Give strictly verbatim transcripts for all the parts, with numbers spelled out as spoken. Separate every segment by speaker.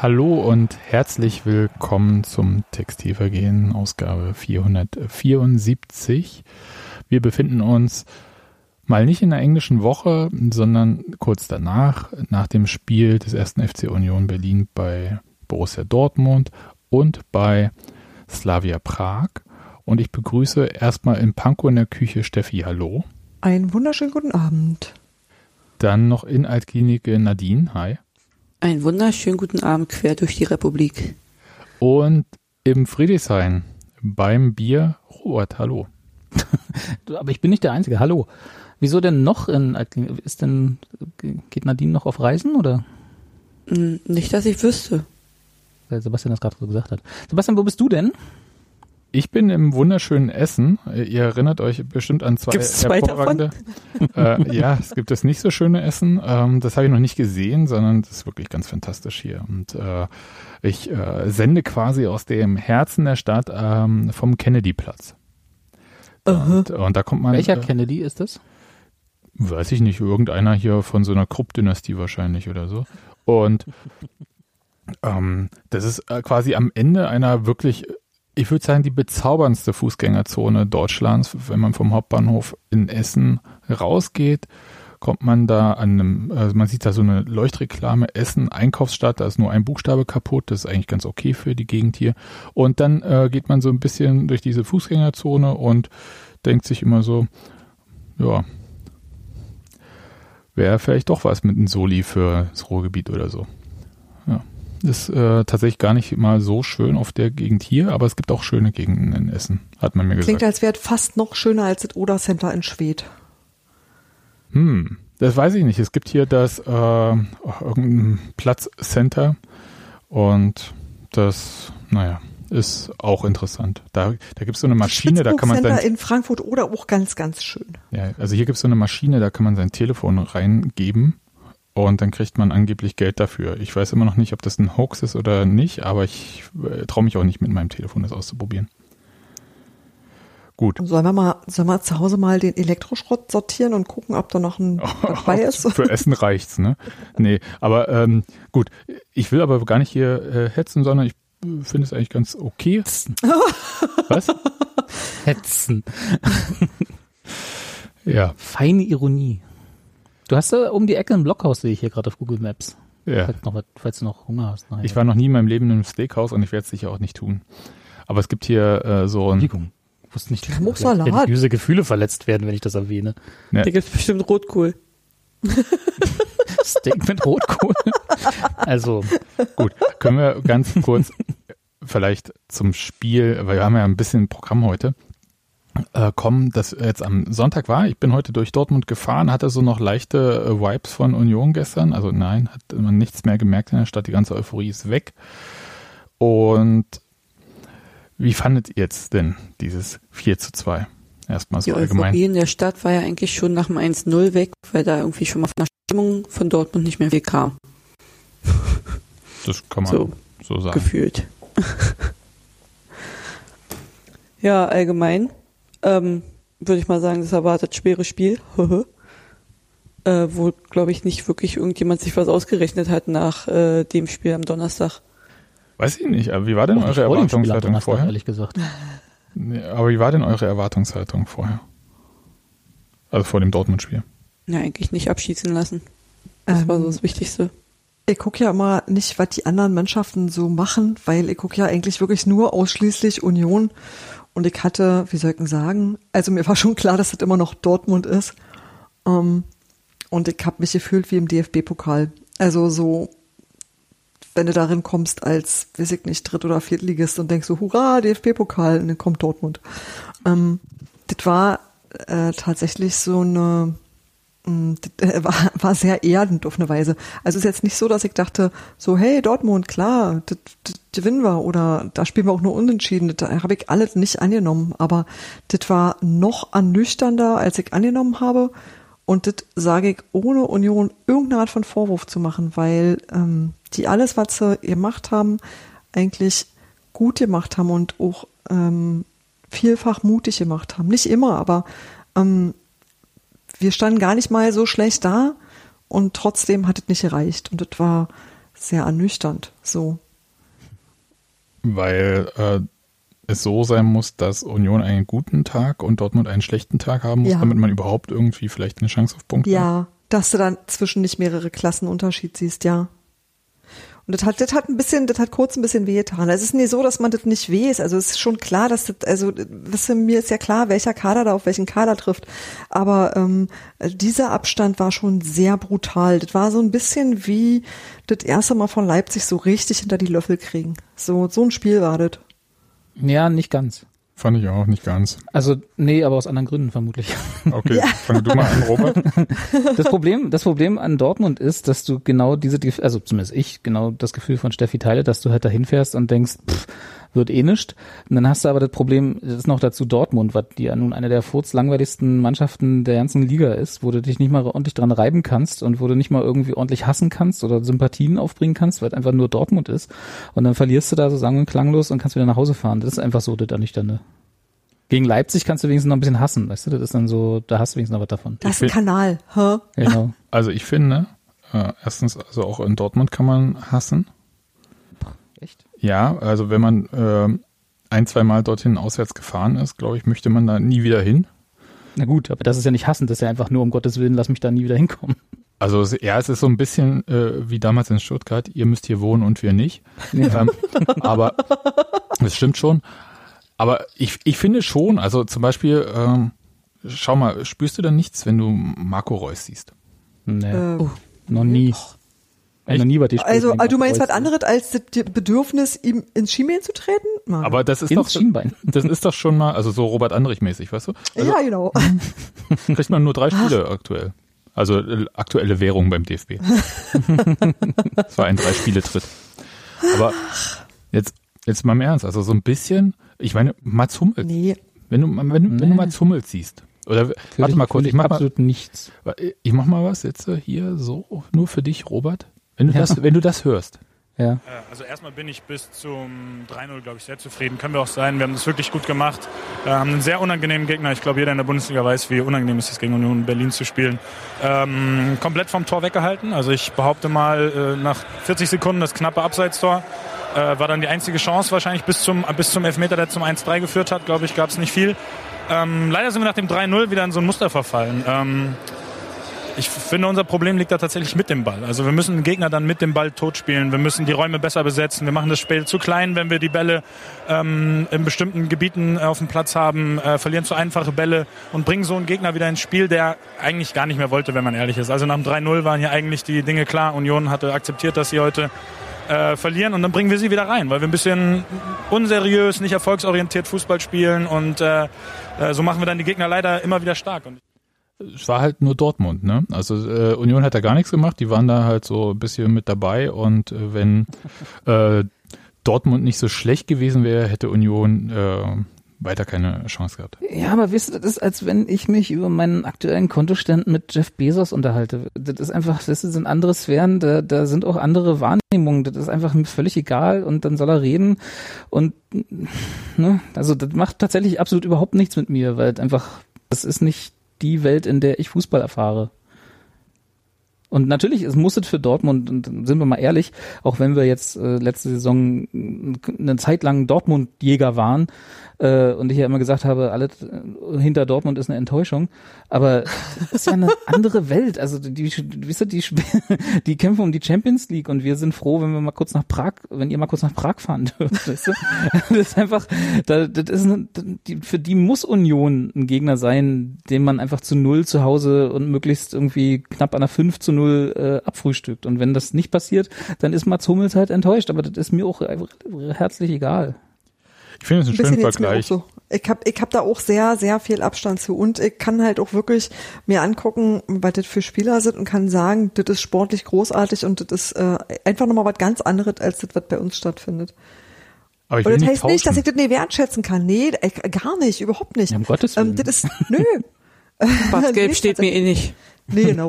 Speaker 1: Hallo und herzlich willkommen zum Textilvergehen, Ausgabe vierhundertvierundsiebzig. Wir befinden uns mal nicht in der englischen Woche, sondern kurz danach, nach dem Spiel des ersten F C Union Berlin bei Borussia Dortmund und bei Slavia Prag. Und ich begrüße erstmal in Pankow in der Küche Steffi. Hallo.
Speaker 2: Einen wunderschönen guten Abend.
Speaker 1: Dann noch in Altklinik Nadine. Hi.
Speaker 3: Einen wunderschönen guten Abend quer durch die Republik.
Speaker 1: Und im Friedrichshain beim Bier Robert. Hallo.
Speaker 4: Aber ich bin nicht der Einzige. Hallo. Wieso denn noch in Altklinik? Ist denn, geht Nadine noch auf Reisen oder?
Speaker 3: Nicht, dass ich wüsste.
Speaker 4: Weil Sebastian das gerade so gesagt hat. Sebastian, wo bist du denn?
Speaker 1: Ich bin im wunderschönen Essen. Ihr erinnert euch bestimmt an zwei
Speaker 3: Gibt's zwei
Speaker 1: hervorragende. Äh, ja, es gibt das nicht so schöne Essen. Ähm, das habe ich noch nicht gesehen, sondern das ist wirklich ganz fantastisch hier. Und äh, ich äh, sende quasi aus dem Herzen der Stadt ähm, vom Kennedy-Platz.
Speaker 3: Uh-huh.
Speaker 1: Und, und da kommt man.
Speaker 4: Welcher
Speaker 1: äh,
Speaker 4: Kennedy ist das?
Speaker 1: Weiß ich nicht, irgendeiner hier von so einer Krupp-Dynastie wahrscheinlich oder so. Und ähm, das ist äh, quasi am Ende einer wirklich, ich würde sagen, die bezauberndste Fußgängerzone Deutschlands. Wenn man vom Hauptbahnhof in Essen rausgeht, kommt man da an einem, also man sieht da so eine Leuchtreklame, Essen, Einkaufsstadt, da ist nur ein Buchstabe kaputt, das ist eigentlich ganz okay für die Gegend hier. Und dann äh, geht man so ein bisschen durch diese Fußgängerzone und denkt sich immer so, ja, wäre vielleicht doch was mit einem Soli für das Ruhrgebiet oder so. Ja. Ist äh, tatsächlich gar nicht mal so schön auf der Gegend hier, aber es gibt auch schöne Gegenden in Essen, hat man mir gesagt.
Speaker 2: Klingt, als wäre es fast noch schöner als das Oder Center in Schwedt.
Speaker 1: Hm, das weiß ich nicht. Es gibt hier das äh, irgendein Platzcenter und das, naja, ist auch interessant. Da, da gibt es so eine Maschine, da kann man sein...
Speaker 2: in Frankfurt oder auch ganz, ganz schön.
Speaker 1: Ja, also hier gibt es so eine Maschine, da kann man sein Telefon reingeben. Und dann kriegt man angeblich Geld dafür. Ich weiß immer noch nicht, ob das ein Hoax ist oder nicht, aber ich äh, traue mich auch nicht mit meinem Telefon das auszuprobieren. Gut.
Speaker 2: Sollen wir mal, sollen wir zu Hause mal den Elektroschrott sortieren und gucken, ob da noch ein dabei ist?
Speaker 1: Für Essen reicht's, ne? Nee, aber ähm, gut. Ich will aber gar nicht hier äh, hetzen, sondern ich äh, finde es eigentlich ganz okay. Was?
Speaker 4: Hetzen.
Speaker 1: Ja.
Speaker 4: Feine Ironie. Du hast da um die Ecke ein Blockhaus, sehe ich hier gerade auf Google Maps.
Speaker 1: Ja.
Speaker 4: Falls, noch, falls du noch Hunger hast. Nachher.
Speaker 1: Ich war noch nie in meinem Leben in einem Steakhouse und ich werde es sicher auch nicht tun. Aber es gibt hier äh, so ein...
Speaker 4: Entschuldigung. Ich wusste nicht, dass
Speaker 2: Salat.
Speaker 4: religiöse Gefühle verletzt werden, wenn ich das erwähne.
Speaker 1: Ja.
Speaker 3: Da gibt es bestimmt Rotkohl.
Speaker 4: Steak mit Rotkohl. Also.
Speaker 1: Gut, können wir ganz kurz vielleicht zum Spiel, weil wir haben ja ein bisschen Programm heute, äh, kommen, das jetzt am Sonntag war. Ich bin heute durch Dortmund gefahren, hatte so noch leichte äh, Vibes von Union gestern. Also nein, hat man nichts mehr gemerkt in der Stadt. Die ganze Euphorie ist weg. Und wie fandet ihr jetzt denn dieses vier zu zwei? Erstmal so
Speaker 3: Die
Speaker 1: allgemein.
Speaker 3: Euphorie in der Stadt war ja eigentlich schon nach dem eins null weg, weil da irgendwie schon mal von der Stimmung von Dortmund nicht mehr viel kam.
Speaker 1: Das kann man
Speaker 3: so,
Speaker 1: so sagen.
Speaker 3: Gefühlt. Ja, allgemein ähm, würde ich mal sagen, das erwartet schweres Spiel. äh, wo, glaube ich, nicht wirklich irgendjemand sich was ausgerechnet hat nach äh, dem Spiel am Donnerstag.
Speaker 1: Weiß ich nicht, aber wie war denn
Speaker 4: Auch
Speaker 1: eure Erwartungshaltung vorher?
Speaker 4: Ehrlich gesagt.
Speaker 1: Nee, aber wie war denn eure Erwartungshaltung vorher? Also vor dem Dortmund-Spiel?
Speaker 3: Ja, eigentlich nicht abschießen lassen. Das
Speaker 2: Ähm,
Speaker 3: war so das Wichtigste.
Speaker 2: Ich gucke ja immer nicht, was die anderen Mannschaften so machen, weil ich gucke ja eigentlich wirklich nur ausschließlich Union. Und ich hatte, wie soll ich denn sagen, also mir war schon klar, dass das immer noch Dortmund ist. Um, und ich habe mich gefühlt wie im D F B-Pokal. Also so, wenn du darin kommst als, weiß ich nicht, Dritt- oder Viertligist und denkst so, hurra, D F B-Pokal, und dann kommt Dortmund. Um, das war äh, tatsächlich so eine, mh, das, äh, war, war sehr erdend auf eine Weise. Also es ist jetzt nicht so, dass ich dachte, so, hey, Dortmund, klar, das, das gewinnen wir oder da spielen wir auch nur unentschieden. Das habe ich alles nicht angenommen, aber das war noch ernüchternder, als ich angenommen habe. Und das sage ich, ohne Union irgendeine Art von Vorwurf zu machen, weil ähm, die alles, was sie gemacht haben, eigentlich gut gemacht haben und auch ähm, vielfach mutig gemacht haben. Nicht immer, aber ähm, wir standen gar nicht mal so schlecht da und trotzdem hat es nicht gereicht. Und das war sehr ernüchternd. So.
Speaker 1: Weil äh, es so sein muss, dass Union einen guten Tag und Dortmund einen schlechten Tag haben muss,
Speaker 2: Ja.
Speaker 1: damit man überhaupt irgendwie vielleicht eine Chance auf Punkte hat.
Speaker 2: Ja, dass du dann zwischen nicht mehrere Klassen Unterschied siehst, ja. Und das hat, das hat ein bisschen, das hat kurz ein bisschen wehgetan. Es ist nicht so, dass man das nicht weiß. Also es ist schon klar, dass das, also wisst ihr, mir ist ja klar, welcher Kader da auf welchen Kader trifft. Aber ähm, dieser Abstand war schon sehr brutal. Das war so ein bisschen wie das erste Mal von Leipzig so richtig hinter die Löffel kriegen. So, so ein Spiel war das.
Speaker 4: Ja, nicht ganz.
Speaker 1: Fand ich auch nicht ganz.
Speaker 4: Also, nee, aber aus anderen Gründen vermutlich.
Speaker 1: Okay, fang du mal an, Robert.
Speaker 4: Das Problem, das Problem an Dortmund ist, dass du genau diese, also zumindest ich, genau das Gefühl von Steffi teile, dass du halt dahin fährst und denkst, pff, wird eh nischt. Und dann hast du aber das Problem, das ist noch dazu Dortmund, was die ja nun eine der furzlangweiligsten Mannschaften der ganzen Liga ist, wo du dich nicht mal ordentlich dran reiben kannst und wo du nicht mal irgendwie ordentlich hassen kannst oder Sympathien aufbringen kannst, weil es einfach nur Dortmund ist. Und dann verlierst du da so sang- und klanglos und kannst wieder nach Hause fahren. Das ist einfach so das Ernüchternde. Gegen Leipzig kannst du wenigstens noch ein bisschen hassen, weißt du? Das ist dann so, da hast du wenigstens noch was davon.
Speaker 2: Das ist ein Kanal, hä?
Speaker 4: Genau.
Speaker 1: Also ich finde, äh, erstens, also auch in Dortmund kann man hassen.
Speaker 4: Echt?
Speaker 1: Ja, also wenn man äh, ein, zwei Mal dorthin auswärts gefahren ist, glaube ich, möchte man da nie wieder hin.
Speaker 4: Na gut, aber das ist ja nicht hassen, das ist ja einfach nur um Gottes Willen, lass mich da nie wieder hinkommen.
Speaker 1: Also es- ja, es ist so ein bisschen äh, wie damals in Stuttgart, ihr müsst hier wohnen und wir nicht. Ähm, aber das stimmt schon. Aber ich, ich finde schon, also zum Beispiel, ähm, schau mal, spürst du dann nichts, wenn du Marco Reus siehst?
Speaker 4: Nee,
Speaker 2: Äh,
Speaker 4: noch nie.
Speaker 1: Echt?
Speaker 4: Noch nie was die
Speaker 2: Also,
Speaker 4: Spiele
Speaker 2: also du meinst was
Speaker 4: gegen
Speaker 2: anderes als das Bedürfnis, ihm ins Schienbein zu treten? Mann.
Speaker 1: Aber das ist
Speaker 4: Ins
Speaker 1: doch,
Speaker 4: Schienbein.
Speaker 1: das ist doch schon mal, also so Robert Andrich-mäßig, weißt du? Also
Speaker 2: ja, genau.
Speaker 1: kriegt man nur drei Spiele aktuell. Also äh, aktuelle Währung beim D F B. Das war ein Drei-Spiele-Tritt. Aber jetzt, jetzt mal im Ernst, also so ein bisschen, ich meine, Mats Hummels,
Speaker 2: Nee.
Speaker 1: wenn du, wenn du, wenn du
Speaker 4: Nee.
Speaker 1: Mats Hummels siehst, oder
Speaker 4: Für
Speaker 1: warte
Speaker 4: dich-
Speaker 1: mal
Speaker 4: für
Speaker 1: kurz,
Speaker 4: dich
Speaker 1: ich mach mal,
Speaker 4: absolut nichts.
Speaker 1: ich mach mal was jetzt äh, hier so, nur für dich, Robert. Wenn du
Speaker 4: Ja.
Speaker 1: das, wenn du das hörst.
Speaker 4: Ja.
Speaker 5: Äh, Also erstmal bin ich bis zum drei null, glaube ich, sehr zufrieden. Können wir auch sein. Wir haben das wirklich gut gemacht. Äh, haben einen sehr unangenehmen Gegner. Ich glaube, jeder in der Bundesliga weiß, wie unangenehm es ist, gegen Union Berlin zu spielen. Ähm, komplett vom Tor weggehalten. Also ich behaupte mal, äh, nach vierzig Sekunden das knappe Abseitstor. Äh, war dann die einzige Chance wahrscheinlich bis zum, bis zum Elfmeter, der zum eins drei geführt hat. Glaube ich, gab es nicht viel. Ähm, leider sind wir nach dem drei null wieder in so ein Muster verfallen. Ähm, Ich finde, unser Problem liegt da tatsächlich mit dem Ball. Also wir müssen den Gegner dann mit dem Ball totspielen. Wir müssen die Räume besser besetzen. Wir machen das Spiel zu klein, wenn wir die Bälle ähm, in bestimmten Gebieten auf dem Platz haben, äh, verlieren zu einfache Bälle und bringen so einen Gegner wieder ins Spiel, der eigentlich gar nicht mehr wollte, wenn man ehrlich ist. Also nach dem drei null waren hier eigentlich die Dinge klar. Union hatte akzeptiert, dass sie heute äh, verlieren und dann bringen wir sie wieder rein, weil wir ein bisschen unseriös, nicht erfolgsorientiert Fußball spielen und äh, äh, so machen wir dann die Gegner leider immer wieder stark. Und
Speaker 1: Es war halt nur Dortmund, ne? Also äh, Union hat da gar nichts gemacht, die waren da halt so ein bisschen mit dabei und äh, wenn äh, Dortmund nicht so schlecht gewesen wäre, hätte Union äh, weiter keine Chance gehabt.
Speaker 4: Ja, aber wisst ihr, das ist, als wenn ich mich über meinen aktuellen Kontostand mit Jeff Bezos unterhalte. Das ist einfach, das sind andere Sphären, da, da sind auch andere Wahrnehmungen. Das ist einfach mir völlig egal und dann soll er reden und ne, also das macht tatsächlich absolut überhaupt nichts mit mir, weil einfach, das ist nicht die Welt, in der ich Fußball erfahre. Und natürlich, es muss es für Dortmund, und sind wir mal ehrlich, auch wenn wir jetzt äh, letzte Saison eine Zeit lang Dortmund-Jäger waren äh, und ich ja immer gesagt habe, alles äh, hinter Dortmund ist eine Enttäuschung, aber das ist ja eine andere Welt. Also die, die, wisst ihr, die, die kämpfen um die Champions League und wir sind froh, wenn wir mal kurz nach Prag, wenn ihr mal kurz nach Prag fahren dürft. Weißt du? Das ist einfach, das ist eine, die, für die muss Union ein Gegner sein, den man einfach zu null zu Hause und möglichst irgendwie knapp an der fünf zu null äh, abfrühstückt. Und wenn das nicht passiert, dann ist Mats Hummels halt enttäuscht. Aber das ist mir auch herzlich egal.
Speaker 1: Ich finde es einen
Speaker 2: Ein
Speaker 1: schönen
Speaker 2: bisschen jetzt mir auch
Speaker 1: Vergleich.
Speaker 2: so. Ich hab, ich hab da auch sehr, sehr viel Abstand zu und ich kann halt auch wirklich mir angucken, was das für Spieler sind und kann sagen, das ist sportlich großartig und das ist äh, einfach nochmal was ganz anderes, als das, was bei uns stattfindet.
Speaker 1: Aber ich
Speaker 2: Und
Speaker 1: will
Speaker 2: das
Speaker 1: nicht
Speaker 2: heißt nicht,
Speaker 1: tauschen.
Speaker 2: dass ich das nicht wertschätzen kann. Nee, äh, gar nicht, überhaupt nicht.
Speaker 4: Ja, um Gottes Willen.
Speaker 2: Ähm, das ist, nö.
Speaker 3: Schwarz-Gelb
Speaker 2: Nee,
Speaker 3: steht mir eh nicht.
Speaker 2: Nee, genau.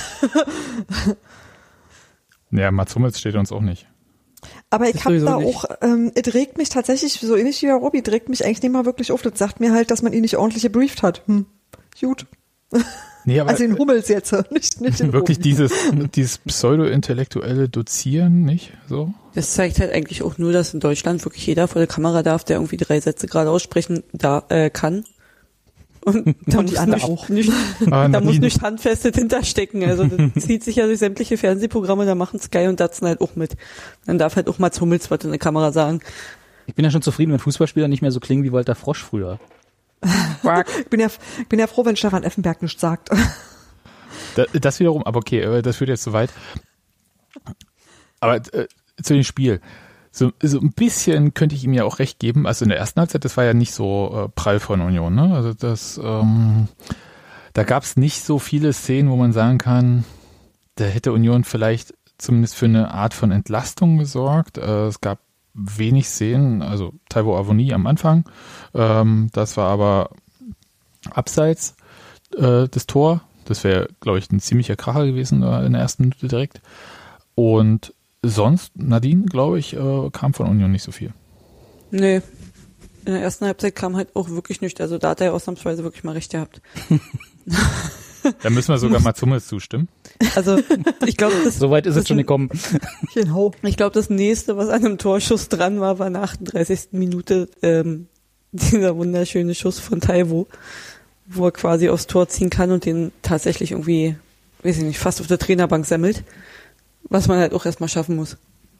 Speaker 1: Ja, Mats Hummels steht uns auch nicht.
Speaker 2: Aber ich
Speaker 3: Das
Speaker 2: habe
Speaker 3: sowieso
Speaker 2: da
Speaker 3: nicht.
Speaker 2: auch, ähm, es regt mich tatsächlich, so ähnlich wie bei Robby, es regt mich eigentlich nicht mal wirklich auf. Das sagt mir halt, dass man ihn nicht ordentlich gebrieft hat. Hm, gut.
Speaker 1: Nee, aber
Speaker 2: also in Hummels jetzt, nicht, nicht in
Speaker 1: wirklich
Speaker 2: Oben.
Speaker 1: dieses, dieses pseudo-intellektuelle Dozieren, nicht so?
Speaker 3: Das zeigt halt eigentlich auch nur, dass in Deutschland wirklich jeder vor der Kamera darf, der irgendwie drei Sätze gerade aussprechen da, äh, kann. Und da
Speaker 2: Und die
Speaker 3: muss
Speaker 2: anderen
Speaker 3: nicht,
Speaker 2: auch.
Speaker 3: nicht,
Speaker 1: Ah,
Speaker 3: da muss
Speaker 1: Nadine.
Speaker 3: nicht Handfestes hinterstecken. Also das zieht sich ja durch sämtliche Fernsehprogramme, da machen Sky und Datsun halt auch mit. Dann darf halt auch Mats Hummels was in der Kamera sagen.
Speaker 4: Ich bin ja schon zufrieden, wenn Fußballspieler nicht mehr so klingen wie Walter Frosch früher.
Speaker 2: Ich bin ja, ich bin ja froh, wenn Stefan Effenberg nichts sagt.
Speaker 1: Da, das wiederum, aber okay, äh, das führt jetzt zu weit. Aber äh, zu dem Spiel. So, so ein bisschen könnte ich ihm ja auch recht geben. Also in der ersten Halbzeit, das war ja nicht so äh, prall von Union, ne? Also das, ähm, da gab es nicht so viele Szenen, wo man sagen kann, da hätte Union vielleicht zumindest für eine Art von Entlastung gesorgt. Äh, es gab wenig Szenen, also Taiwo Avoni am Anfang. Ähm, das war aber abseits äh, des Tor. Das wäre, glaube ich, ein ziemlicher Kracher gewesen äh, in der ersten Minute direkt. Und sonst, Nadine, glaube ich, äh, kam von Union nicht so viel.
Speaker 3: Nee. In der ersten Halbzeit kam halt auch wirklich nichts. Also da hat er ausnahmsweise wirklich mal recht gehabt.
Speaker 1: Da müssen wir sogar mal Hummels zustimmen.
Speaker 3: Also ich glaube, das,
Speaker 4: Soweit ist es schon gekommen.
Speaker 2: Genau.
Speaker 3: ich glaube, das nächste, was an einem Torschuss dran war, war in der achtunddreißigsten Minute ähm, dieser wunderschöne Schuss von Taiwo, wo er quasi aufs Tor ziehen kann und den tatsächlich irgendwie, weiß ich nicht, fast auf der Trainerbank sammelt. Was man halt auch erstmal schaffen muss.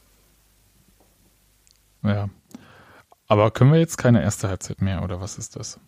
Speaker 1: Ja. Aber können wir jetzt keine erste Halbzeit mehr, oder was ist das?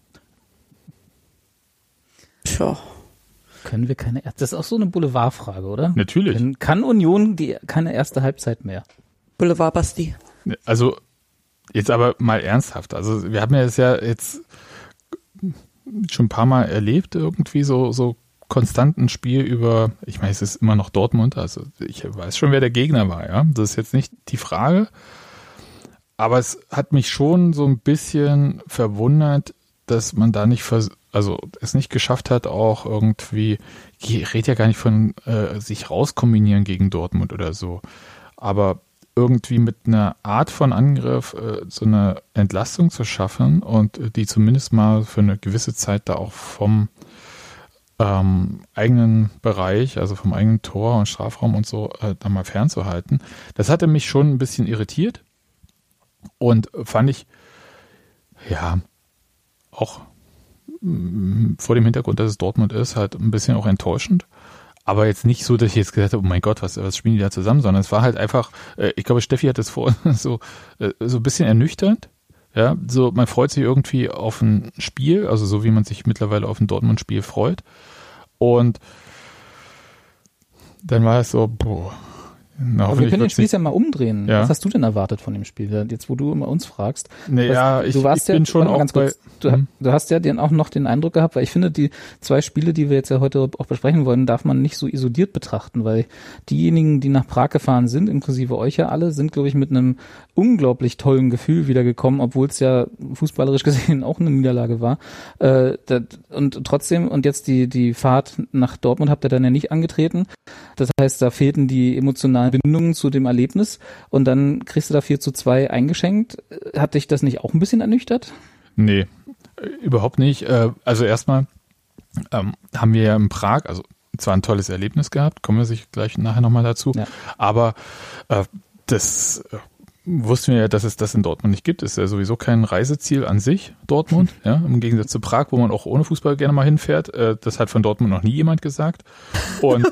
Speaker 3: Tja.
Speaker 4: Können wir keine erste, das ist auch so eine Boulevardfrage, oder?
Speaker 1: Natürlich.
Speaker 4: Kann, kann Union die, keine erste Halbzeit mehr?
Speaker 3: Boulevard Basti.
Speaker 1: Also jetzt aber mal ernsthaft. Also wir haben ja das ja jetzt schon ein paar Mal erlebt, irgendwie so, so konstant ein Spiel über, ich meine, es ist immer noch Dortmund, also ich weiß schon, wer der Gegner war, ja. Das ist jetzt nicht die Frage. Aber es hat mich schon so ein bisschen verwundert, dass man da nicht, vers- also es nicht geschafft hat, auch irgendwie, ich rede ja gar nicht von äh, sich rauskombinieren gegen Dortmund oder so, aber irgendwie mit einer Art von Angriff äh, so eine Entlastung zu schaffen und äh, die zumindest mal für eine gewisse Zeit da auch vom ähm, eigenen Bereich, also vom eigenen Tor und Strafraum und so, äh, da mal fernzuhalten. Das hatte mich schon ein bisschen irritiert und fand ich, ja, auch mh, vor dem Hintergrund, dass es Dortmund ist, halt ein bisschen auch enttäuschend. Aber jetzt nicht so, dass ich jetzt gesagt habe, oh mein Gott, was, was spielen die da zusammen, sondern es war halt einfach, äh, ich glaube, Steffi hat das vor, so, äh, so ein bisschen ernüchternd. Ja, so, man freut sich irgendwie auf ein Spiel, also so wie man sich mittlerweile auf ein Dortmund-Spiel freut. Und dann war es so, boah. Na,
Speaker 4: Aber wir können den Spiel
Speaker 1: nicht,
Speaker 4: ja mal umdrehen.
Speaker 1: Ja.
Speaker 4: Was hast du denn erwartet von dem Spiel? Jetzt, wo du immer uns fragst.
Speaker 1: nee, ja,
Speaker 4: Was-
Speaker 1: ich,
Speaker 4: du warst
Speaker 1: ich bin
Speaker 4: ja,
Speaker 1: schon
Speaker 4: warte mal
Speaker 1: auch
Speaker 4: ganz
Speaker 1: bei,
Speaker 4: kurz, du,
Speaker 1: hm.
Speaker 4: du hast ja den auch noch den Eindruck gehabt, weil ich finde, die zwei Spiele, die wir jetzt ja heute auch besprechen wollen, darf man nicht so isoliert betrachten, weil diejenigen, die nach Prag gefahren sind, inklusive euch ja alle, sind, glaube ich, mit einem unglaublich tollen Gefühl wiedergekommen, obwohl es ja fußballerisch gesehen auch eine Niederlage war. Äh, das, und trotzdem, und jetzt die, die Fahrt nach Dortmund habt ihr dann ja nicht angetreten. Das heißt, da fehlten die emotionalen Bindungen zu dem Erlebnis und dann kriegst du da vier zu zwei eingeschenkt. Hat dich das nicht auch ein bisschen ernüchtert?
Speaker 1: Nee, äh, überhaupt nicht. Äh, Also erstmal ähm, haben wir ja in Prag, also zwar ein tolles Erlebnis gehabt, kommen wir sich gleich nachher nochmal dazu,
Speaker 4: Ja.
Speaker 1: aber äh, das äh, wussten wir ja, dass es das in Dortmund nicht gibt. Ist ja sowieso kein Reiseziel an sich, Dortmund, ja, im Gegensatz zu Prag, wo man auch ohne Fußball gerne mal hinfährt. Äh, Das hat von Dortmund noch nie jemand gesagt. Und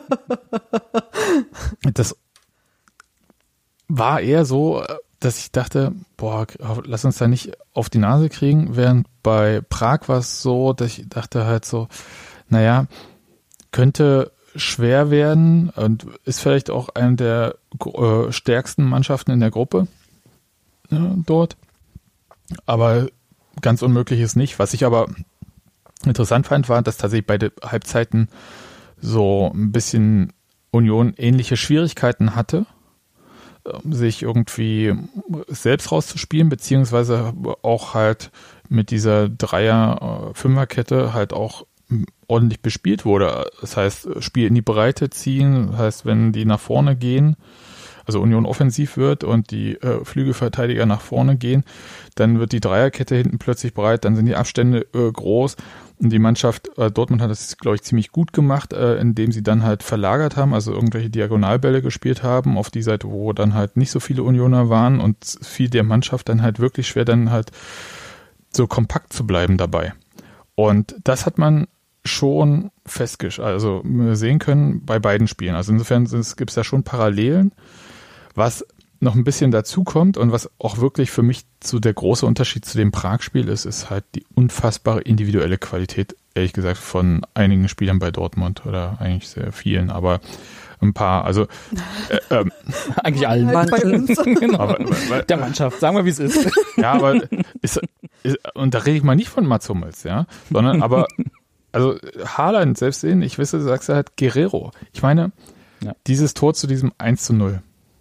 Speaker 1: das war eher so, dass ich dachte, boah, lass uns da nicht auf die Nase kriegen, während bei Prag war es so, dass ich dachte halt so, naja, könnte schwer werden und ist vielleicht auch eine der äh, stärksten Mannschaften in der Gruppe ja, dort, aber ganz unmöglich ist nicht. Was ich aber interessant fand, war, dass tatsächlich beide Halbzeiten so ein bisschen Union ähnliche Schwierigkeiten hatte, sich irgendwie selbst rauszuspielen, beziehungsweise auch halt mit dieser Dreier-Fünfer-Kette halt auch ordentlich bespielt wurde. Das heißt, Spiel in die Breite ziehen, das heißt, wenn die nach vorne gehen, also Union offensiv wird und die äh, Flügelverteidiger nach vorne gehen, dann wird die Dreierkette hinten plötzlich breit, dann sind die Abstände äh, groß Und die Mannschaft äh, Dortmund hat das, glaube ich, ziemlich gut gemacht, äh, indem sie dann halt verlagert haben, also irgendwelche Diagonalbälle gespielt haben auf die Seite, wo dann halt nicht so viele Unioner waren und fiel der Mannschaft dann halt wirklich schwer, dann halt so kompakt zu bleiben dabei. Und das hat man schon festgestellt, also sehen können bei beiden Spielen. Also insofern gibt es da schon Parallelen. Was noch ein bisschen dazu kommt und was auch wirklich für mich so der große Unterschied zu dem Prag-Spiel ist, ist halt die unfassbare individuelle Qualität, ehrlich gesagt, von einigen Spielern bei Dortmund oder eigentlich sehr vielen, aber ein paar, also äh, ähm,
Speaker 4: eigentlich allen.
Speaker 2: Halt bei uns.
Speaker 4: Genau.
Speaker 1: aber, weil,
Speaker 4: Der Mannschaft, sagen wir, wie es ist.
Speaker 1: ja, aber ist, ist, und da rede ich mal nicht von Mats Hummels, ja, sondern aber, also Haaland selbst sehen, ich wisse, sagst du halt Guerrero. Ich meine, ja. Dieses Tor zu diesem eins zu null.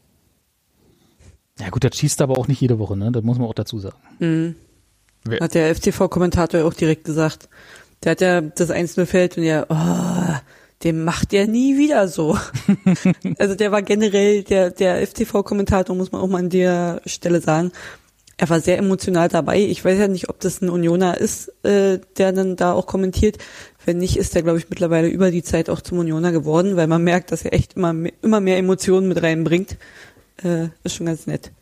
Speaker 4: Ja gut, das schießt aber auch nicht jede Woche, ne? Das muss man auch dazu sagen.
Speaker 3: Mhm. Hat der F T V-Kommentator auch direkt gesagt. Der hat ja das eins null fällt und ja, oh, den macht der nie wieder so. Also der war generell, der, der F T V-Kommentator, muss man auch mal an der Stelle sagen, er war sehr emotional dabei. Ich weiß ja nicht, ob das ein Unioner ist, äh, der dann da auch kommentiert. Wenn nicht, ist der, glaube ich, mittlerweile über die Zeit auch zum Unioner geworden, weil man merkt, dass er echt immer, immer mehr Emotionen mit reinbringt. Äh, ist schon ganz nett.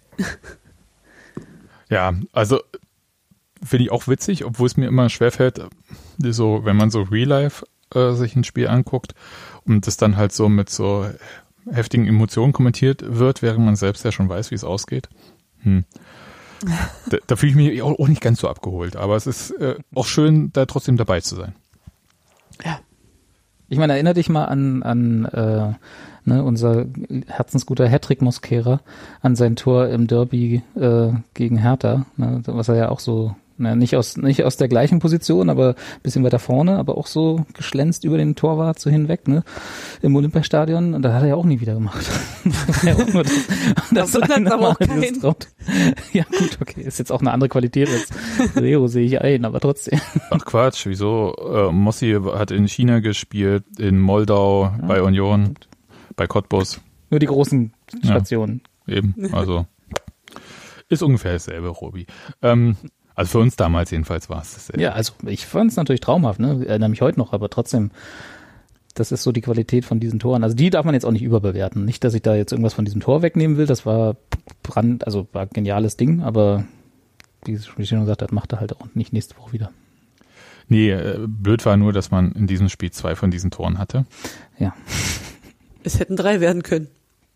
Speaker 1: Ja, also finde ich auch witzig, obwohl es mir immer schwerfällt, so, wenn man so Real Life äh, sich ein Spiel anguckt und das dann halt so mit so heftigen Emotionen kommentiert wird, während man selbst ja schon weiß, wie es ausgeht. Hm. Da, da fühle ich mich auch, auch nicht ganz so abgeholt, aber es ist äh, auch schön, da trotzdem dabei zu sein.
Speaker 3: Ja.
Speaker 4: Ich meine, erinnere dich mal an, an äh, ne, unser herzensguter Hattrick Mosquera, an sein Tor im Derby äh, gegen Hertha, ne, was er ja auch so, na, nicht aus nicht aus der gleichen Position, aber ein bisschen weiter vorne, aber auch so geschlänzt über den Torwart so hinweg, ne, im Olympiastadion, und da hat er ja auch nie wieder gemacht. Das war ja auch nur das, das
Speaker 3: da
Speaker 4: eine
Speaker 3: aber auch
Speaker 4: Mal,
Speaker 3: kein.
Speaker 4: Ja gut, okay, ist jetzt auch eine andere Qualität als Guerrero, sehe ich ein, aber trotzdem.
Speaker 1: Ach Quatsch, wieso? Äh, Mossi hat in China gespielt, in Moldau, ja, bei Union, bei Cottbus.
Speaker 4: Nur die großen Stationen.
Speaker 1: Ja, eben, also ist ungefähr dasselbe, Robi. Ähm, also für uns damals jedenfalls war es dasselbe.
Speaker 4: Ja, also ich fand es natürlich traumhaft, ne? Ich erinnere mich heute noch, aber trotzdem, das ist so die Qualität von diesen Toren. Also die darf man jetzt auch nicht überbewerten. Nicht, dass ich da jetzt irgendwas von diesem Tor wegnehmen will, das war brand, also war ein geniales Ding, aber wie ich schon gesagt habe, macht er halt auch nicht nächste Woche wieder.
Speaker 1: Nee, äh, blöd war nur, dass man in diesem Spiel zwei von diesen Toren hatte.
Speaker 4: Ja.
Speaker 3: Es hätten drei werden können.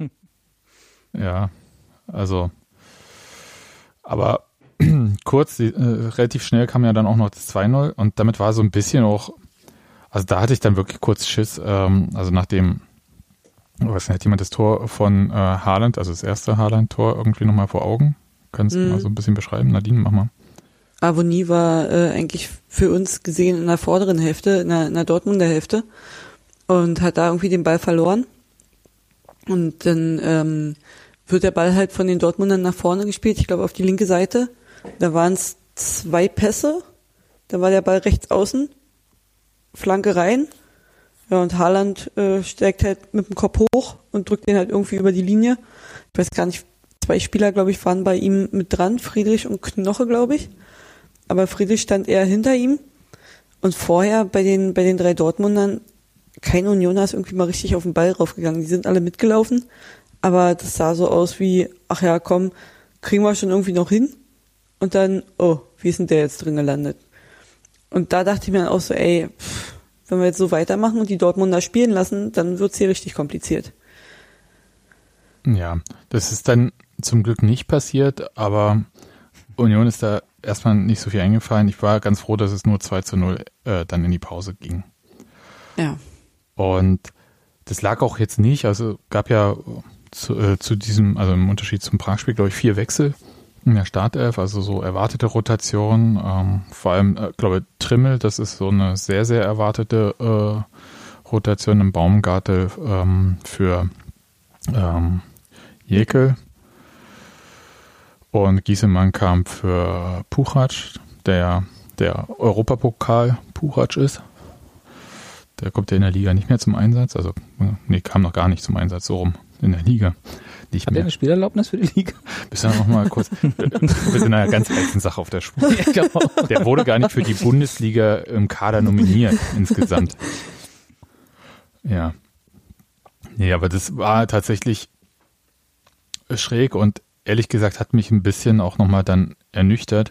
Speaker 1: Ja, also aber kurz, die, äh, relativ schnell kam ja dann auch noch das zwei null und damit war so ein bisschen auch, also da hatte ich dann wirklich kurz Schiss, ähm, also nachdem, was hat jemand das Tor von äh, Haaland, also das erste Haaland-Tor irgendwie nochmal vor Augen? Kannst du mhm. mal so ein bisschen beschreiben? Nadine, mach mal.
Speaker 3: Avonie war äh, eigentlich für uns gesehen in der vorderen Hälfte, in der, in der Dortmunder Hälfte und hat da irgendwie den Ball verloren und dann ähm, wird der Ball halt von den Dortmundern nach vorne gespielt, ich glaube auf die linke Seite. Da waren es zwei Pässe, da war der Ball rechts außen, Flanke rein, ja, und Haaland äh, steigt halt mit dem Kopf hoch und drückt den halt irgendwie über die Linie. Ich weiß gar nicht, zwei Spieler, glaube ich, waren bei ihm mit dran, Friedrich und Knoche, glaube ich. Aber Friedrich stand eher hinter ihm. Und vorher bei den bei den drei Dortmundern, kein Unioner ist irgendwie mal richtig auf den Ball raufgegangen. Die sind alle mitgelaufen, aber das sah so aus wie, ach ja, komm, kriegen wir schon irgendwie noch hin. Und dann, oh, wie ist denn der jetzt drin gelandet? Und da dachte ich mir dann auch so, ey, pff, wenn wir jetzt so weitermachen und die Dortmunder spielen lassen, dann wird's hier richtig kompliziert.
Speaker 1: Ja, das ist dann zum Glück nicht passiert, aber Union ist da erstmal nicht so viel eingefallen. Ich war ganz froh, dass es nur zwei zu null äh, dann in die Pause ging.
Speaker 3: Ja.
Speaker 1: Und das lag auch jetzt nicht, also gab ja zu, äh, zu diesem, also im Unterschied zum Prag-Spiel, glaube ich, vier Wechsel in der Startelf, also so erwartete Rotation, ähm, vor allem, äh, glaube ich, Trimmel, das ist so eine sehr, sehr erwartete äh, Rotation im Baumgartel ähm, für ähm, Jekyll. Und Giesemann kam für Puchac, der der Europapokal Puchac ist. Der kommt ja in der Liga nicht mehr zum Einsatz, also nee, kam noch gar nicht zum Einsatz, so rum in der Liga. Nicht
Speaker 4: Hat
Speaker 1: mehr.
Speaker 4: er eine Spielerlaubnis für die Liga?
Speaker 1: Bist du noch mal kurz, wir sind einer ganz heißen Sache auf der Spur. Der wurde gar nicht für die Bundesliga im Kader nominiert insgesamt. Ja. Nee, aber das war tatsächlich schräg und ehrlich gesagt hat mich ein bisschen auch nochmal dann ernüchtert,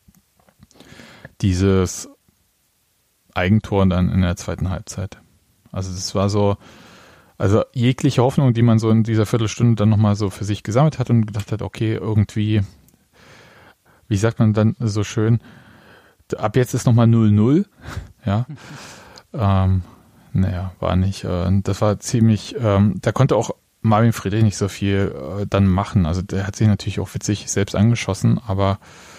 Speaker 1: dieses Eigentor dann in der zweiten Halbzeit. Also das war so, also jegliche Hoffnung, die man so in dieser Viertelstunde dann nochmal so für sich gesammelt hat und gedacht hat, okay, irgendwie, wie sagt man dann so schön, ab jetzt ist nochmal null null, ja, ähm, naja, war nicht, äh, das war ziemlich, ähm, da konnte auch Marvin Friedrich nicht so viel äh, dann machen, also der hat sich natürlich auch witzig selbst angeschossen, aber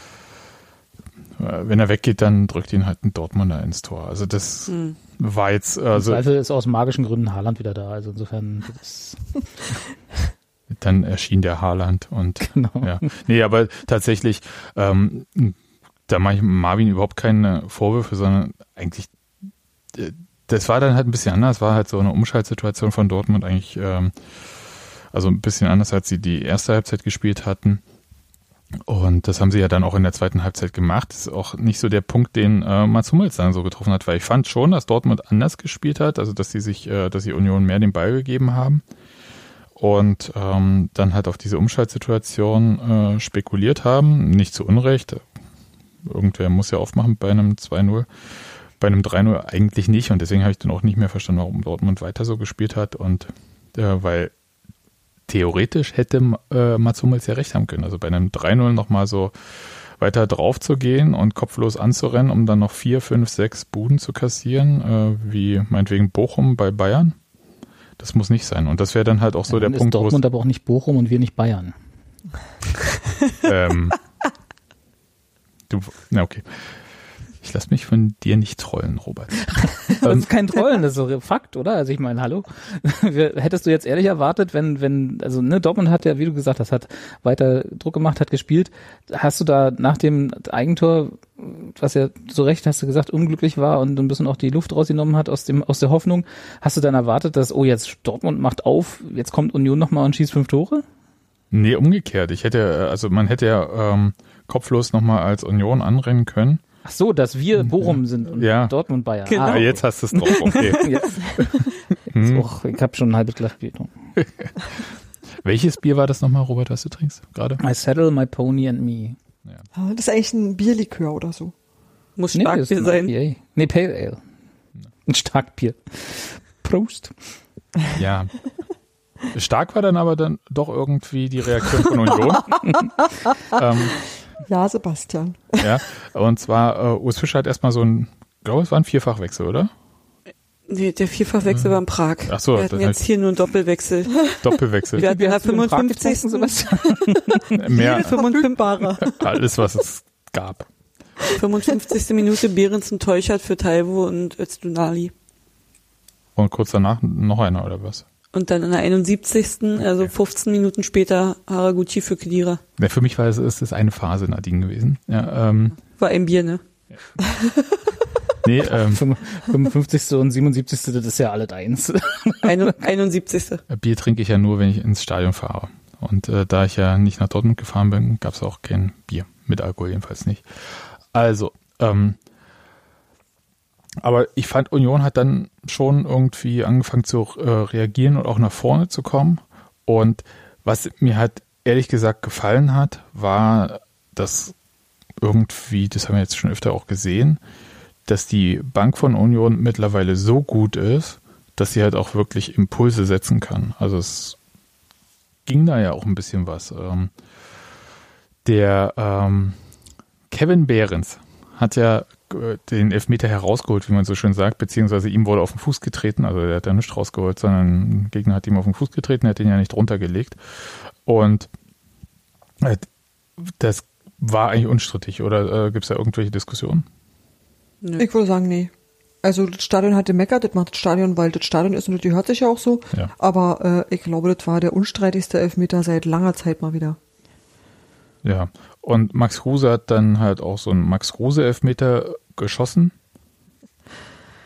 Speaker 1: wenn er weggeht, dann drückt ihn halt ein Dortmunder ins Tor. Also das hm. war jetzt... Also
Speaker 4: Im Zweifel ist aus magischen Gründen Haaland wieder da. Also insofern... Das
Speaker 1: dann erschien der Haaland und...
Speaker 4: Genau.
Speaker 1: Ja. Nee, aber tatsächlich, ähm, da mache ich Marvin überhaupt keine Vorwürfe, sondern eigentlich... Das war dann halt ein bisschen anders. War halt so eine Umschaltsituation von Dortmund eigentlich... Ähm, also ein bisschen anders, als sie die erste Halbzeit gespielt hatten. Und das haben sie ja dann auch in der zweiten Halbzeit gemacht. Das ist auch nicht so der Punkt, den äh, Mats Hummels dann so getroffen hat, weil ich fand schon, dass Dortmund anders gespielt hat, also dass sie sich, äh, dass die Union mehr den Ball gegeben haben und ähm, dann halt auf diese Umschaltsituation äh, spekuliert haben, nicht zu Unrecht. Irgendwer muss ja aufmachen bei einem zwei null, bei einem drei null eigentlich nicht und deswegen habe ich dann auch nicht mehr verstanden, warum Dortmund weiter so gespielt hat und äh, weil theoretisch hätte äh, Mats Hummels ja recht haben können. Also bei einem drei null nochmal so weiter drauf zu gehen und kopflos anzurennen, um dann noch vier, fünf, sechs Buden zu kassieren, äh, wie meinetwegen Bochum bei Bayern. Das muss nicht sein. Und das wäre dann halt auch so
Speaker 4: ja,
Speaker 1: der
Speaker 4: ist
Speaker 1: Punkt, wo
Speaker 4: Dortmund aber auch nicht Bochum und wir nicht Bayern.
Speaker 1: ähm, du, na okay. Ich lasse mich von dir nicht trollen, Robert.
Speaker 4: Das ist kein Trollen, das ist so Fakt, oder? Also ich meine, hallo, hättest du jetzt ehrlich erwartet, wenn, wenn, also ne, Dortmund hat ja, wie du gesagt hast, hat weiter Druck gemacht, hat gespielt. Hast du da nach dem Eigentor, was ja so recht, hast du gesagt, unglücklich war und ein bisschen auch die Luft rausgenommen hat aus dem, aus der Hoffnung, hast du dann erwartet, dass, oh, jetzt Dortmund macht auf, jetzt kommt Union nochmal und schießt fünf Tore?
Speaker 1: Nee, umgekehrt. Ich hätte, also man hätte ja ähm, kopflos nochmal als Union anrennen können.
Speaker 4: Ach so, dass wir Bochum sind und
Speaker 1: ja.
Speaker 4: Dortmund Bayern.
Speaker 2: Genau.
Speaker 1: Ah, jetzt hast du es drauf, okay.
Speaker 4: Jetzt. Jetzt auch, ich habe schon ein halbes Glas Bier getrunken.
Speaker 1: Welches Bier war das nochmal, Robert, was du trinkst gerade?
Speaker 4: I saddle my pony and me.
Speaker 2: Ja. Das ist eigentlich ein Bierlikör oder so.
Speaker 3: Muss
Speaker 4: Nee,
Speaker 3: Starkbier
Speaker 4: ist ein
Speaker 3: sein.
Speaker 4: I P A. Nee, Pale Ale. Ein Starkbier. Prost.
Speaker 1: Ja. Stark war dann aber dann doch irgendwie die Reaktion von Union. ähm,
Speaker 2: Ja, Sebastian.
Speaker 1: ja, und zwar, äh, Urs Fischer hat erstmal so ein, ich glaube, es war ein Vierfachwechsel, oder?
Speaker 3: Nee, der Vierfachwechsel war in Prag.
Speaker 1: Ach so,
Speaker 3: Wir hatten
Speaker 1: das
Speaker 3: jetzt
Speaker 1: heißt-
Speaker 3: hier nur einen Doppelwechsel.
Speaker 1: Doppelwechsel.
Speaker 3: Wir hatten in der
Speaker 4: Hast du in Prag
Speaker 3: fünfundfünfzigsten
Speaker 4: getrunken,
Speaker 1: Mehr,
Speaker 2: fünfundfünfbarer.
Speaker 1: alles, was es gab.
Speaker 3: fünfundfünfzigste Minute Behrens und Teuchert für Taiwo und Öztunali.
Speaker 1: Und kurz danach noch einer, oder was?
Speaker 3: Und dann in der einundsiebzigsten also fünfzehn Minuten später, Haraguchi für Kedira.
Speaker 1: Ja, für mich war es, ist es eine Phase, Nadine, gewesen. Ja, ähm,
Speaker 3: War ein Bier, ne?
Speaker 1: nee, ähm,
Speaker 4: fünfundfünfzigste und siebenundsiebzigste das ist ja alles eins.
Speaker 3: Ein- einundsiebzigste
Speaker 1: Bier trinke ich ja nur, wenn ich ins Stadion fahre. Und äh, da ich ja nicht nach Dortmund gefahren bin, gab es auch kein Bier. Mit Alkohol jedenfalls nicht. Also, ähm, aber ich fand, Union hat dann schon irgendwie angefangen zu äh, reagieren und auch nach vorne zu kommen. Und was mir halt ehrlich gesagt gefallen hat, war, dass irgendwie, das haben wir jetzt schon öfter auch gesehen, dass die Bank von Union mittlerweile so gut ist, dass sie halt auch wirklich Impulse setzen kann. Also es ging da ja auch ein bisschen was. Ähm, der ähm, Kevin Behrens hat ja äh, den Elfmeter herausgeholt, wie man so schön sagt, beziehungsweise ihm wurde auf den Fuß getreten, also der hat da nicht rausgeholt, sondern ein Gegner hat ihm auf den Fuß getreten, er hat ihn ja nicht runtergelegt. Und äh, das war eigentlich unstrittig, oder äh, gibt es da irgendwelche Diskussionen?
Speaker 3: Nö.
Speaker 2: Ich würde sagen, nee. Also das Stadion hat gemeckert, das macht das Stadion, weil das Stadion ist und das gehört sich ja auch so.
Speaker 1: Ja.
Speaker 2: Aber äh, ich glaube, das war der unstreitigste Elfmeter seit langer Zeit mal wieder.
Speaker 1: Ja, und Max Kruse hat dann halt auch so einen Max Kruse-Elfmeter geschossen.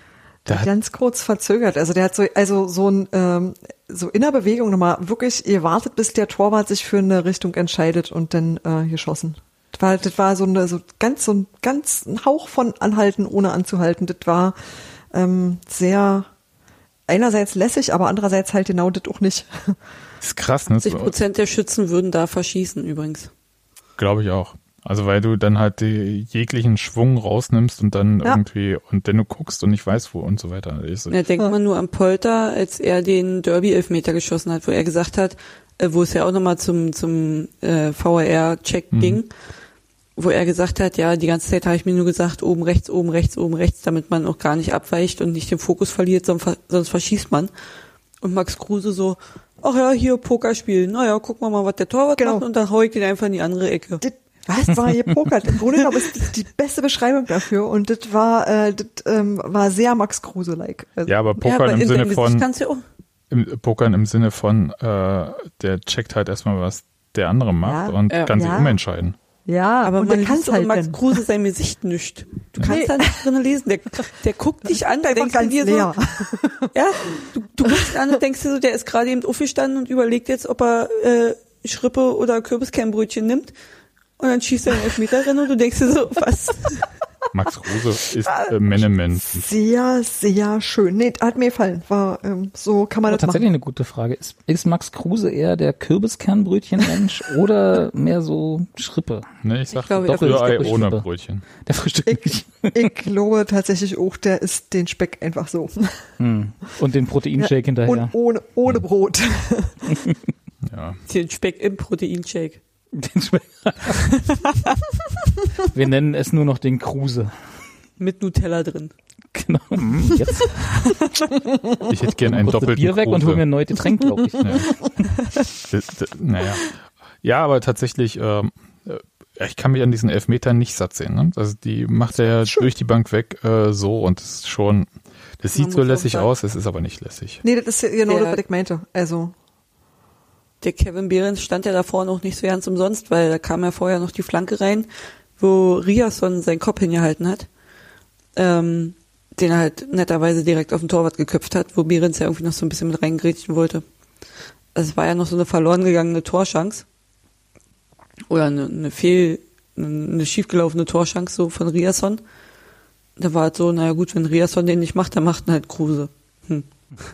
Speaker 1: Der hat
Speaker 2: ganz kurz verzögert. Also der hat so, also so ein, ähm, so in der Bewegung nochmal wirklich, ihr wartet, bis der Torwart sich für eine Richtung entscheidet und dann äh, geschossen. Das war, das war so eine, so ganz, so ein ganz ein Hauch von Anhalten, ohne anzuhalten. Das war ähm, sehr, einerseits lässig, aber andererseits halt genau das auch nicht.
Speaker 1: ist krass, ne?
Speaker 3: achtzig Prozent der Schützen würden da verschießen übrigens.
Speaker 1: Glaube ich auch. Also weil du dann halt die jeglichen Schwung rausnimmst und dann
Speaker 2: Ja.
Speaker 1: irgendwie, und dann du guckst und nicht weißt, wo und so weiter. Ist,
Speaker 3: Ja, denkt man nur an Polter, als er den Derby-Elfmeter geschossen hat, wo er gesagt hat, äh, wo es ja auch nochmal zum, zum äh, V A R-Check
Speaker 1: Mhm.
Speaker 3: ging, wo er gesagt hat, ja, die ganze Zeit habe ich mir nur gesagt, oben rechts, oben rechts, oben rechts, damit man auch gar nicht abweicht und nicht den Fokus verliert, sonst, sonst verschießt man. Und Max Kruse so, ach ja, hier Pokerspiel, naja, gucken wir mal, was der Torwart
Speaker 2: Genau.
Speaker 3: macht und dann hau ich den einfach in die andere Ecke.
Speaker 2: Das, was war hier Pokert? Im Grunde genommen ist das die beste Beschreibung dafür und das war, äh, das ähm, war sehr Max Kruse-like. Also,
Speaker 1: ja, aber
Speaker 3: Ja,
Speaker 1: Pokern
Speaker 3: aber
Speaker 1: im
Speaker 3: in
Speaker 1: Sinne
Speaker 3: seinem Gesicht
Speaker 1: von,
Speaker 3: kannst du ja auch.
Speaker 1: im, Pokern im Sinne von, äh, der checkt halt erstmal, was der andere macht
Speaker 2: Ja.
Speaker 1: und
Speaker 3: Ja.
Speaker 1: kann sich
Speaker 2: Ja.
Speaker 1: umentscheiden.
Speaker 2: ja,
Speaker 3: Aber
Speaker 2: und
Speaker 3: man
Speaker 2: der kann
Speaker 3: liest
Speaker 2: es
Speaker 3: doch
Speaker 2: halt
Speaker 3: in Max
Speaker 2: dann.
Speaker 3: Kruse sein Gesicht nicht. Du kannst
Speaker 2: Nee.
Speaker 3: da nicht drin lesen. Der, der guckt dich an, da
Speaker 2: Einfach
Speaker 3: denkst du
Speaker 2: ganz
Speaker 3: dir
Speaker 2: leer.
Speaker 3: so, ja, du, du guckst ihn an und denkst dir so, der ist gerade eben aufgestanden und überlegt jetzt, ob er äh, Schrippe oder Kürbiskernbrötchen nimmt. Und dann schießt er einen Elfmeter-Rennen und du denkst dir so, was?
Speaker 1: Max Kruse ist äh, Menement.
Speaker 2: Sehr, sehr schön. Nee, hat mir gefallen. War, ähm, so kann man
Speaker 4: Aber
Speaker 2: das
Speaker 4: tatsächlich
Speaker 2: machen.
Speaker 4: eine gute Frage. Ist, ist Max Kruse eher der Kürbiskernbrötchen-Mensch oder mehr so Schrippe?
Speaker 1: Ne, ich sag
Speaker 3: Ich glaube, er
Speaker 1: Rührei
Speaker 4: frühstückt
Speaker 1: ohne
Speaker 4: Schrippe.
Speaker 1: Brötchen.
Speaker 4: Der Frühstück nicht.
Speaker 2: Ich glaube tatsächlich auch, der isst den Speck einfach so.
Speaker 4: Hm. Und den Proteinshake hinterher.
Speaker 2: Und ohne, ohne Brot.
Speaker 1: Ja.
Speaker 3: Den Speck im Proteinshake.
Speaker 4: Den Speck. Wir nennen es nur noch den Kruse.
Speaker 3: Mit Nutella drin.
Speaker 4: Genau. Hm, Jetzt
Speaker 1: Ich hätte gern einen
Speaker 4: kurz das
Speaker 1: doppelten
Speaker 4: Bier weg und hol mir
Speaker 1: Kruse.
Speaker 4: ein neues Getränk, glaube ich.
Speaker 1: Ja. Das, das, naja. Ja, aber tatsächlich, ähm, äh, ich kann mich an diesen Elfmetern nicht satt sehen. Ne? Also die macht er ja durch die Bank weg äh, so und das ist schon, das
Speaker 3: Man
Speaker 1: sieht so
Speaker 3: muss auch
Speaker 1: lässig
Speaker 3: sagen-
Speaker 1: aus, es ist aber nicht lässig.
Speaker 2: Nee, das ist ja genau
Speaker 3: Der-
Speaker 2: das, was ich meinte. Also,
Speaker 3: Der Kevin Behrens stand ja davor noch nicht so ganz umsonst, weil da kam ja vorher noch die Flanke rein, wo Riasson seinen Kopf hingehalten hat, ähm, den er halt netterweise direkt auf den Torwart geköpft hat, wo Behrens ja irgendwie noch so ein bisschen mit reingrätschen wollte. Also es war ja noch so eine verloren gegangene Torchance. Oder eine, eine fehl, eine schiefgelaufene Torchance so von Riasson. Da war halt so, naja gut, wenn Riasson den nicht macht, dann macht ihn halt Kruse. Hm.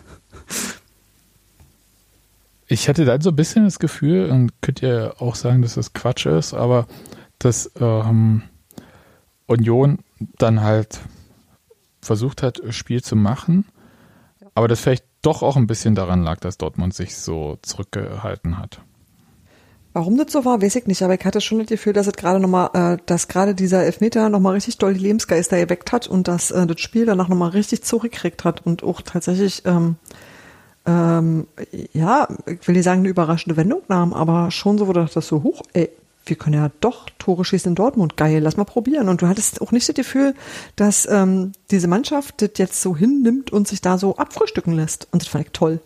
Speaker 1: Ich hatte da so ein bisschen das Gefühl, und könnt ihr auch sagen, dass das Quatsch ist, aber dass ähm, Union dann halt versucht hat, Spiel zu machen, aber das vielleicht doch auch ein bisschen daran lag, dass Dortmund sich so zurückgehalten hat.
Speaker 2: warum das so war, weiß ich nicht, aber ich hatte schon das Gefühl, dass es gerade nochmal, äh, dass gerade dieser Elfmeter nochmal richtig doll die Lebensgeister geweckt hat und dass äh, das Spiel danach nochmal richtig zurückgekriegt hat und auch tatsächlich, ähm, ähm, ja, ich will nicht sagen, eine überraschende Wendung nahm, aber schon so, wo du dachtest so, huch, ey, wir können ja doch Tore schießen in Dortmund, geil, lass mal probieren. Und du hattest auch nicht das Gefühl, dass ähm, diese Mannschaft das jetzt so hinnimmt und sich da so abfrühstücken lässt. Und das fand ich toll.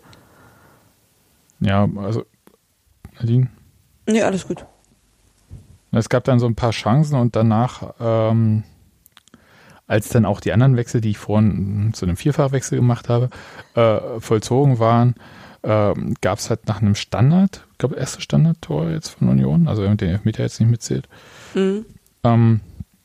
Speaker 1: Ja, also Nadine?
Speaker 3: Nee, alles gut.
Speaker 1: Es gab dann so ein paar Chancen und danach, ähm, als dann auch die anderen Wechsel, die ich vorhin zu einem Vierfachwechsel gemacht habe, äh, vollzogen waren, ähm, gab es halt nach einem Standard, ich glaube, erste Standardtor jetzt von Union, also wenn man den Elfmeter jetzt nicht mitzählt,
Speaker 3: Mhm.
Speaker 1: ähm,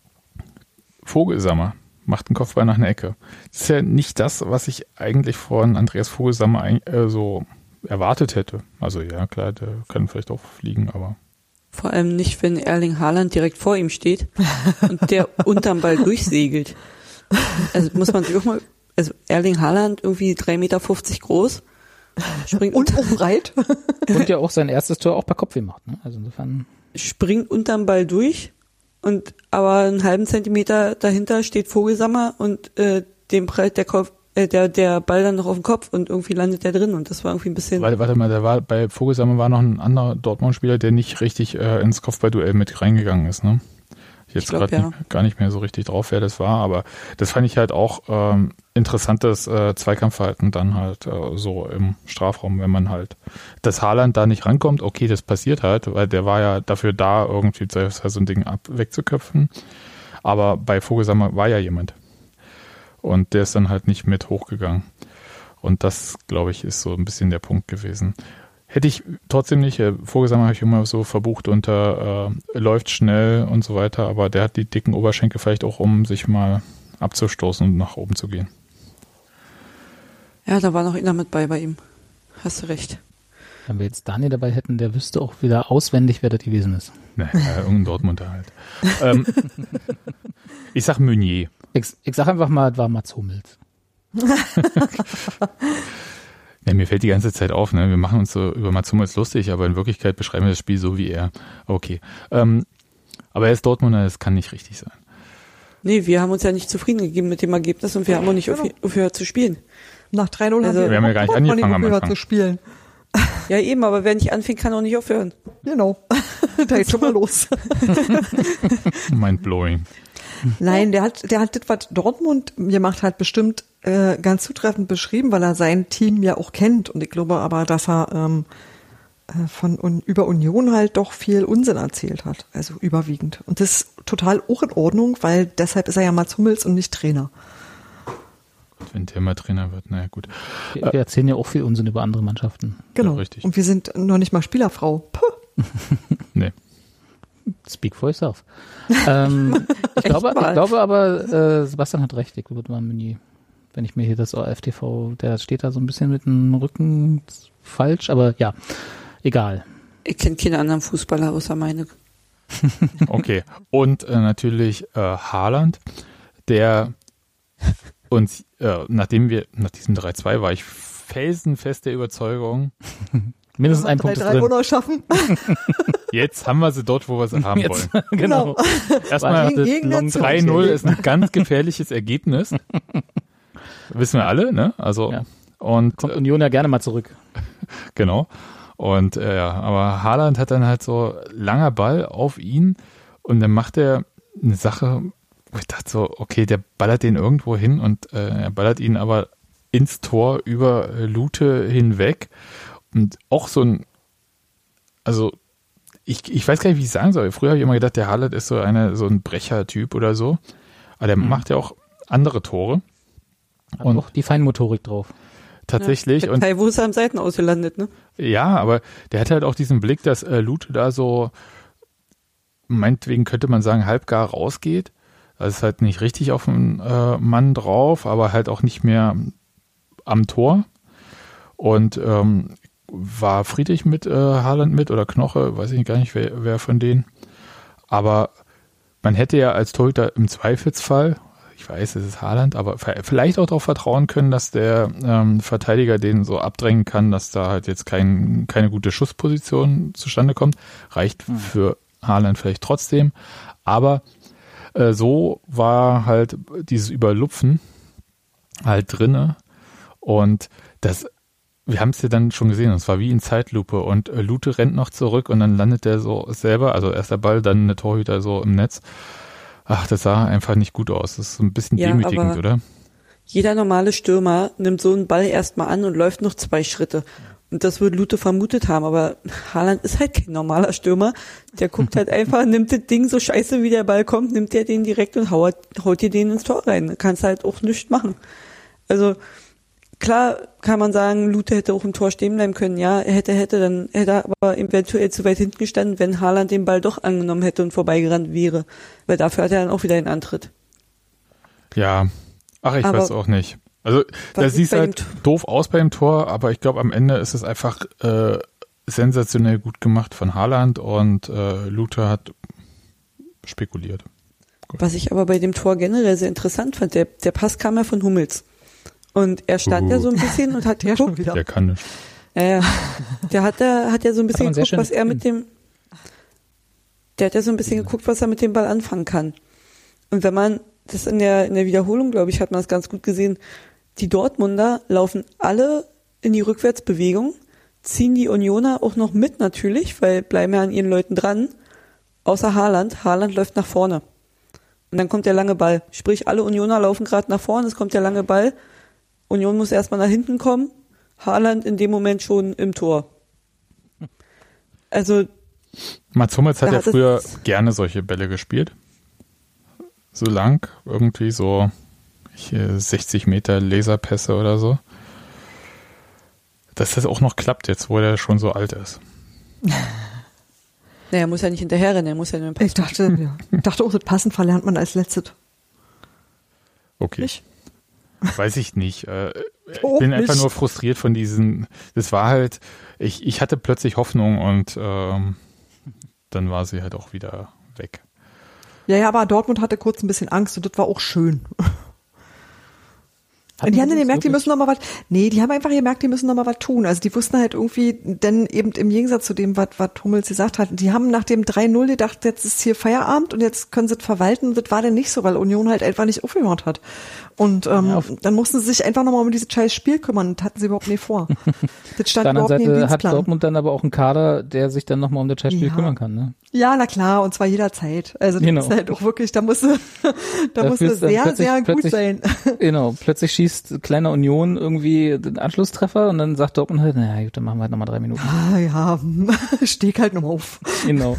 Speaker 1: Vogelsammer macht einen Kopfball nach einer Ecke. Das ist ja nicht das, was ich eigentlich von Andreas Vogelsammer ein- äh, so erwartet hätte. Also ja, klar, der kann vielleicht auch fliegen, aber
Speaker 3: Vor allem nicht, wenn Erling Haaland direkt vor ihm steht und der unterm Ball durchsegelt. Also muss man sich auch mal, also Erling Haaland irgendwie drei Meter fünfzig groß, springt,
Speaker 2: Und auch breit.
Speaker 4: Und ja auch sein erstes Tor auch per Kopf gemacht. Ne? Also insofern.
Speaker 3: springt unterm Ball durch und aber einen halben Zentimeter dahinter steht Vogelsammer und äh, dem prallt der Kopf, äh, der der Ball dann noch auf den Kopf und irgendwie landet der drin und das war irgendwie ein bisschen.
Speaker 1: Warte, warte mal, da war bei Vogelsammer war noch ein anderer Dortmund-Spieler, der nicht richtig äh, ins Kopfballduell mit reingegangen ist, ne? Ich jetzt
Speaker 3: Ich glaub,
Speaker 1: gerade
Speaker 3: ja.
Speaker 1: nicht, gar nicht mehr so richtig drauf, wer das war, aber das fand ich halt auch ähm, interessantes äh, Zweikampfverhalten dann halt äh, so im Strafraum, wenn man halt das Haaland da nicht rankommt, okay, das passiert halt, weil der war ja dafür da, irgendwie so ein Ding ab wegzuköpfen, aber bei Vogelsammer war ja jemand. Und der ist dann halt nicht mit hochgegangen. Und das, glaube ich, ist so ein bisschen der Punkt gewesen. Hätte ich trotzdem nicht, äh, Vogelsammer habe ich immer so verbucht unter äh, läuft schnell und so weiter, aber der hat die dicken Oberschenkel vielleicht auch, um sich mal abzustoßen und nach oben zu gehen.
Speaker 3: Ja, da war noch einer mit bei bei ihm. Hast du recht.
Speaker 4: Wenn wir jetzt Daniel dabei hätten, der wüsste auch wieder auswendig, wer das gewesen ist.
Speaker 1: Ne, äh, irgendein Dortmunder halt. ähm, ich sag Meunier.
Speaker 4: Ich, ich sag einfach mal, es war Mats Hummels.
Speaker 1: Ja, mir fällt die ganze Zeit auf, ne? Wir machen uns so über Mats Hummels lustig, aber in Wirklichkeit beschreiben wir das Spiel so wie er. Okay. Ähm, aber er ist Dortmunder, das kann nicht richtig sein.
Speaker 3: Nee, wir haben uns ja nicht zufrieden gegeben mit dem Ergebnis und wir haben auch nicht
Speaker 2: Genau.
Speaker 3: aufgehört zu spielen.
Speaker 2: Nach drei null
Speaker 3: Also,
Speaker 2: haben
Speaker 1: wir haben ja gar nicht angefangen am
Speaker 2: aufgehört
Speaker 1: Anfang.
Speaker 2: zu spielen.
Speaker 3: Ja eben, aber wer nicht anfängt, kann auch nicht aufhören.
Speaker 2: Genau. Da ist schon mal los.
Speaker 1: Mindblowing.
Speaker 2: Nein, der hat, der hat das, was Dortmund gemacht hat, bestimmt äh, ganz zutreffend beschrieben, weil er sein Team ja auch kennt. Und ich glaube aber, dass er ähm, äh, von un, über Union halt doch viel Unsinn erzählt hat. Also überwiegend. Und das ist total auch in Ordnung, weil deshalb ist er ja Mats Hummels und nicht Trainer.
Speaker 1: Wenn der mal Trainer wird, naja gut.
Speaker 4: Wir, wir erzählen ja auch viel Unsinn über andere Mannschaften.
Speaker 2: Genau.
Speaker 1: Ja, richtig.
Speaker 2: Und wir sind noch nicht mal Spielerfrau. Puh.
Speaker 1: Nee.
Speaker 4: Speak for yourself. ähm, ich, glaube,
Speaker 3: mal.
Speaker 4: ich glaube aber, äh, Sebastian hat recht, ich würde mal Meunier. Wenn ich mir hier das O R F T V, der steht da so ein bisschen mit dem Rücken falsch, aber ja, egal.
Speaker 3: Ich kenne keine anderen Fußballer außer meine.
Speaker 1: Okay. Und äh, natürlich äh, Haaland, der uns, äh, nachdem wir, nach diesem drei zwei war ich felsenfest der Überzeugung,
Speaker 4: Mindestens ein Punkt ist
Speaker 2: drei drei
Speaker 4: drin.
Speaker 2: noch schaffen.
Speaker 1: jetzt haben wir sie dort, wo wir sie haben
Speaker 4: Jetzt,
Speaker 1: wollen.
Speaker 4: genau.
Speaker 1: Erstmal
Speaker 2: Gegen- gegen
Speaker 4: Long-
Speaker 2: den
Speaker 1: drei null ist ein ganz gefährliches Ergebnis. Wissen wir alle, ne? Also,
Speaker 4: Ja.
Speaker 1: und
Speaker 4: Kommt Union ja gerne mal zurück.
Speaker 1: genau. Und äh, ja, aber Haaland hat dann halt so langer Ball auf ihn und dann macht er eine Sache, wo ich dachte so, okay, der ballert den irgendwo hin und äh, er ballert ihn aber ins Tor über äh, Lute hinweg und auch so ein, also ich, ich weiß gar nicht, wie ich sagen soll. Früher habe ich immer gedacht, der Haaland ist so eine so ein Brecher-Typ oder so, aber der
Speaker 4: Mhm.
Speaker 1: macht ja auch andere Tore.
Speaker 4: Hat
Speaker 1: Und-
Speaker 4: auch die Feinmotorik drauf.
Speaker 1: Tatsächlich.
Speaker 3: Ja,
Speaker 1: und
Speaker 3: Teil, wo ist er am Seiten ausgelandet, ne?
Speaker 1: ja, aber der hat halt auch diesen Blick, dass äh, Lute da so, meinetwegen könnte man sagen, halbgar rausgeht. Das ist halt nicht richtig auf den äh, Mann drauf, aber halt auch nicht mehr am Tor. Und ähm, war Friedrich mit äh, Haaland mit oder Knoche, weiß ich gar nicht, wer, wer von denen. Aber man hätte ja als Torhüter im Zweifelsfall, ich weiß, es ist Haaland, aber vielleicht auch darauf vertrauen können, dass der ähm, Verteidiger den so abdrängen kann, dass da halt jetzt kein, keine gute Schussposition zustande kommt. Reicht
Speaker 4: Mhm.
Speaker 1: für Haaland vielleicht trotzdem. Aber äh, so war halt dieses Überlupfen halt drinne. Und das, wir haben es ja dann schon gesehen, es war wie in Zeitlupe. Und äh, Lute rennt noch zurück und dann landet der so selber, also erst der Ball, dann der Torhüter so im Netz. Ach, das sah einfach nicht gut aus. Das ist so ein bisschen
Speaker 3: Ja,
Speaker 1: demütigend,
Speaker 3: aber
Speaker 1: oder?
Speaker 3: Jeder normale Stürmer nimmt so einen Ball erstmal an und läuft noch zwei Schritte. Und das wird Lute vermutet haben, aber Haaland ist halt kein normaler Stürmer. Der guckt halt einfach, nimmt das Ding so scheiße, wie der Ball kommt, nimmt der den direkt und haut, haut dir den ins Tor rein. Da kannst halt auch nichts machen. Also, klar kann man sagen, Lute hätte auch im Tor stehen bleiben können. Ja, er hätte, hätte, dann hätte er aber eventuell zu weit hinten gestanden, wenn Haaland den Ball doch angenommen hätte und vorbeigerannt wäre. Weil dafür hat er dann auch wieder den Antritt.
Speaker 1: Ja, ach, ich
Speaker 3: Aber
Speaker 1: weiß auch nicht. Also,
Speaker 3: was
Speaker 1: das
Speaker 3: ist
Speaker 1: sieht
Speaker 3: bei
Speaker 1: halt
Speaker 3: dem
Speaker 1: doof aus beim Tor, aber ich glaube, am Ende ist es einfach äh, sensationell gut gemacht von Haaland und äh, Lute hat spekuliert.
Speaker 3: Was ich aber bei dem Tor generell sehr interessant fand, der, der Pass kam ja von Hummels. Und er stand
Speaker 1: Uh.
Speaker 3: ja so ein bisschen und hat
Speaker 2: Der schon
Speaker 3: geguckt.
Speaker 2: wieder.
Speaker 1: Der kann nicht.
Speaker 3: Ja, ja. Der hat da, hat ja so ein bisschen
Speaker 4: man sehr
Speaker 3: geguckt,
Speaker 4: schön
Speaker 3: was er mit dem, der hat ja so ein bisschen geguckt, was er mit dem Ball anfangen kann. Und wenn man, das in der, in der Wiederholung, glaube ich, hat man das ganz gut gesehen, die Dortmunder laufen alle in die Rückwärtsbewegung, ziehen die Unioner auch noch mit natürlich, weil bleiben ja an ihren Leuten dran, außer Haaland. Haaland läuft nach vorne. Und dann kommt der lange Ball. Sprich, alle Unioner laufen gerade nach vorne, es kommt der lange Ball. Union muss erstmal nach hinten kommen. Haaland in dem Moment schon im Tor. Also,
Speaker 1: Mats Hummels hat
Speaker 3: Da
Speaker 1: ja
Speaker 3: hat es-
Speaker 1: früher gerne solche Bälle gespielt. So lang, irgendwie so hier sechzig Meter Laserpässe oder so. Dass das auch noch klappt jetzt, wo er schon so alt ist.
Speaker 3: Naja, er muss ja nicht hinterherrennen, er muss ja nur
Speaker 2: Ich dachte, ja. ich dachte auch, das Passen verlernt man als Letztes.
Speaker 1: Okay.
Speaker 2: Nicht?
Speaker 1: Weiß ich nicht. Äh, ich
Speaker 2: Oh,
Speaker 1: bin einfach
Speaker 2: nicht.
Speaker 1: nur frustriert von diesen, das war halt, ich, ich hatte plötzlich Hoffnung und ähm, dann war sie halt auch wieder weg.
Speaker 2: Ja, ja, aber Dortmund hatte kurz ein bisschen Angst und das war auch schön. Und die haben dann gemerkt, die müssen noch mal was, nee, die haben einfach gemerkt, die müssen noch mal was tun. Also die wussten halt irgendwie, denn eben im Gegensatz zu dem, was, was Hummels gesagt hat, die haben nach dem drei null gedacht, jetzt ist hier Feierabend und jetzt können sie es verwalten. Und das war dann nicht so, weil Union halt einfach nicht aufgehört hat. Und ähm,
Speaker 4: Ja,
Speaker 2: dann mussten sie sich einfach noch mal um dieses scheiß Spiel kümmern. Das hatten sie überhaupt nicht vor. Das stand
Speaker 4: Auf der
Speaker 2: überhaupt
Speaker 4: anderen
Speaker 2: nicht im
Speaker 4: Seite hat
Speaker 2: Dienstplan.
Speaker 4: Dortmund dann aber auch einen Kader, der sich dann nochmal um das Scheißspiel
Speaker 2: Ja.
Speaker 4: kümmern kann. Ne?
Speaker 2: Ja, na klar, und zwar jederzeit. Also das
Speaker 4: Genau.
Speaker 2: ist halt auch wirklich, da musst du, da
Speaker 4: Dafür
Speaker 2: musst du
Speaker 4: ist dann
Speaker 2: sehr,
Speaker 4: plötzlich-
Speaker 2: sehr gut
Speaker 4: plötzlich-
Speaker 2: sein.
Speaker 4: Genau, plötzlich schießt kleiner Union irgendwie den Anschlusstreffer und dann sagt Dortmund halt, naja gut, dann machen wir halt nochmal drei Minuten.
Speaker 2: Ah, ja, steg halt noch mal auf.
Speaker 4: Genau.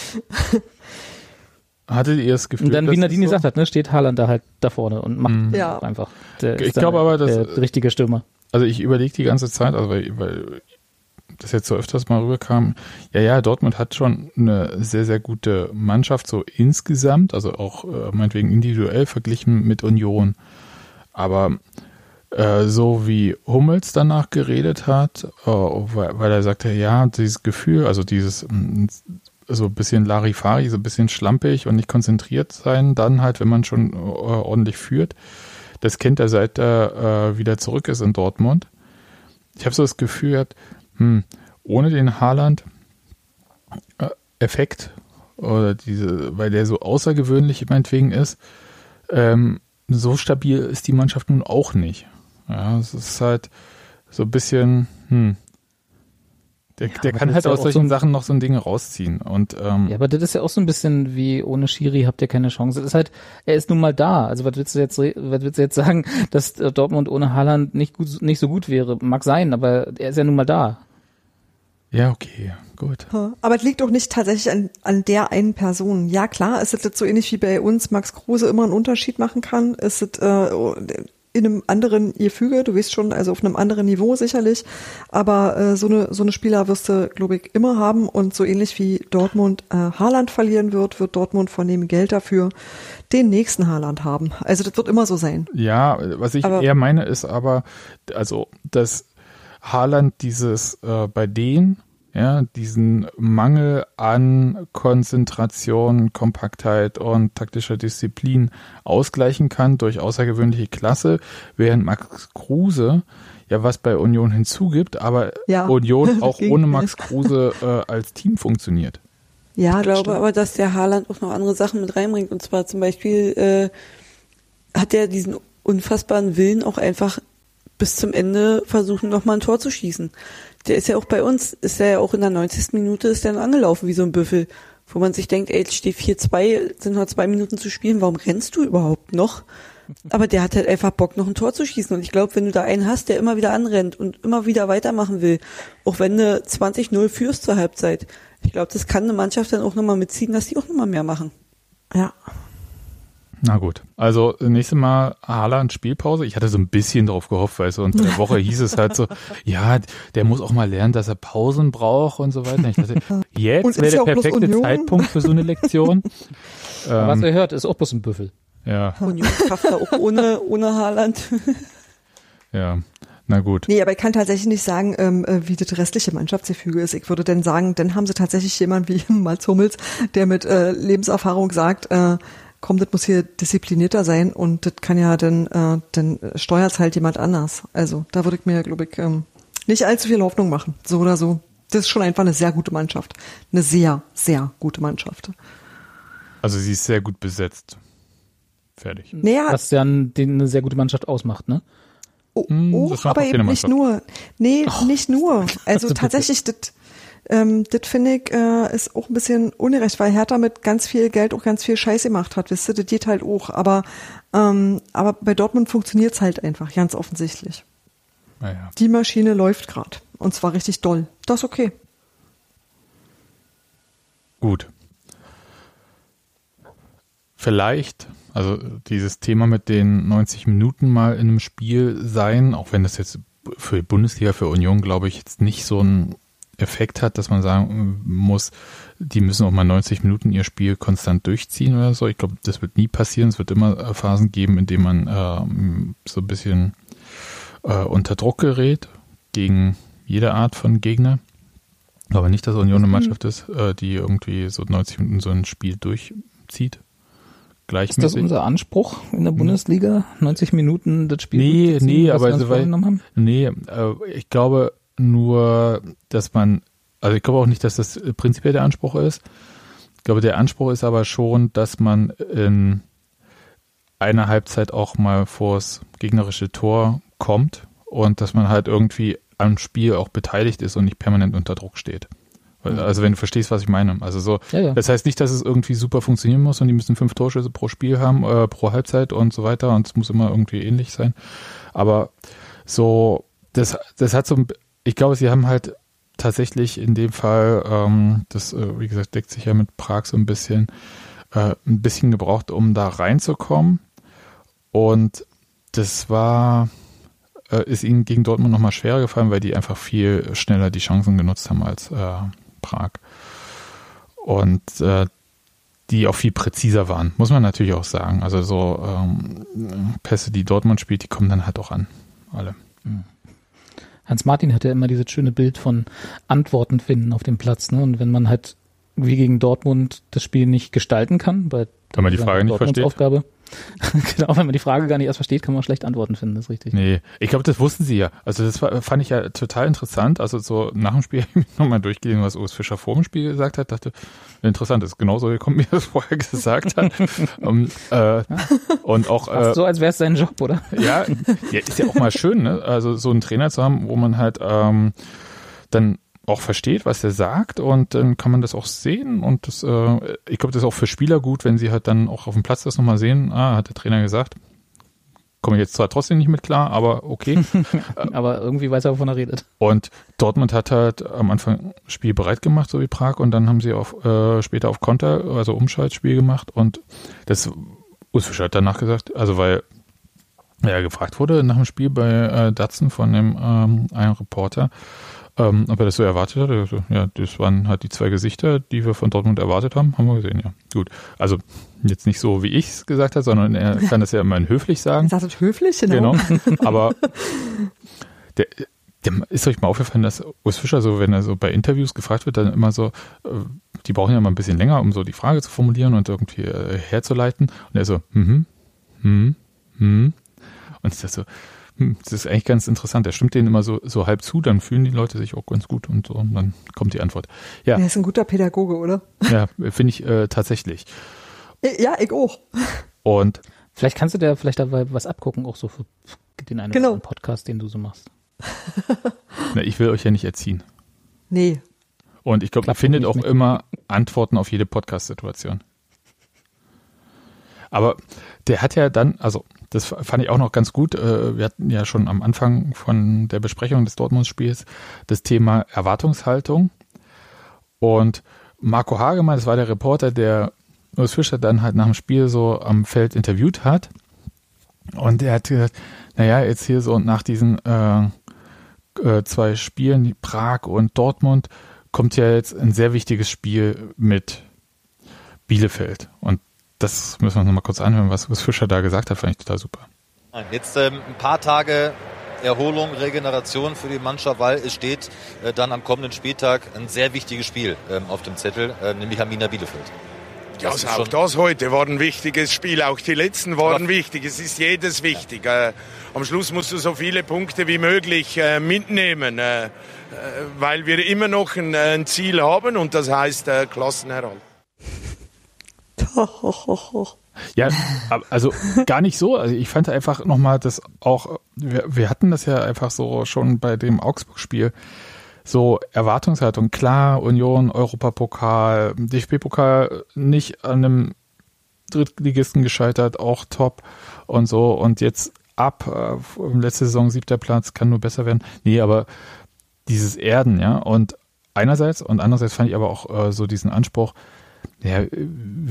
Speaker 1: Hattet ihr das Gefühl,
Speaker 4: Und dann,
Speaker 1: dass
Speaker 4: wie Nadine
Speaker 1: es so-
Speaker 4: gesagt hat, ne, steht Haaland da halt da vorne und macht
Speaker 1: Mhm.
Speaker 2: Ja.
Speaker 4: einfach. Der
Speaker 1: Ich
Speaker 4: ist dann
Speaker 1: glaube aber, dass-
Speaker 4: der richtige Stürmer.
Speaker 1: Also ich überlege die ganze Zeit, also weil, weil das jetzt so öfters mal rüberkam, ja, ja, Dortmund hat schon eine sehr, sehr gute Mannschaft, so insgesamt, also auch äh, meinetwegen individuell verglichen mit Union. Aber äh, so wie Hummels danach geredet hat, äh, weil, weil er sagte, ja, dieses Gefühl, also dieses mh, so ein bisschen Larifari, so ein bisschen schlampig und nicht konzentriert sein, dann halt, wenn man schon äh, ordentlich führt, das kennt er, seit er äh, wieder zurück ist in Dortmund. Ich habe so das Gefühl gehabt, hm, ohne den Haaland-Effekt oder diese, weil der so außergewöhnlich meinetwegen ist, ähm, so stabil ist die Mannschaft nun auch nicht. Ja, es ist halt so ein bisschen, hm, der,
Speaker 4: Ja,
Speaker 1: der
Speaker 4: aber
Speaker 1: kann
Speaker 4: das
Speaker 1: halt
Speaker 4: ist ja
Speaker 1: aus
Speaker 4: auch
Speaker 1: solchen
Speaker 4: so ein-
Speaker 1: Sachen noch so ein Ding rausziehen. Und ähm,
Speaker 4: Ja, aber das ist ja auch so ein bisschen wie ohne Schiri habt ihr keine Chance. Das ist halt, er ist nun mal da. Also was willst du jetzt, re- was willst du jetzt sagen, dass äh, Dortmund ohne Haaland nicht gut, nicht so gut wäre? Mag sein, aber er ist ja nun mal da.
Speaker 1: ja, okay, gut.
Speaker 2: Aber es liegt auch nicht tatsächlich an, an der einen Person. Ja, klar, ist es jetzt so ähnlich wie bei uns Max Kruse immer einen Unterschied machen kann. Ist es äh, in einem anderen Gefüge, du weißt schon, also auf einem anderen Niveau sicherlich. Aber äh, so eine so eine Spieler wirst du, glaube ich, immer haben. Und so ähnlich wie Dortmund äh, Haaland verlieren wird, wird Dortmund von dem Geld dafür den nächsten Haaland haben. Also das wird immer so sein.
Speaker 1: Ja, was ich
Speaker 2: Aber-
Speaker 1: eher meine ist aber, also, dass Haaland dieses äh, bei denen, ja, diesen Mangel an Konzentration, Kompaktheit und taktischer Disziplin ausgleichen kann durch außergewöhnliche Klasse, während Max Kruse ja was bei Union hinzugibt, aber
Speaker 2: Ja.
Speaker 1: Union auch
Speaker 2: Das
Speaker 1: ohne
Speaker 2: Gegenteil.
Speaker 1: Max Kruse äh, als Team funktioniert.
Speaker 2: Ja,
Speaker 3: Ich glaube aber, dass der Haaland auch noch andere Sachen mit reinbringt. Und zwar zum Beispiel äh, hat er diesen unfassbaren Willen, auch einfach bis zum Ende versuchen, nochmal ein Tor zu schießen. Der ist ja auch bei uns, ist er ja auch in der neunzigsten Minute ist der angelaufen wie so ein Büffel, wo man sich denkt, ey, jetzt steht vier zwei, sind noch zwei Minuten zu spielen, warum rennst du überhaupt noch? Aber der hat halt einfach Bock, noch ein Tor zu schießen. Und ich glaube, wenn du da einen hast, der immer wieder anrennt und immer wieder weitermachen will, auch wenn du zwanzig null führst zur Halbzeit, ich glaube, das kann eine Mannschaft dann auch nochmal mitziehen, dass die auch nochmal mehr machen.
Speaker 2: ja.
Speaker 1: Na gut, also nächstes Mal Haaland Spielpause. Ich hatte so ein bisschen drauf gehofft, weil so unter der Woche hieß es halt so, ja, der muss auch mal lernen, dass er Pausen braucht und so weiter. Ich dachte,
Speaker 2: Und
Speaker 1: jetzt
Speaker 2: ist
Speaker 1: wäre
Speaker 2: ja
Speaker 1: der
Speaker 2: auch bloß
Speaker 1: perfekte
Speaker 2: Union.
Speaker 1: Zeitpunkt für so eine Lektion.
Speaker 4: Was
Speaker 1: ähm,
Speaker 4: ihr hört, ist auch bloß ein Büffel.
Speaker 1: ja,
Speaker 3: Union schafft da auch ohne, ohne Haaland.
Speaker 1: ja, na gut.
Speaker 2: Nee, aber ich kann tatsächlich nicht sagen, ähm, äh, wie das restliche Mannschaftsgefüge ist. Ich würde dann sagen, dann haben sie tatsächlich jemanden wie Mats Hummels, der mit äh, Lebenserfahrung sagt, äh, komm, das muss hier disziplinierter sein und das kann ja dann, äh, dann steuert halt jemand anders. Also da würde ich mir, glaube ich, ähm, nicht allzu viel Hoffnung machen. So oder so. Das ist schon einfach eine sehr gute Mannschaft. Eine sehr, sehr gute Mannschaft.
Speaker 1: Also sie ist sehr gut besetzt. Fertig.
Speaker 2: Naja,
Speaker 4: Was ja ein- den eine sehr gute Mannschaft ausmacht, ne?
Speaker 2: Oh,
Speaker 1: Hm,
Speaker 2: oh,
Speaker 1: das macht
Speaker 2: aber
Speaker 1: auch jede
Speaker 2: eben nicht
Speaker 1: Mannschaft.
Speaker 2: nur. Nee, nicht nur. Also
Speaker 4: bitte.
Speaker 2: tatsächlich, das ähm, das finde ich äh, ist auch ein bisschen ungerecht, weil Hertha mit ganz viel Geld auch ganz viel Scheiße gemacht hat. Wisst ihr, das geht halt auch. Aber, ähm, aber bei Dortmund funktioniert's halt einfach, ganz offensichtlich.
Speaker 1: Naja.
Speaker 2: Die Maschine läuft gerade. Und zwar richtig doll. Das ist okay.
Speaker 1: Gut. vielleicht, also dieses Thema mit den neunzig Minuten mal in einem Spiel sein, auch wenn das jetzt für die Bundesliga, für Union, glaube ich, jetzt nicht so einen Effekt hat, dass man sagen muss, die müssen auch mal neunzig Minuten ihr Spiel konstant durchziehen oder so. Ich glaube, das wird nie passieren. Es wird immer Phasen geben, in denen man äh, so ein bisschen äh, unter Druck gerät gegen jede Art von Gegner. Aber nicht, dass Union eine Mannschaft ist, äh, die irgendwie so neunzig Minuten so ein Spiel durchzieht. Gleichmäßig.
Speaker 4: Ist das unser Anspruch in der Bundesliga? neunzig Minuten das Spiel
Speaker 1: Nee, nee,
Speaker 4: was
Speaker 1: aber
Speaker 4: wir uns
Speaker 1: so weit,
Speaker 4: vorgenommen haben?
Speaker 1: nee, äh, ich glaube nur, dass man, also ich glaube auch nicht, dass das prinzipiell der Anspruch ist. Ich glaube, der Anspruch ist aber schon, dass man in einer Halbzeit auch mal vors gegnerische Tor kommt und dass man halt irgendwie am Spiel auch beteiligt ist und nicht permanent unter Druck steht. Also wenn du verstehst, was ich meine. Also so,
Speaker 4: ja, ja.
Speaker 1: Das heißt nicht, dass es irgendwie super funktionieren muss und die müssen fünf Torschüsse pro Spiel haben, äh, pro Halbzeit und so weiter und es muss immer irgendwie ähnlich sein. Aber so, das, das hat so, ich glaube, sie haben halt tatsächlich in dem Fall, ähm, das, äh, wie gesagt, deckt sich ja mit Prag so ein bisschen, äh, ein bisschen gebraucht, um da reinzukommen. Und das war, äh, ist ihnen gegen Dortmund nochmal schwerer gefallen, weil die einfach viel schneller die Chancen genutzt haben als äh, Prag. Und äh, die auch viel präziser waren, muss man natürlich auch sagen. Also so ähm, Pässe, die Dortmund spielt, die kommen dann halt auch an. Alle.
Speaker 4: Hans-Martin hatte ja immer dieses schöne Bild von Antworten finden auf dem Platz. Ne? Und wenn man halt wie gegen Dortmund das Spiel nicht gestalten kann, weil
Speaker 1: wenn man die Frage nicht versteht.
Speaker 4: Aufgabe, genau, wenn man die Frage gar nicht erst versteht, kann man schlecht Antworten finden, das ist richtig.
Speaker 1: Nee, ich glaube, das wussten sie ja. Also das war, fand ich ja total interessant. Also so nach dem Spiel habe ich nochmal durchgelesen, was Urs Fischer vor dem Spiel gesagt hat. Dachte, interessant, das ist genauso gekommen, wie er es vorher gesagt hat. um, äh, und auch
Speaker 4: äh, so, als wäre es sein Job, oder?
Speaker 1: Ja, ja, ist ja auch mal schön, ne? Also so einen Trainer zu haben, wo man halt ähm, dann auch versteht, was er sagt und dann kann man das auch sehen und das, äh, ich glaube, das ist auch für Spieler gut, wenn sie halt dann auch auf dem Platz das nochmal sehen, ah, hat der Trainer gesagt, komme ich jetzt zwar trotzdem nicht mit klar, aber okay.
Speaker 4: Aber irgendwie weiß er, wovon er redet.
Speaker 1: Und Dortmund hat halt am Anfang Spiel bereit gemacht, so wie Prag, und dann haben sie auf, äh, später auf Konter, also Umschaltspiel gemacht und das, Urs Fischer hat danach gesagt, also weil er gefragt wurde nach dem Spiel bei äh, Datsen von dem ähm, einen Reporter, Ähm, ob er das so erwartet hat. Also, ja, das waren halt die zwei Gesichter, die wir von Dortmund erwartet haben, haben wir gesehen, ja. Gut. Also jetzt nicht so, wie ich es gesagt habe, sondern er kann das ja immerhin höflich sagen.
Speaker 2: Er sagt es höflich, genau.
Speaker 1: Genau. Aber der, der ist euch mal aufgefallen, dass Urs Fischer so, wenn er so bei Interviews gefragt wird, dann immer so, äh, die brauchen ja mal ein bisschen länger, um so die Frage zu formulieren und irgendwie äh, herzuleiten. Und er so, hm, hm, hm. Und ich dachte so, das ist eigentlich ganz interessant. Er stimmt denen immer so, so halb zu, dann fühlen die Leute sich auch ganz gut und so. Und dann kommt die Antwort. Ja.
Speaker 2: Er ist ein guter Pädagoge, oder?
Speaker 1: Ja, finde ich äh, tatsächlich.
Speaker 2: Ja, ich auch.
Speaker 1: Und
Speaker 4: vielleicht kannst du dir vielleicht dabei was abgucken, auch so für den einen
Speaker 2: genau.
Speaker 4: oder anderen Podcast, den du so machst.
Speaker 1: Na, ich will euch ja nicht erziehen.
Speaker 2: Nee.
Speaker 1: Und ich glaube, ihr findet auch mit. immer Antworten auf jede Podcast-Situation. Aber der hat ja dann, also das fand ich auch noch ganz gut. Wir hatten ja schon am Anfang von der Besprechung des Dortmund-Spiels das Thema Erwartungshaltung. Und Marco Hagemann, das war der Reporter, der Urs Fischer dann halt nach dem Spiel so am Feld interviewt hat. Und er hat gesagt, naja, jetzt hier so nach diesen äh, äh, zwei Spielen, Prag und Dortmund, kommt ja jetzt ein sehr wichtiges Spiel mit Bielefeld. Und das müssen wir uns noch mal kurz anhören, was Urs Fischer da gesagt hat, fand ich total super.
Speaker 6: Jetzt ähm, ein paar Tage Erholung, Regeneration für die Mannschaft, weil es steht äh, dann am kommenden Spieltag ein sehr wichtiges Spiel ähm, auf dem Zettel, äh, nämlich Arminia Bielefeld.
Speaker 7: Ja, also auch das heute war ein wichtiges Spiel, auch die letzten waren wichtig, es ist jedes wichtig. Äh, am Schluss musst du so viele Punkte wie möglich äh, mitnehmen, äh, äh, weil wir immer noch ein, ein Ziel haben und das heißt äh, Klassenerhalt.
Speaker 1: Ja, also gar nicht so. Also ich fand einfach nochmal, dass auch, wir, wir hatten das ja einfach so schon bei dem Augsburg-Spiel, so Erwartungshaltung, klar, Union, Europapokal, D F B-Pokal nicht an einem Drittligisten gescheitert, auch top und so und jetzt ab, äh, letzte Saison siebter Platz, kann nur besser werden. Nee, aber dieses Erden, ja, und einerseits und andererseits fand ich aber auch äh, so diesen Anspruch, ja, wir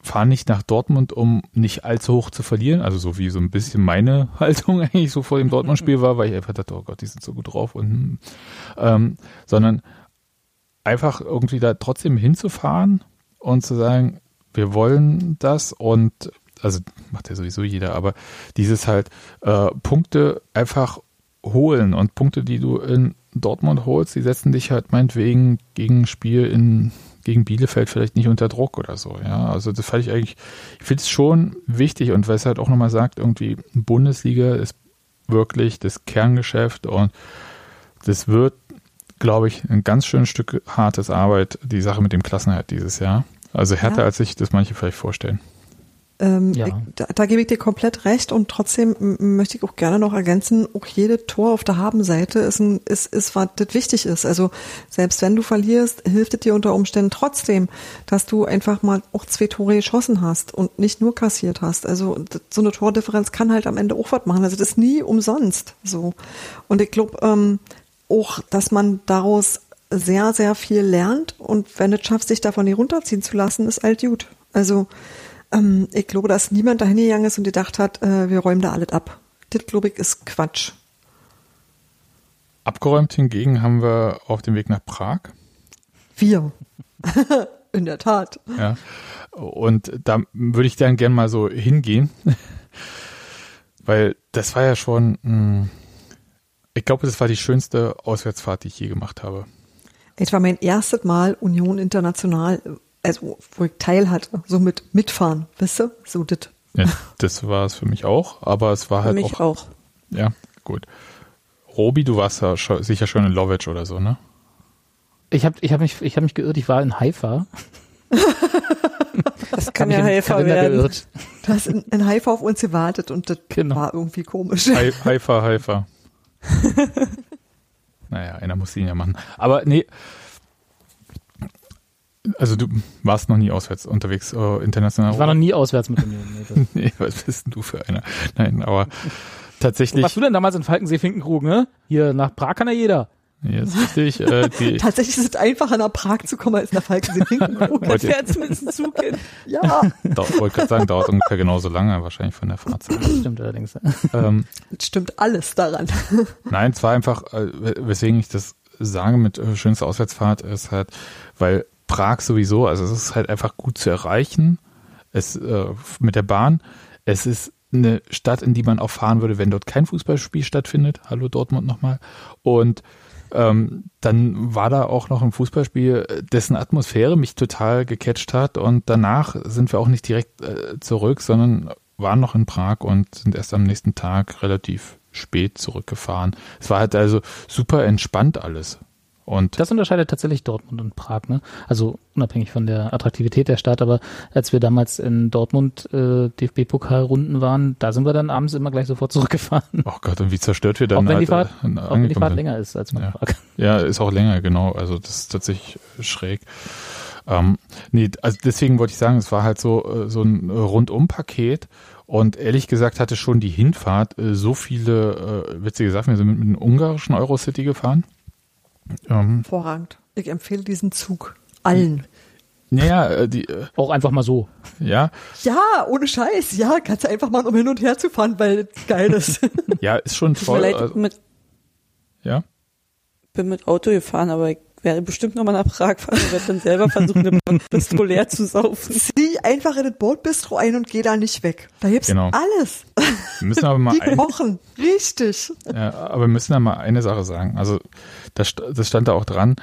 Speaker 1: fahren nicht nach Dortmund, um nicht allzu hoch zu verlieren, also so wie so ein bisschen meine Haltung eigentlich so vor dem Dortmund-Spiel war, weil ich einfach dachte, oh Gott, die sind so gut drauf und ähm, sondern einfach irgendwie da trotzdem hinzufahren und zu sagen, wir wollen das und also macht ja sowieso jeder, aber dieses halt äh, Punkte einfach holen und Punkte, die du in Dortmund holst, die setzen dich halt meinetwegen gegen ein Spiel in gegen Bielefeld vielleicht nicht unter Druck oder so, ja, also das fand ich eigentlich, ich finde es schon wichtig und weil es halt auch nochmal sagt, irgendwie Bundesliga ist wirklich das Kerngeschäft und das wird, glaube ich, ein ganz schönes Stück hartes Arbeit, die Sache mit dem Klassenerhalt dieses Jahr, also härter, ja. als sich das manche vielleicht vorstellen.
Speaker 2: Ähm, ja. ich, da, da gebe ich dir komplett recht und trotzdem m- möchte ich auch gerne noch ergänzen, auch jede Tor auf der Habenseite ist, ein, ist, ist was das wichtig ist. Also selbst wenn du verlierst, hilft es dir unter Umständen trotzdem, dass du einfach mal auch zwei Tore geschossen hast und nicht nur kassiert hast. Also so eine Tordifferenz kann halt am Ende auch was machen. Also das ist nie umsonst so. Und ich glaube ähm, auch, dass man daraus sehr, sehr viel lernt und wenn du es schaffst, dich davon nicht runterziehen zu lassen, ist halt gut. Also ich glaube, dass niemand dahin gegangen ist und gedacht hat, äh, wir räumen da alles ab. Das, glaube ich, ist Quatsch.
Speaker 1: Abgeräumt hingegen haben wir auf dem Weg nach Prag.
Speaker 2: Wir. In der Tat.
Speaker 1: Ja. Und da würde ich dann gerne mal so hingehen. Weil das war ja schon, mh, ich glaube, das war die schönste Auswärtsfahrt, die ich je gemacht habe.
Speaker 2: Es war mein erstes Mal Union International, also wo ich teil hatte, so mit mitfahren, weißt du, so das.
Speaker 1: Ja, das war es für mich auch, aber es war halt
Speaker 3: für mich
Speaker 1: auch,
Speaker 3: auch.
Speaker 1: Ja, gut. Robi, du warst ja schon, sicher schon in Lovic oder so, ne?
Speaker 4: Ich habe ich hab mich, ich hab mich geirrt, ich war in Haifa.
Speaker 3: Das kann ja Haifa werden. Geirrt.
Speaker 2: Du hast in, in Haifa auf uns gewartet und das genau. war irgendwie komisch.
Speaker 1: Hai, Haifa, Haifa. Naja, einer muss ihn ja machen. Aber nee, also du warst noch nie auswärts unterwegs, uh, international.
Speaker 4: Ich war noch nie auswärts mit Union. Nee,
Speaker 1: nee, was bist denn du für einer? Nein, aber tatsächlich.
Speaker 4: Warst du denn damals in Falkensee-Finkenkrug, ne? Hier nach Prag kann ja jeder.
Speaker 1: Ja, ist richtig. Äh, die
Speaker 2: Tatsächlich ist es einfacher, nach Prag zu kommen, als nach Falkensee-Finkenkrug.
Speaker 3: Da fährst du mit dem Zug hin.
Speaker 2: Ja.
Speaker 1: Ich wollte gerade sagen, dauert ungefähr genauso lange, wahrscheinlich von der Fahrzeit.
Speaker 4: Das stimmt allerdings.
Speaker 1: Ähm,
Speaker 2: das stimmt alles daran.
Speaker 1: Nein, es war einfach, äh, weswegen ich das sage mit äh, schönste Auswärtsfahrt, ist halt, weil Prag sowieso, also es ist halt einfach gut zu erreichen, es äh, mit der Bahn, es ist eine Stadt, in die man auch fahren würde, wenn dort kein Fußballspiel stattfindet. Hallo Dortmund nochmal. Und ähm, dann war da auch noch ein Fußballspiel, dessen Atmosphäre mich total gecatcht hat und danach sind wir auch nicht direkt äh, zurück, sondern waren noch in Prag und sind erst am nächsten Tag relativ spät zurückgefahren. Es war halt also super entspannt alles. Und
Speaker 4: das unterscheidet tatsächlich Dortmund und Prag, ne? Also unabhängig von der Attraktivität der Stadt, aber als wir damals in Dortmund äh, D F B-Pokalrunden waren, da sind wir dann abends immer gleich sofort zurückgefahren.
Speaker 1: Oh Gott, und wie zerstört wir dann
Speaker 4: auch wenn
Speaker 1: halt,
Speaker 4: die Fahrt,
Speaker 1: äh,
Speaker 4: auch wenn die Fahrt länger ist als man
Speaker 1: ja.
Speaker 4: Prag.
Speaker 1: Ja, ist auch länger, genau. Also das ist tatsächlich schräg. Ähm, nee, also deswegen wollte ich sagen, es war halt so, so ein Rundum-Paket. Und ehrlich gesagt hatte schon die Hinfahrt äh, so viele äh, witzige Sachen. Wir sind mit, mit einem ungarischen Eurocity gefahren.
Speaker 2: Ähm, Hervorragend. Ich empfehle diesen Zug allen.
Speaker 1: Naja, die äh,
Speaker 4: auch einfach mal so.
Speaker 1: Ja.
Speaker 2: Ja, ohne Scheiß. Ja, kannst du einfach mal um hin und her zu fahren, weil es geil ist.
Speaker 1: Ja, ist schon toll.
Speaker 3: Vielleicht
Speaker 1: also,
Speaker 3: mit,
Speaker 1: ja.
Speaker 3: Bin mit Auto gefahren, aber ich wäre bestimmt nochmal nach Prag fahren und werde dann selber versuchen, eine Bistro leer zu saufen.
Speaker 2: Zieh einfach in das Bordbistro ein und geh da nicht weg. Da gibt's
Speaker 1: genau.
Speaker 2: alles.
Speaker 1: Wir müssen aber mal
Speaker 2: Die kochen. Richtig.
Speaker 1: Ja, aber wir müssen da mal eine Sache sagen. Also das, das stand da auch dran.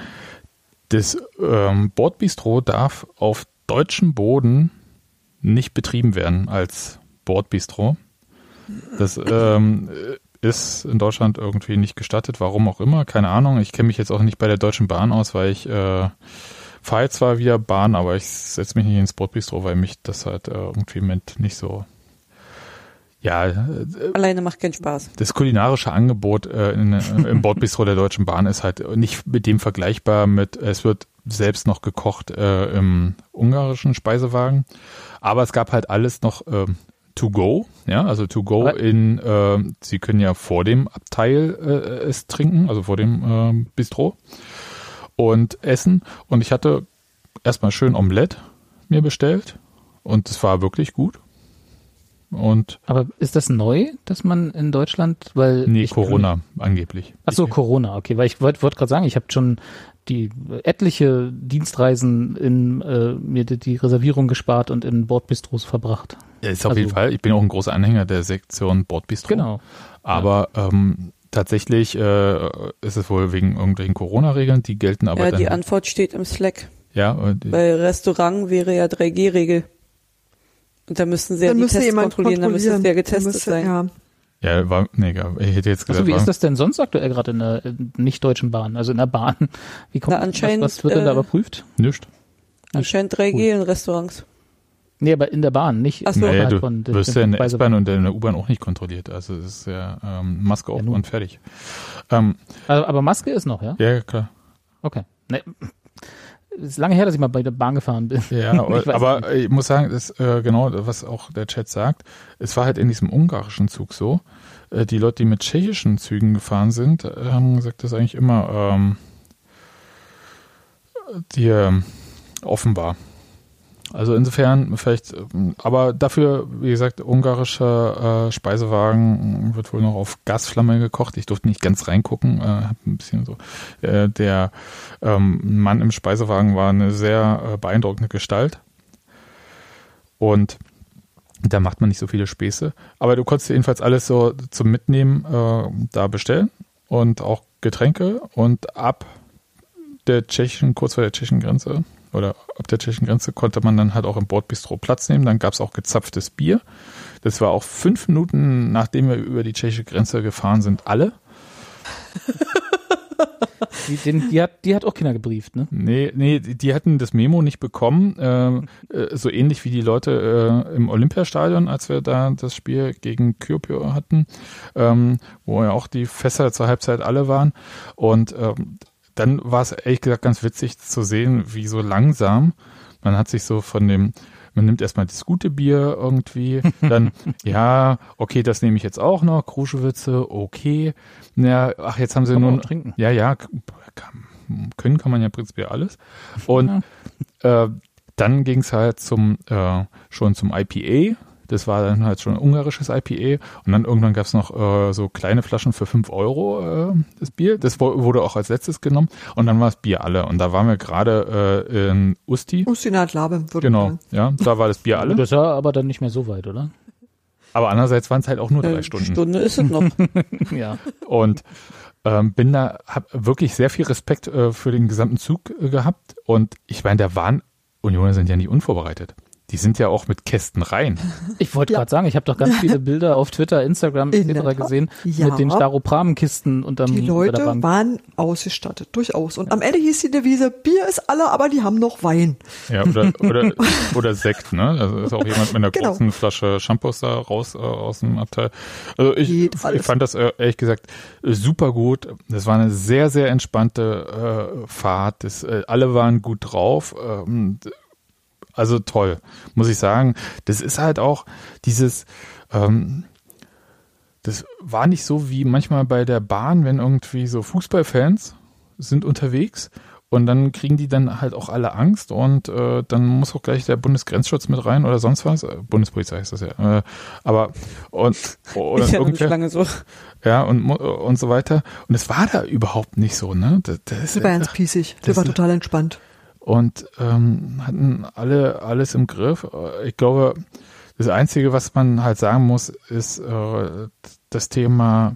Speaker 1: Das ähm, Bordbistro darf auf deutschem Boden nicht betrieben werden als Bordbistro. Das ähm, ist in Deutschland irgendwie nicht gestattet, warum auch immer, keine Ahnung. Ich kenne mich jetzt auch nicht bei der Deutschen Bahn aus, weil ich äh, fahre jetzt zwar wieder Bahn, aber ich setze mich nicht ins Bordbistro, weil mich das halt äh, irgendwie mit nicht so, ja. Äh,
Speaker 3: Alleine macht keinen Spaß.
Speaker 1: Das kulinarische Angebot äh, in, äh, im Bordbistro der Deutschen Bahn ist halt nicht mit dem vergleichbar mit, es wird selbst noch gekocht äh, im ungarischen Speisewagen, aber es gab halt alles noch äh, to go, ja, also to go aber in, äh, Sie können ja vor dem Abteil äh, es trinken, also vor dem äh, Bistro und essen. Und ich hatte erstmal schön Omelette mir bestellt und es war wirklich gut. Und
Speaker 4: aber ist das neu, dass man in Deutschland, weil
Speaker 1: nee,
Speaker 4: ich,
Speaker 1: Corona angeblich.
Speaker 4: Ach so, Corona, okay, weil ich wollte wollt gerade sagen, ich habe schon die etliche Dienstreisen in äh, mir die, die Reservierung gespart und in Bordbistros verbracht.
Speaker 1: Ja, ist auf
Speaker 4: also,
Speaker 1: jeden Fall. Ich bin auch ein großer Anhänger der Sektion Bordbistro.
Speaker 4: Genau.
Speaker 1: Aber ja. ähm, tatsächlich äh, ist es wohl wegen irgendwelchen Corona-Regeln, die gelten aber
Speaker 3: ja,
Speaker 1: dann.
Speaker 3: Die Antwort steht im Slack.
Speaker 1: Ja. Und
Speaker 3: Weil Restaurant wäre ja drei G Regel. Und da müssten sie ja die Tests kontrollieren, dann müsste es ja getestet müsste, sein.
Speaker 2: Ja.
Speaker 1: Ja, war, nee, ich hätte jetzt gesagt.
Speaker 4: Also wie
Speaker 1: war,
Speaker 4: ist das denn sonst aktuell gerade in der nicht-deutschen Bahn, also in der Bahn? Wie kommt
Speaker 3: Na, anscheinend,
Speaker 4: was, was wird denn da
Speaker 3: äh,
Speaker 4: überprüft?
Speaker 1: Nicht.
Speaker 3: Anscheinend drei G in Restaurants.
Speaker 4: Nee, aber in der Bahn, nicht
Speaker 3: Ach so.
Speaker 1: Naja,
Speaker 4: halt
Speaker 1: du
Speaker 4: von den,
Speaker 1: wirst ja in der
Speaker 4: Speisebahn.
Speaker 1: S-Bahn und in der U-Bahn auch nicht kontrolliert. Also es ist ja ähm, Maske auf
Speaker 4: Ja,
Speaker 1: und fertig. Ähm,
Speaker 4: also, aber Maske ist noch, ja?
Speaker 1: ja, klar.
Speaker 4: Okay. Nee. Es ist lange her, dass ich mal bei der Bahn gefahren bin.
Speaker 1: Ja,
Speaker 4: Ich weiß
Speaker 1: aber
Speaker 4: nicht.
Speaker 1: ich muss sagen, das äh, genau, was auch der Chat sagt, es war halt in diesem ungarischen Zug so, äh, die Leute, die mit tschechischen Zügen gefahren sind, äh, haben gesagt, das ist eigentlich immer ähm, die äh, offenbar. Also insofern vielleicht, aber dafür, wie gesagt, ungarischer äh, Speisewagen wird wohl noch auf Gasflamme gekocht. Ich durfte nicht ganz reingucken, äh, hab ein bisschen so. Äh, der ähm, Mann im Speisewagen war eine sehr äh, beeindruckende Gestalt. Und da macht man nicht so viele Späße. Aber du konntest jedenfalls alles so zum Mitnehmen äh, da bestellen und auch Getränke und ab der tschechischen, kurz vor der tschechischen Grenze oder ab der tschechischen Grenze konnte man dann halt auch im Bordbistro Platz nehmen. Dann gab es auch gezapftes Bier. Das war auch fünf Minuten, nachdem wir über die tschechische Grenze gefahren sind, alle.
Speaker 4: Die, den, die, hat, die hat auch Kinder gebrieft, ne?
Speaker 1: Nee, nee, die hatten das Memo nicht bekommen. Äh, äh, so ähnlich wie die Leute äh, im Olympiastadion, als wir da das Spiel gegen Kuopio hatten, ähm, wo ja auch die Fässer zur Halbzeit alle waren. Und ähm, dann war es ehrlich gesagt ganz witzig zu sehen, wie so langsam, man hat sich so von dem, man nimmt erstmal das gute Bier irgendwie, dann, ja, okay, das nehme ich jetzt auch noch, Kruschewitze, okay, ja, ach, jetzt haben sie
Speaker 4: Kann man
Speaker 1: nur,
Speaker 4: auch trinken.
Speaker 1: ja, ja, kann, können kann man ja prinzipiell alles. Und ja. äh, dann ging es halt zum, äh, schon zum I P A. Das war dann halt schon ein ungarisches I P A. Und dann irgendwann gab es noch äh, so kleine Flaschen für fünf Euro, äh, das Bier. Das wurde auch als letztes genommen. Und dann war das Bier alle. Und da waren wir gerade äh, in Usti.
Speaker 2: Usti naht Labe, würde
Speaker 1: Genau,
Speaker 2: man.
Speaker 1: ja, da war das Bier alle.
Speaker 4: Das war aber dann nicht mehr so weit, oder?
Speaker 1: Aber andererseits waren es halt auch nur drei
Speaker 3: Äh,
Speaker 1: Stunden.
Speaker 3: Stunde ist es noch.
Speaker 4: Ja.
Speaker 1: Und ähm, bin da, hab wirklich sehr viel Respekt äh, für den gesamten Zug äh, gehabt. Und ich meine, der Bahn Unioner sind ja nicht unvorbereitet. Die sind ja auch mit Kästen rein.
Speaker 4: Ich wollte
Speaker 2: Ja.
Speaker 4: gerade sagen, ich habe doch ganz viele Bilder auf Twitter, Instagram
Speaker 2: In
Speaker 4: et cetera
Speaker 2: der Tat.
Speaker 4: gesehen
Speaker 2: Ja.
Speaker 4: mit den Staropramenkisten unterm
Speaker 2: Die
Speaker 4: unter der
Speaker 2: Leute
Speaker 4: Bank.
Speaker 2: waren ausgestattet, durchaus. Und am Ende hieß die Devise, Bier ist alle, aber die haben noch Wein.
Speaker 1: Ja, oder, oder, oder Sekt, ne? Also ist auch jemand mit einer
Speaker 2: Genau.
Speaker 1: großen Flasche Shampoos da raus äh, aus dem Abteil. Also ich,
Speaker 2: Geht
Speaker 1: ich
Speaker 2: alles.
Speaker 1: fand das äh, ehrlich gesagt äh, super gut. Das war eine sehr, sehr entspannte äh, Fahrt. Das, äh, alle waren gut drauf. Ähm, also toll, muss ich sagen. Das ist halt auch dieses, ähm, das war nicht so wie manchmal bei der Bahn, wenn irgendwie so Fußballfans sind unterwegs und dann kriegen die dann halt auch alle Angst und äh, dann muss auch gleich der Bundesgrenzschutz mit rein oder sonst was. Äh, Bundespolizei ist das ja. Äh, aber und oder
Speaker 3: Ist ja noch nicht
Speaker 1: irgendwer,
Speaker 3: lange so.
Speaker 1: ja und mu- und so weiter. Und es war da überhaupt nicht so, ne? Das, das ist
Speaker 2: Das war ganz
Speaker 1: einfach-
Speaker 2: pießig.
Speaker 1: das
Speaker 2: Der war
Speaker 1: ist-
Speaker 2: total entspannt.
Speaker 1: und ähm, hatten alle alles im Griff. Ich glaube, das Einzige, was man halt sagen muss, ist äh, das Thema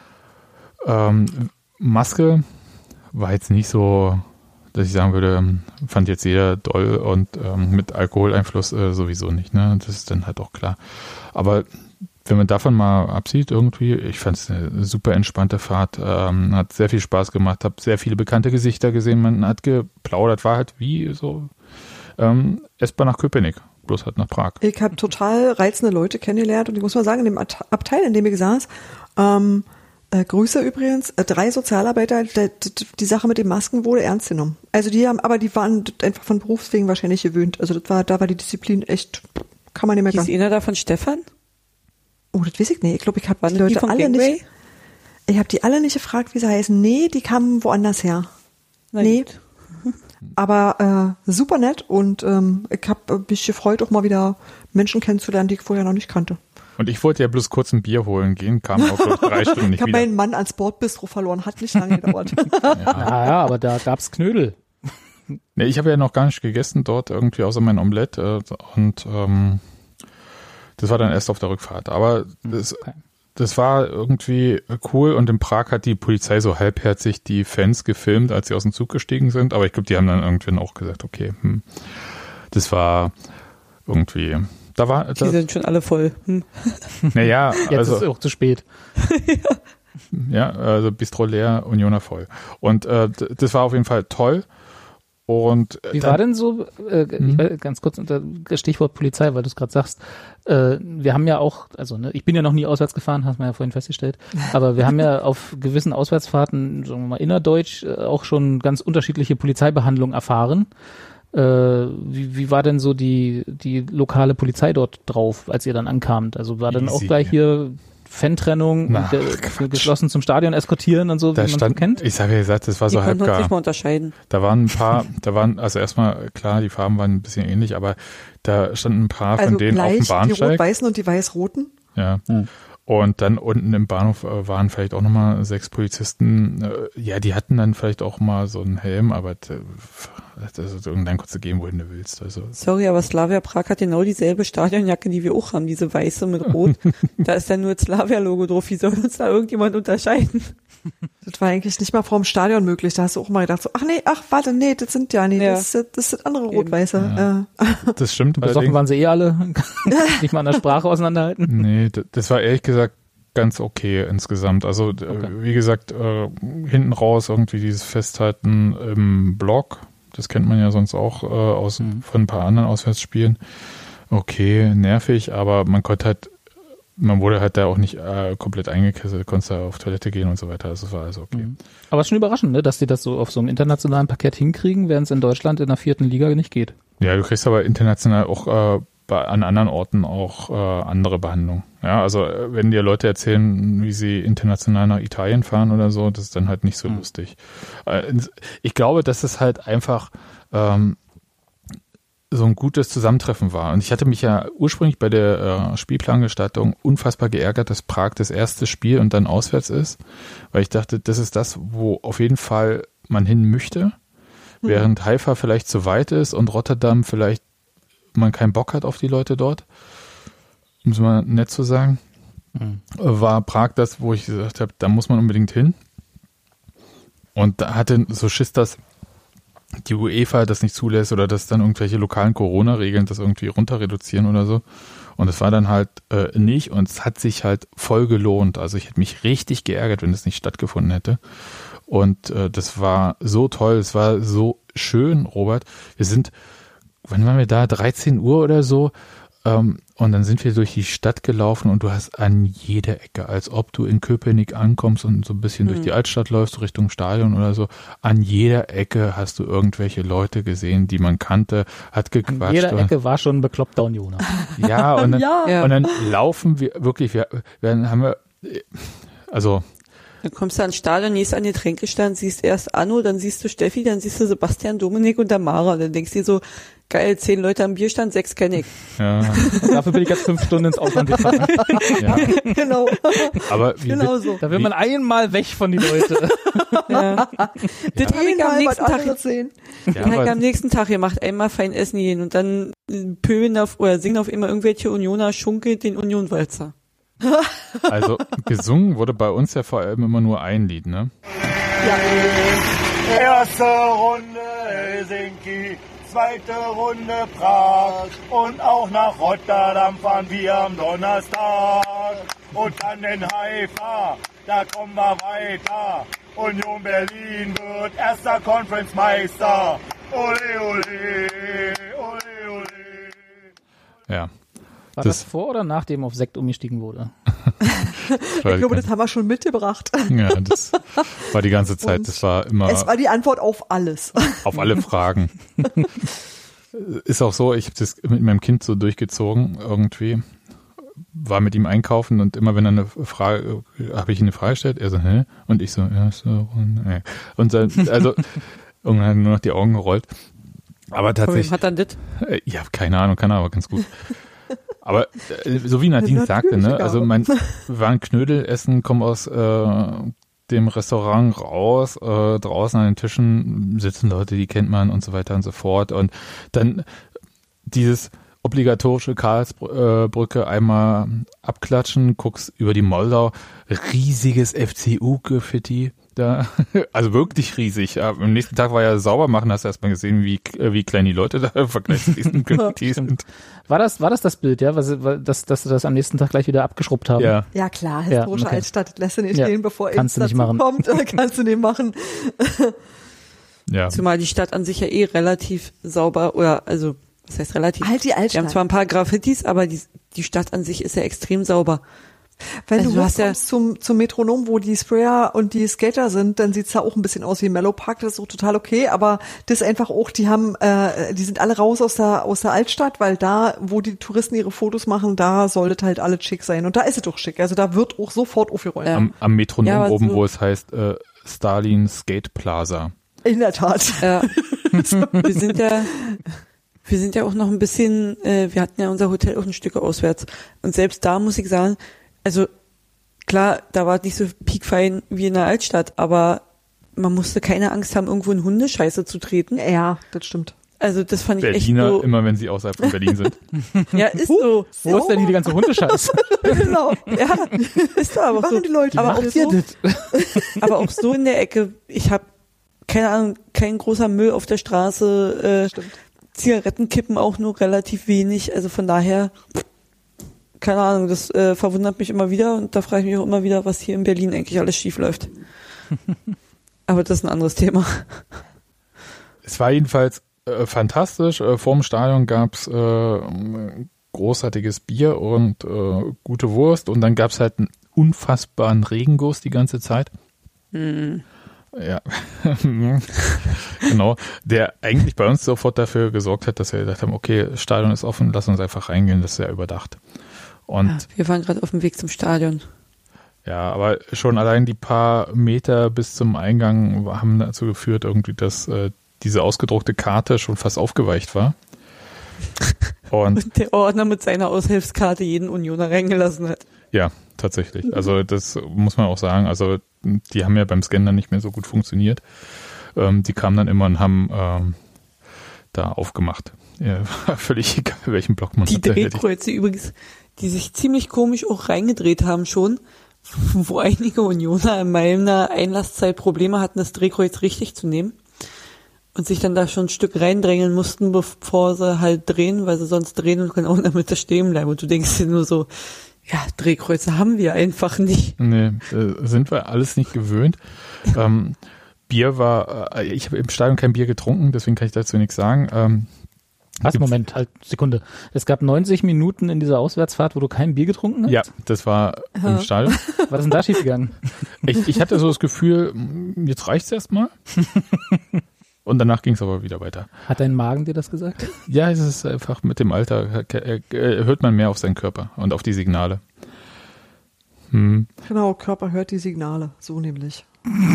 Speaker 1: ähm, Maske war jetzt nicht so, dass ich sagen würde, fand jetzt jeder doll und ähm, mit Alkoholeinfluss äh, sowieso nicht. Ne? Das ist dann halt auch klar. Aber wenn man davon mal absieht irgendwie, ich fand es eine super entspannte Fahrt, ähm, hat sehr viel Spaß gemacht, habe sehr viele bekannte Gesichter gesehen, man hat geplaudert, war halt wie so ähm, S-Bahn nach Köpenick, bloß halt nach Prag.
Speaker 2: Ich habe total reizende Leute kennengelernt und ich muss mal sagen, in dem At- Abteil, in dem ich saß, ähm, äh, Grüße übrigens, äh, drei Sozialarbeiter, der, die, die Sache mit den Masken wurde ernst genommen. Also die haben, aber die waren einfach von Berufswegen wahrscheinlich gewöhnt. Also das war, da war die Disziplin echt, kann man nicht
Speaker 3: Hieß
Speaker 2: meckern.
Speaker 3: einer da von Stefan?
Speaker 2: Oh, das weiß ich nicht. Ich glaube, ich habe
Speaker 3: Waren
Speaker 2: die
Speaker 3: das die
Speaker 2: Leute
Speaker 3: von
Speaker 2: alle
Speaker 3: Gangway?
Speaker 2: nicht. Ich habe die alle nicht gefragt, wie sie heißen. Nee, die kamen woanders her.
Speaker 3: Na
Speaker 2: Nee.
Speaker 3: gut.
Speaker 2: Aber äh, super nett und ähm, ich habe mich gefreut, auch mal wieder Menschen kennenzulernen, die ich vorher noch nicht kannte.
Speaker 1: Und ich wollte ja bloß kurz ein Bier holen gehen, kam auch so drei Stunden nicht
Speaker 2: ich hab
Speaker 1: wieder.
Speaker 2: Ich habe meinen Mann ans Bordbistro verloren, hat nicht lange gedauert.
Speaker 4: Ja. ja, ja, aber da gab's Knödel.
Speaker 1: Nee, ich habe ja noch gar nicht gegessen dort irgendwie, außer mein Omelett. Äh, und ähm, das war dann erst auf der Rückfahrt. Aber das, okay. das war irgendwie cool. Und in Prag hat die Polizei so halbherzig die Fans gefilmt, als sie aus dem Zug gestiegen sind. Aber ich glaube, die haben dann irgendwann auch gesagt, okay, hm, das war irgendwie... Da war, da,
Speaker 3: die sind schon alle voll. Hm.
Speaker 1: Naja,
Speaker 4: jetzt
Speaker 1: also,
Speaker 4: ist auch zu spät.
Speaker 1: ja, also Bistro leer, Unioner voll. Und äh, das war auf jeden Fall toll. Und
Speaker 4: wie dann, war denn so, äh, hm? ich, ganz kurz unter Stichwort Polizei, weil du es gerade sagst, äh, wir haben ja auch, also ne, ich bin ja noch nie auswärts gefahren, hast du ja vorhin festgestellt, aber wir haben ja auf gewissen Auswärtsfahrten, sagen wir mal innerdeutsch, äh, auch schon ganz unterschiedliche Polizeibehandlungen erfahren. Äh, wie, wie war denn so die die lokale Polizei dort drauf, als ihr dann ankamt? Also war dann Easy. Auch gleich hier Fan-Trennung und äh, geschlossen zum Stadion eskortieren und so,
Speaker 1: da
Speaker 4: wie man
Speaker 1: stand,
Speaker 4: so kennt?
Speaker 1: Ich sage ja gesagt, das war
Speaker 3: die
Speaker 1: so halb gar.
Speaker 3: Nicht mal unterscheiden.
Speaker 1: Da waren ein paar, da waren, also erstmal klar, die Farben waren ein bisschen ähnlich, aber da standen ein paar
Speaker 2: also
Speaker 1: von denen auf dem Bahnsteig.
Speaker 2: Die rot-weißen und die weiß-roten?
Speaker 1: Ja. Hm. Und dann unten im Bahnhof äh, waren vielleicht auch nochmal sechs Polizisten. Äh, ja, die hatten dann vielleicht auch mal so einen Helm, aber also irgendein kurz gehen, wohin du willst. Also.
Speaker 3: Sorry, aber Slavia Prag hat genau dieselbe Stadionjacke, die wir auch haben, diese weiße mit rot. Da ist dann nur das Slavia-Logo drauf. Wie soll uns da irgendjemand unterscheiden?
Speaker 2: Das war eigentlich nicht mal vorm Stadion möglich. Da hast du auch mal gedacht, so, ach nee, ach warte, nee, das sind ja, nee,
Speaker 3: ja.
Speaker 2: das, das sind andere Rot-Weiße.
Speaker 1: Ja. Äh. Das stimmt.
Speaker 4: Besoffen waren sie eh alle. Nicht mal an der Sprache auseinanderhalten.
Speaker 1: Nee, das war ehrlich gesagt ganz okay insgesamt. Also okay. wie gesagt, äh, hinten raus irgendwie dieses Festhalten im Block. Das kennt man ja sonst auch äh, aus mhm. von ein paar anderen Auswärtsspielen. Okay, nervig, aber man konnte halt man wurde halt da auch nicht äh, komplett eingekesselt, konntest da auf Toilette gehen und so weiter. Also das war also okay. Mhm.
Speaker 4: Aber es ist schon überraschend, ne, dass die das so auf so einem internationalen Parkett hinkriegen, während es in Deutschland in der vierten Liga nicht geht.
Speaker 1: Ja, du kriegst aber international auch äh, bei, an anderen Orten auch äh, andere Behandlung. Ja, also äh, wenn dir Leute erzählen, wie sie international nach Italien fahren oder so, das ist dann halt nicht so mhm. lustig. Äh, ich glaube, dass es halt einfach ähm, so ein gutes Zusammentreffen war. Und ich hatte mich ja ursprünglich bei der äh, Spielplangestaltung unfassbar geärgert, dass Prag das erste Spiel und dann auswärts ist, weil ich dachte, das ist das, wo auf jeden Fall man hin möchte, mhm. während Haifa vielleicht zu weit ist und Rotterdam vielleicht man keinen Bock hat auf die Leute dort, um es mal nett zu sagen, mhm. war Prag das, wo ich gesagt habe, da muss man unbedingt hin. Und da hatte so Schiss, dass die UEFA das nicht zulässt oder dass dann irgendwelche lokalen Corona-Regeln das irgendwie runter reduzieren oder so. Und es war dann halt äh, nicht und es hat sich halt voll gelohnt. Also ich hätte mich richtig geärgert, wenn es nicht stattgefunden hätte. Und äh, das war so toll, es war so schön, Robert. Wir sind, wann waren wir da? dreizehn Uhr oder so. Ähm, und dann sind wir durch die Stadt gelaufen und du hast an jeder Ecke, als ob du in Köpenick ankommst und so ein bisschen mhm. durch die Altstadt läufst, Richtung Stadion oder so, an jeder Ecke hast du irgendwelche Leute gesehen, die man kannte, hat gequatscht.
Speaker 4: An jeder Ecke war schon ein bekloppter Unioner.
Speaker 1: Ja, und dann,
Speaker 2: ja.
Speaker 1: und dann laufen wir wirklich, wir, wir haben wir, also
Speaker 3: dann kommst du ans Stadion, gehst an den Tränkestand, siehst erst Anno, dann siehst du Steffi, dann siehst du Sebastian, Dominik und Tamara. Und dann denkst du dir so, geil, zehn Leute am Bierstand, sechs kenne ich.
Speaker 1: Ja.
Speaker 4: Dafür bin ich jetzt fünf Stunden ins Ausland gefahren.
Speaker 1: Ja.
Speaker 2: Genau.
Speaker 1: Aber wie
Speaker 2: genau
Speaker 1: wird,
Speaker 2: so.
Speaker 4: Da will man einmal weg von den Leuten.
Speaker 3: Ja. Das ja. habe ich am nächsten Tag
Speaker 2: sehen.
Speaker 3: Das ja, habe ich am nächsten Tag gemacht, einmal fein essen gehen und dann pöbeln auf oder singen auf immer irgendwelche Unioner, schunkelt den Unionwalzer.
Speaker 1: Also gesungen wurde bei uns ja vor allem immer nur ein Lied, ne?
Speaker 8: Ja. Erste Runde Helsinki, zweite Runde Prag und auch nach Rotterdam fahren wir am Donnerstag. Und dann in Haifa, da kommen wir weiter. Union Berlin wird erster Conference-Meister. Ole, ole, ole, ole.
Speaker 1: Ja.
Speaker 4: War das, das vor oder nachdem auf Sekt umgestiegen wurde?
Speaker 2: Ich glaube, das haben wir schon mitgebracht.
Speaker 1: Ja, das war die ganze Zeit, und das war immer...
Speaker 2: Es war die Antwort auf alles.
Speaker 1: Auf alle Fragen. Ist auch so, ich habe das mit meinem Kind so durchgezogen irgendwie, war mit ihm einkaufen und immer wenn er eine Frage, habe ich ihm eine Frage gestellt, er so, hä? Und ich so, ja, so, und, nee. und dann, also Irgendwann hat er nur noch die Augen gerollt. Aber tatsächlich.
Speaker 3: Hat er das?
Speaker 1: Äh, ja, keine Ahnung, kann er aber ganz gut. Aber äh, so wie Nadine sagte, ne, also mein, wir waren Knödel essen, kommen aus äh, dem Restaurant raus, äh, draußen an den Tischen sitzen Leute, die kennt man und so weiter und so fort. Und dann dieses obligatorische Karlsbrücke einmal abklatschen, guckst über die Moldau, riesiges F C U-Graffiti da, also wirklich riesig. Ja, am nächsten Tag war ja sauber machen, hast du erstmal gesehen, wie wie klein die Leute da im Vergleich zu diesen Graffiti sind.
Speaker 4: War das, war das das Bild, ja, was, dass, dass sie das am nächsten Tag gleich wieder abgeschrubbt haben?
Speaker 1: Ja,
Speaker 2: ja klar, historische
Speaker 4: ja, okay.
Speaker 2: Altstadt, lässt du nicht
Speaker 4: Ja,
Speaker 2: stehen, bevor
Speaker 4: kannst
Speaker 2: es
Speaker 4: du nicht
Speaker 2: dazu
Speaker 4: machen.
Speaker 2: kommt, kannst du nicht machen.
Speaker 1: ja.
Speaker 3: Zumal die Stadt an sich ja eh relativ sauber, oder also, was heißt relativ?
Speaker 2: Halt die
Speaker 3: Wir
Speaker 2: Altstadt.
Speaker 3: haben zwar ein paar Graffitis, aber die, die Stadt an sich ist ja extrem sauber.
Speaker 2: Wenn
Speaker 3: Also
Speaker 2: du
Speaker 3: du hast ja-
Speaker 2: hochkommst zum, zum Metronom, wo die Sprayer und die Skater sind, dann sieht's da auch ein bisschen aus wie Mellow Park, das ist auch total okay, aber das ist einfach auch, die haben, äh, die sind alle raus aus der, aus der Altstadt, weil da, wo die Touristen ihre Fotos machen, da sollte halt alles schick sein und da ist es doch schick, also da wird auch sofort aufgeräumt.
Speaker 3: Ja.
Speaker 1: Am, am Metronom
Speaker 3: Ja, aber
Speaker 1: oben,
Speaker 3: so-
Speaker 1: wo es heißt äh, Stalin Skate Plaza.
Speaker 2: In der Tat.
Speaker 3: Ja. wir sind ja, wir sind ja auch noch ein bisschen, äh, wir hatten ja unser Hotel auch ein Stück auswärts. Und selbst da muss ich sagen, also klar, da war es nicht so piekfein wie in der Altstadt, aber man musste keine Angst haben, irgendwo in Hundescheiße zu treten.
Speaker 2: Ja, das stimmt.
Speaker 3: Also das fand ich
Speaker 1: Berliner,
Speaker 3: echt so.
Speaker 1: immer wenn sie außerhalb von Berlin sind.
Speaker 3: Ja, ist so.
Speaker 4: Wo ist denn hier die ganze Hundescheiße?
Speaker 2: Genau.
Speaker 3: Ja, ist da aber
Speaker 2: Machen
Speaker 3: so.
Speaker 2: die Leute
Speaker 3: aber
Speaker 2: das
Speaker 3: auch
Speaker 2: so?
Speaker 3: so, aber auch so in der Ecke. Ich habe keine Ahnung, kein großer Müll auf der Straße. Äh,
Speaker 2: Stimmt.
Speaker 3: Zigarettenkippen auch nur relativ wenig. Also von daher, keine Ahnung, das äh, verwundert mich immer wieder und da frage ich mich auch immer wieder, was hier in Berlin eigentlich alles schief läuft. Aber das ist ein anderes Thema.
Speaker 1: Es war jedenfalls äh, fantastisch. Äh, vorm Stadion gab's äh, großartiges Bier und äh, gute Wurst und dann gab's halt einen unfassbaren Regenguss die ganze Zeit.
Speaker 3: Mm.
Speaker 1: Ja, genau, der eigentlich bei uns sofort dafür gesorgt hat, dass wir gedacht haben, okay, das Stadion ist offen, lass uns einfach reingehen, das ist ja überdacht. Und
Speaker 3: Ja, wir waren gerade auf dem Weg zum Stadion.
Speaker 1: ja, aber schon allein die paar Meter bis zum Eingang haben dazu geführt, irgendwie, dass äh, diese ausgedruckte Karte schon fast aufgeweicht war. Und
Speaker 3: Und der Ordner mit seiner Aushilfskarte jeden Unioner reingelassen hat.
Speaker 1: ja, tatsächlich. Also das muss man auch sagen. Also die haben ja beim Scannen dann nicht mehr so gut funktioniert. Ähm, die kamen dann immer und haben ähm, da aufgemacht. Ja, war völlig egal, welchen Block man
Speaker 3: Die
Speaker 1: hatte.
Speaker 3: Drehkreuze übrigens, die sich ziemlich komisch auch reingedreht haben schon, wo einige Unioner in meiner Einlasszeit Probleme hatten, das Drehkreuz richtig zu nehmen und sich dann da schon ein Stück reindrängeln mussten, bevor sie halt drehen, weil sie sonst drehen und können auch in der Mitte stehen bleiben. Und du denkst dir nur so, ja, Drehkreuze haben wir einfach nicht.
Speaker 1: Nee, äh, sind wir alles nicht gewöhnt. ähm, Bier war, äh, ich habe im Stadion kein Bier getrunken, deswegen kann ich dazu nichts sagen. Ähm,
Speaker 4: Was, Moment, halt, Sekunde. Es gab neunzig Minuten in dieser Auswärtsfahrt, wo du kein Bier getrunken hast?
Speaker 1: ja, das war im Stadion.
Speaker 4: Was ist denn da schiefgegangen?
Speaker 1: Ich, ich hatte so das Gefühl, jetzt reicht's erstmal. Und danach ging es aber wieder weiter.
Speaker 4: Hat dein Magen dir das gesagt?
Speaker 1: Ja, es ist einfach mit dem Alter, äh, äh, hört man mehr auf seinen Körper und auf die Signale. Hm.
Speaker 2: Genau, Körper hört die Signale, so nämlich.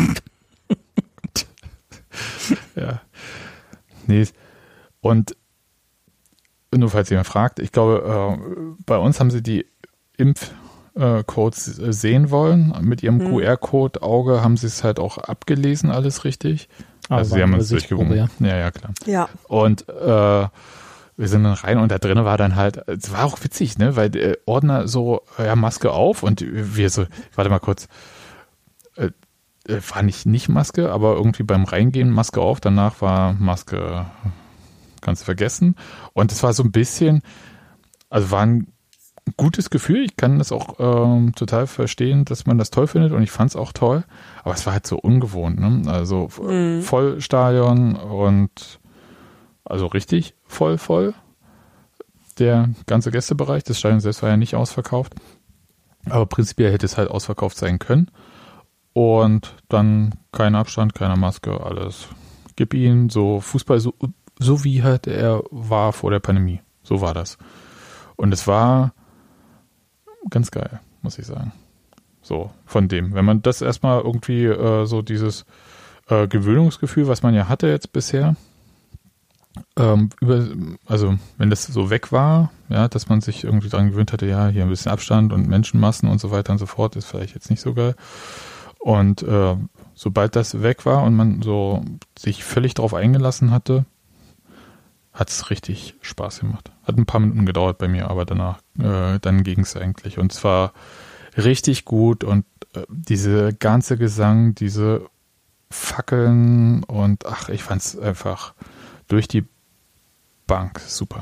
Speaker 1: Ja. Nee. Und nur falls jemand fragt, ich glaube, äh, bei uns haben sie die Impfcodes äh, sehen wollen. Mit ihrem
Speaker 3: Hm.
Speaker 1: Q R-Code Auge haben sie es halt auch abgelesen, alles richtig.
Speaker 4: Ah,
Speaker 1: Also
Speaker 4: war
Speaker 1: sie haben
Speaker 4: eine
Speaker 1: uns
Speaker 4: Sichtprobe,
Speaker 1: durchgewunken. Ja. ja, ja, klar.
Speaker 2: Ja.
Speaker 1: Und äh, wir sind dann rein und da drinnen war dann halt, es war auch witzig, ne, weil der Ordner so, ja, Maske auf und wir so, warte mal kurz, äh, war nicht nicht Maske, aber irgendwie beim Reingehen Maske auf, danach war Maske, kannst du vergessen. Und es war so ein bisschen, also war ein gutes Gefühl, ich kann das auch ähm, total verstehen, dass man das toll findet und ich fand es auch toll, aber es war halt so ungewohnt, ne? Also
Speaker 3: Mhm.
Speaker 1: Vollstadion und also richtig voll, voll. Der ganze Gästebereich, das Stadion selbst war ja nicht ausverkauft, aber prinzipiell hätte es halt ausverkauft sein können. Und dann kein Abstand, keine Maske, alles. Gib ihn so Fußball, so, so wie halt er war vor der Pandemie. So war das. Und es war ganz geil, muss ich sagen. So, von dem. Wenn man das erstmal irgendwie äh, so dieses äh, Gewöhnungsgefühl, was man ja hatte jetzt bisher, ähm, über, also wenn das so weg war, ja, dass man sich irgendwie daran gewöhnt hatte, ja, hier ein bisschen Abstand und Menschenmassen und so weiter und so fort, ist vielleicht jetzt nicht so geil. Und äh, sobald das weg war und man so sich völlig drauf eingelassen hatte, hat es richtig Spaß gemacht. Hat ein paar Minuten gedauert bei mir, aber danach, äh, dann ging es eigentlich. Und zwar richtig gut und äh, diese ganze Gesang, diese Fackeln und ach, ich fand es einfach durch die Bank super.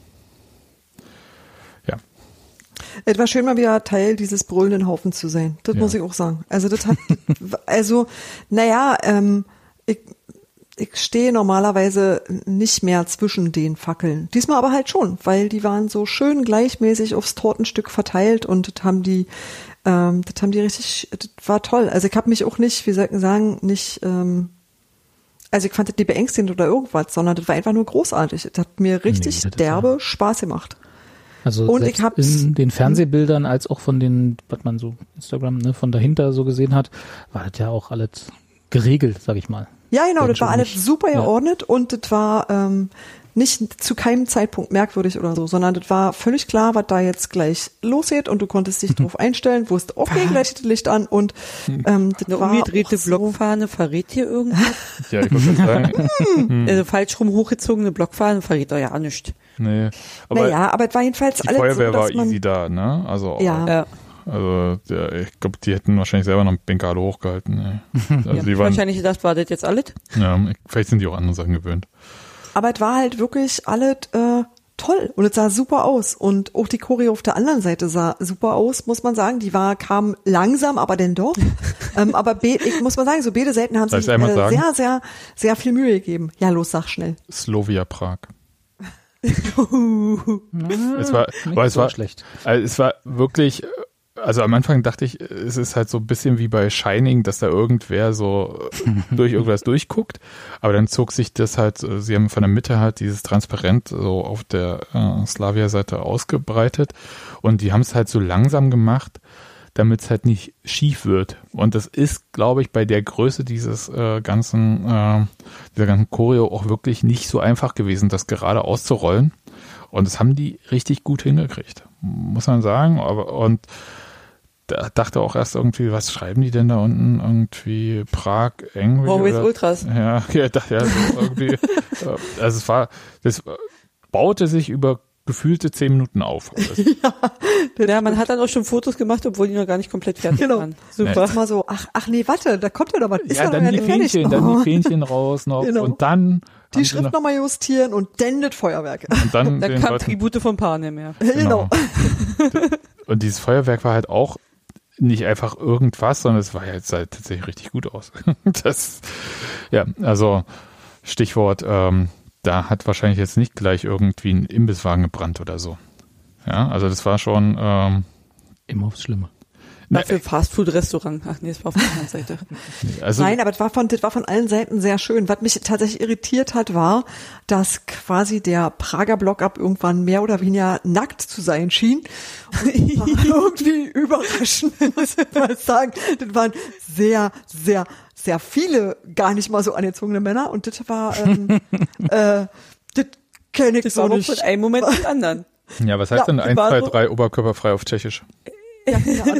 Speaker 1: Ja.
Speaker 2: Es war schön, mal wieder Teil dieses brüllenden Haufens zu sein. Das ja. muss ich auch sagen. Also das hat, also, naja, ähm, ich, ich stehe normalerweise nicht mehr zwischen den Fackeln. Diesmal aber halt schon, weil die waren so schön gleichmäßig aufs Tortenstück verteilt und das haben die, ähm, das haben die richtig, das war toll. Also ich habe mich auch nicht, wie soll ich sagen, nicht, ähm, also ich fand das nicht beängstigend oder irgendwas, sondern das war einfach nur großartig. Das hat mir richtig nee, derbe ja. Spaß gemacht.
Speaker 4: Also und ich hab's, in den Fernsehbildern als auch von den, was man so Instagram, ne, von dahinter so gesehen hat, war das ja auch alles geregelt, sag ich mal.
Speaker 2: Ja, genau, das war alles super geordnet ja. und das war ähm, nicht zu keinem Zeitpunkt merkwürdig oder so, sondern das war völlig klar, was da jetzt gleich losgeht und du konntest dich drauf einstellen, wusst, okay, gleich das Licht an und ähm, das
Speaker 3: eine
Speaker 2: war
Speaker 3: umgedrehte Blockfahne verrät hier irgendwas?
Speaker 1: Ja, ich wollte sagen.
Speaker 3: Also falsch rum hochgezogene Blockfahne verrät doch ja nichts.
Speaker 1: Nee, aber
Speaker 2: naja, aber es war jedenfalls
Speaker 1: die
Speaker 2: alles
Speaker 1: Feuerwehr
Speaker 2: so, dass
Speaker 1: war
Speaker 2: man,
Speaker 1: easy da, ne? Also
Speaker 2: ja.
Speaker 3: ja.
Speaker 1: Also ja, ich glaube, die hätten wahrscheinlich selber noch einen Bengale hochgehalten. Ey. Also
Speaker 3: ja,
Speaker 1: die waren,
Speaker 3: wahrscheinlich gedacht, war das jetzt alles?
Speaker 1: Ja, vielleicht sind die auch andere Sachen gewöhnt.
Speaker 2: Aber es war halt wirklich alles äh, toll und es sah super aus und auch die Choreo auf der anderen Seite sah super aus, muss man sagen. Die war kam langsam, aber denn doch. ähm, aber be- ich muss mal sagen, so beide Seiten haben sich äh, sehr, sehr, sehr viel Mühe gegeben. Ja, los, sag schnell.
Speaker 1: Slavia Prag.
Speaker 4: Na,
Speaker 1: es war, aber es
Speaker 4: so
Speaker 1: war
Speaker 4: schlecht.
Speaker 1: Also es war wirklich. Also am Anfang dachte ich, es ist halt so ein bisschen wie bei Shining, dass da irgendwer so durch irgendwas durchguckt. Aber dann zog sich das halt, sie haben von der Mitte halt dieses Transparent so auf der äh, Slavia-Seite ausgebreitet. Und die haben es halt so langsam gemacht, damit es halt nicht schief wird. Und das ist, glaube ich, bei der Größe dieses äh, ganzen, äh, dieser ganzen Choreo auch wirklich nicht so einfach gewesen, das gerade auszurollen. Und das haben die richtig gut hingekriegt, muss man sagen. Aber und da dachte auch erst irgendwie, was schreiben die denn da unten? Irgendwie Prag, Angry?
Speaker 3: Always Ultras.
Speaker 1: Ja, ja, dachte ja, so irgendwie. Also es war, das baute sich über gefühlte zehn Minuten auf.
Speaker 3: ja, ja, man hat dann auch schon Fotos gemacht, obwohl die noch gar nicht komplett fertig
Speaker 2: genau.
Speaker 3: waren.
Speaker 2: Super. Nee. Mal so, ach, ach nee, warte, da kommt ja noch was. Ist
Speaker 1: ja,
Speaker 2: ja
Speaker 1: dann
Speaker 2: noch
Speaker 1: die Fähnchen,
Speaker 2: oh.
Speaker 1: dann die Fähnchen raus noch genau. und dann
Speaker 2: die Schrift nochmal justieren und dann das Feuerwerk.
Speaker 1: Und dann,
Speaker 3: dann kam Tribute von Panem mehr.
Speaker 2: Genau.
Speaker 1: Und dieses Feuerwerk war halt auch nicht einfach irgendwas, sondern es war jetzt halt tatsächlich richtig gut aus. Das, ja, also Stichwort, ähm, da hat wahrscheinlich jetzt nicht gleich irgendwie ein Imbisswagen gebrannt oder so. Ja, also das war schon ähm,
Speaker 4: immer aufs Schlimme.
Speaker 3: Na, für Fastfood-Restaurant. Ach nee, das war auf der anderen Seite.
Speaker 1: Also,
Speaker 2: Nein, aber das war von, das war von allen Seiten sehr schön. Was mich tatsächlich irritiert hat, war, dass quasi der Prager Block-Up irgendwann mehr oder weniger nackt zu sein schien. Und das war irgendwie überraschend, muss ich mal sagen. Das waren sehr, sehr, sehr viele gar nicht mal so angezogene Männer. Und das war, ähm, äh, das kenne ich
Speaker 3: das
Speaker 2: so
Speaker 3: war
Speaker 2: nicht.
Speaker 3: Von einem Moment zum anderen.
Speaker 1: Ja, was heißt ja, denn eins, zwei, drei oberkörperfrei auf Tschechisch?
Speaker 2: Ja, keine Ahnung.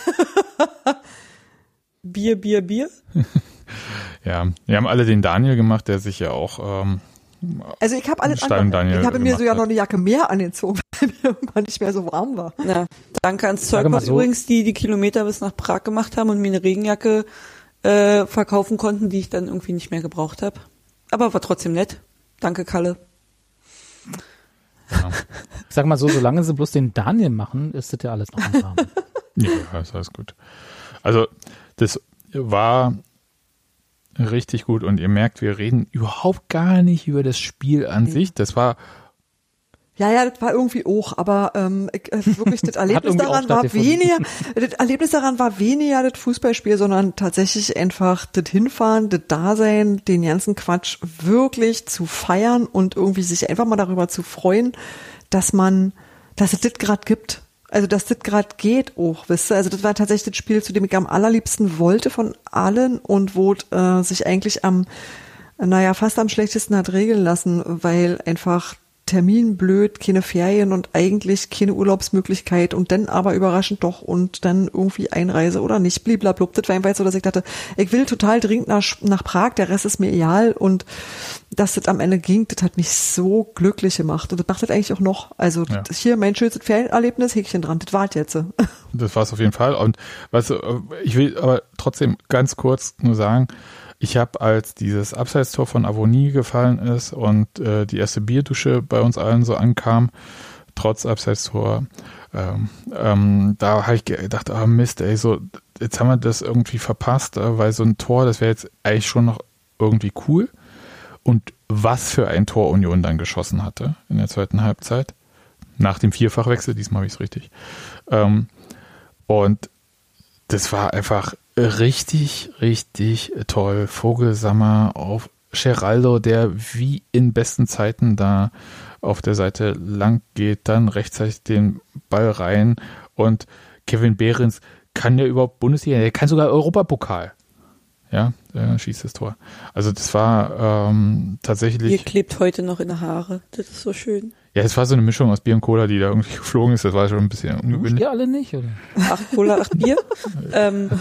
Speaker 3: Bier, Bier, Bier?
Speaker 1: Ja, wir haben alle den Daniel gemacht, der sich ja auch ähm,
Speaker 2: also ich habe alles andere. Ich habe mir so ja noch eine Jacke mehr angezogen, weil mir irgendwann nicht mehr so warm war.
Speaker 3: Ja, danke ans Zeughaus so. Übrigens, die die Kilometer bis nach Prag gemacht haben und mir eine Regenjacke äh, verkaufen konnten, die ich dann irgendwie nicht mehr gebraucht habe. Aber war trotzdem nett. Danke, Kalle.
Speaker 4: Ja. Ich sag mal so, solange sie bloß den Daniel machen, ist das ja alles noch im Rahmen.
Speaker 1: Ja, das ist alles gut. Also das war richtig gut und ihr merkt, wir reden überhaupt gar nicht über das Spiel an ja. sich. Das war
Speaker 2: Ja, ja, das war irgendwie auch, aber ähm, wirklich das Erlebnis daran war weniger, das Erlebnis daran war weniger das Fußballspiel, sondern tatsächlich einfach das Hinfahren, das Dasein, den ganzen Quatsch wirklich zu feiern und irgendwie sich einfach mal darüber zu freuen, dass man, dass es das gerade gibt. Also, dass das gerade geht auch, wisst ihr? Also, das war tatsächlich das Spiel, zu dem ich am allerliebsten wollte von allen und wo äh, sich eigentlich am, naja, fast am schlechtesten hat regeln lassen, weil einfach Termin blöd, keine Ferien und eigentlich keine Urlaubsmöglichkeit und dann aber überraschend doch und dann irgendwie Einreise oder nicht, bliblablub. Das war einfach so, dass ich dachte, ich will total dringend nach, nach Prag, der Rest ist mir egal und dass das am Ende ging, das hat mich so glücklich gemacht und das macht das eigentlich auch noch. Also
Speaker 1: Ja.
Speaker 2: das hier mein schönstes Ferienerlebnis, Häkchen dran, das war es jetzt.
Speaker 1: Das war es auf jeden Fall. Und weißt du, ich will aber trotzdem ganz kurz nur sagen, ich habe, als dieses Abseitstor von Avonie gefallen ist und äh, die erste Bierdusche bei uns allen so ankam, trotz Abseitstor, ähm, ähm, da habe ich gedacht, ah Mist, ey, so jetzt haben wir das irgendwie verpasst, äh, weil so ein Tor, das wäre jetzt eigentlich schon noch irgendwie cool. Und was für ein Tor Union dann geschossen hatte in der zweiten Halbzeit, nach dem Vierfachwechsel, diesmal habe ich es richtig. Ähm, und das war einfach richtig, richtig toll. Vogelsammer auf Geraldo, der wie in besten Zeiten da auf der Seite lang geht, dann rechtzeitig den Ball rein und Kevin Behrens kann ja überhaupt Bundesliga, der kann sogar Europapokal. Ja, er schießt das Tor. Also das war ähm, tatsächlich...
Speaker 3: Ihr klebt heute noch in der Haare. Das ist so schön.
Speaker 1: Ja, es war so eine Mischung aus Bier und Cola, die da irgendwie geflogen ist. Das war schon ein bisschen ungewöhnlich.
Speaker 4: Ihr alle nicht, oder?
Speaker 3: Acht Cola, acht Bier. ähm,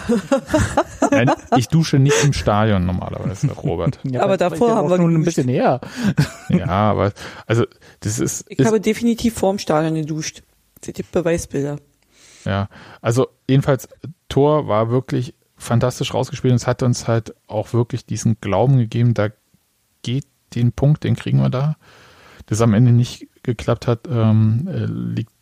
Speaker 1: Nein, ich dusche nicht im Stadion normalerweise, Robert.
Speaker 4: Ja,
Speaker 3: Aber davor
Speaker 4: ja
Speaker 3: haben
Speaker 4: auch
Speaker 3: wir
Speaker 4: schon ein
Speaker 3: geduscht.
Speaker 4: bisschen her.
Speaker 1: Ja, aber also das ist...
Speaker 3: Ich
Speaker 1: ist
Speaker 3: habe definitiv vorm Stadion geduscht. Seht ihr Beweisbilder.
Speaker 1: Ja, also jedenfalls, Tor war wirklich fantastisch rausgespielt und es hat uns halt auch wirklich diesen Glauben gegeben, da geht den Punkt, den kriegen wir da. Das am Ende nicht geklappt hat, ähm, äh, liegt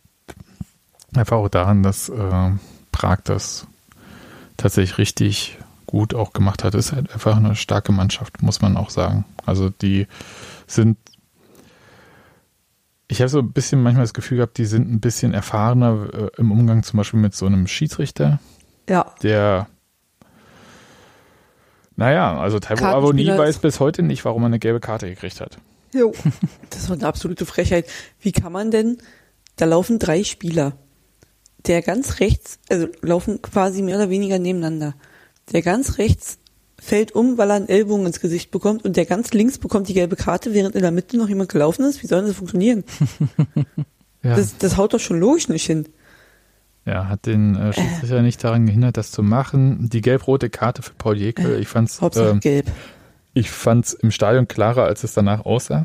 Speaker 1: einfach auch daran, dass äh, Prag das tatsächlich richtig gut auch gemacht hat. Ist halt einfach eine starke Mannschaft, muss man auch sagen. Also die sind, ich habe so ein bisschen manchmal das Gefühl gehabt, die sind ein bisschen erfahrener äh, im Umgang zum Beispiel mit so einem Schiedsrichter,
Speaker 2: Ja.
Speaker 1: der naja, also Taiwo
Speaker 3: Kartenspieler
Speaker 1: Avonie
Speaker 3: ist-
Speaker 1: weiß bis heute nicht, warum er eine gelbe Karte gekriegt hat.
Speaker 2: Jo.
Speaker 3: Das war eine absolute Frechheit. Wie kann man denn, da laufen drei Spieler. Der ganz rechts, also laufen quasi mehr oder weniger nebeneinander. Der ganz rechts fällt um, weil er einen Ellbogen ins Gesicht bekommt und der ganz links bekommt die gelbe Karte, während in der Mitte noch jemand gelaufen ist. Wie soll das funktionieren?
Speaker 1: Ja,
Speaker 3: Das, das haut doch schon logisch nicht hin.
Speaker 1: ja hat den äh, Schiedsrichter nicht daran gehindert, das zu machen. Die gelb-rote Karte für Paul Jekyll, ich fand's,
Speaker 3: Hauptsache
Speaker 1: ähm,
Speaker 3: gelb.
Speaker 1: ich fand's im Stadion klarer, als es danach aussah.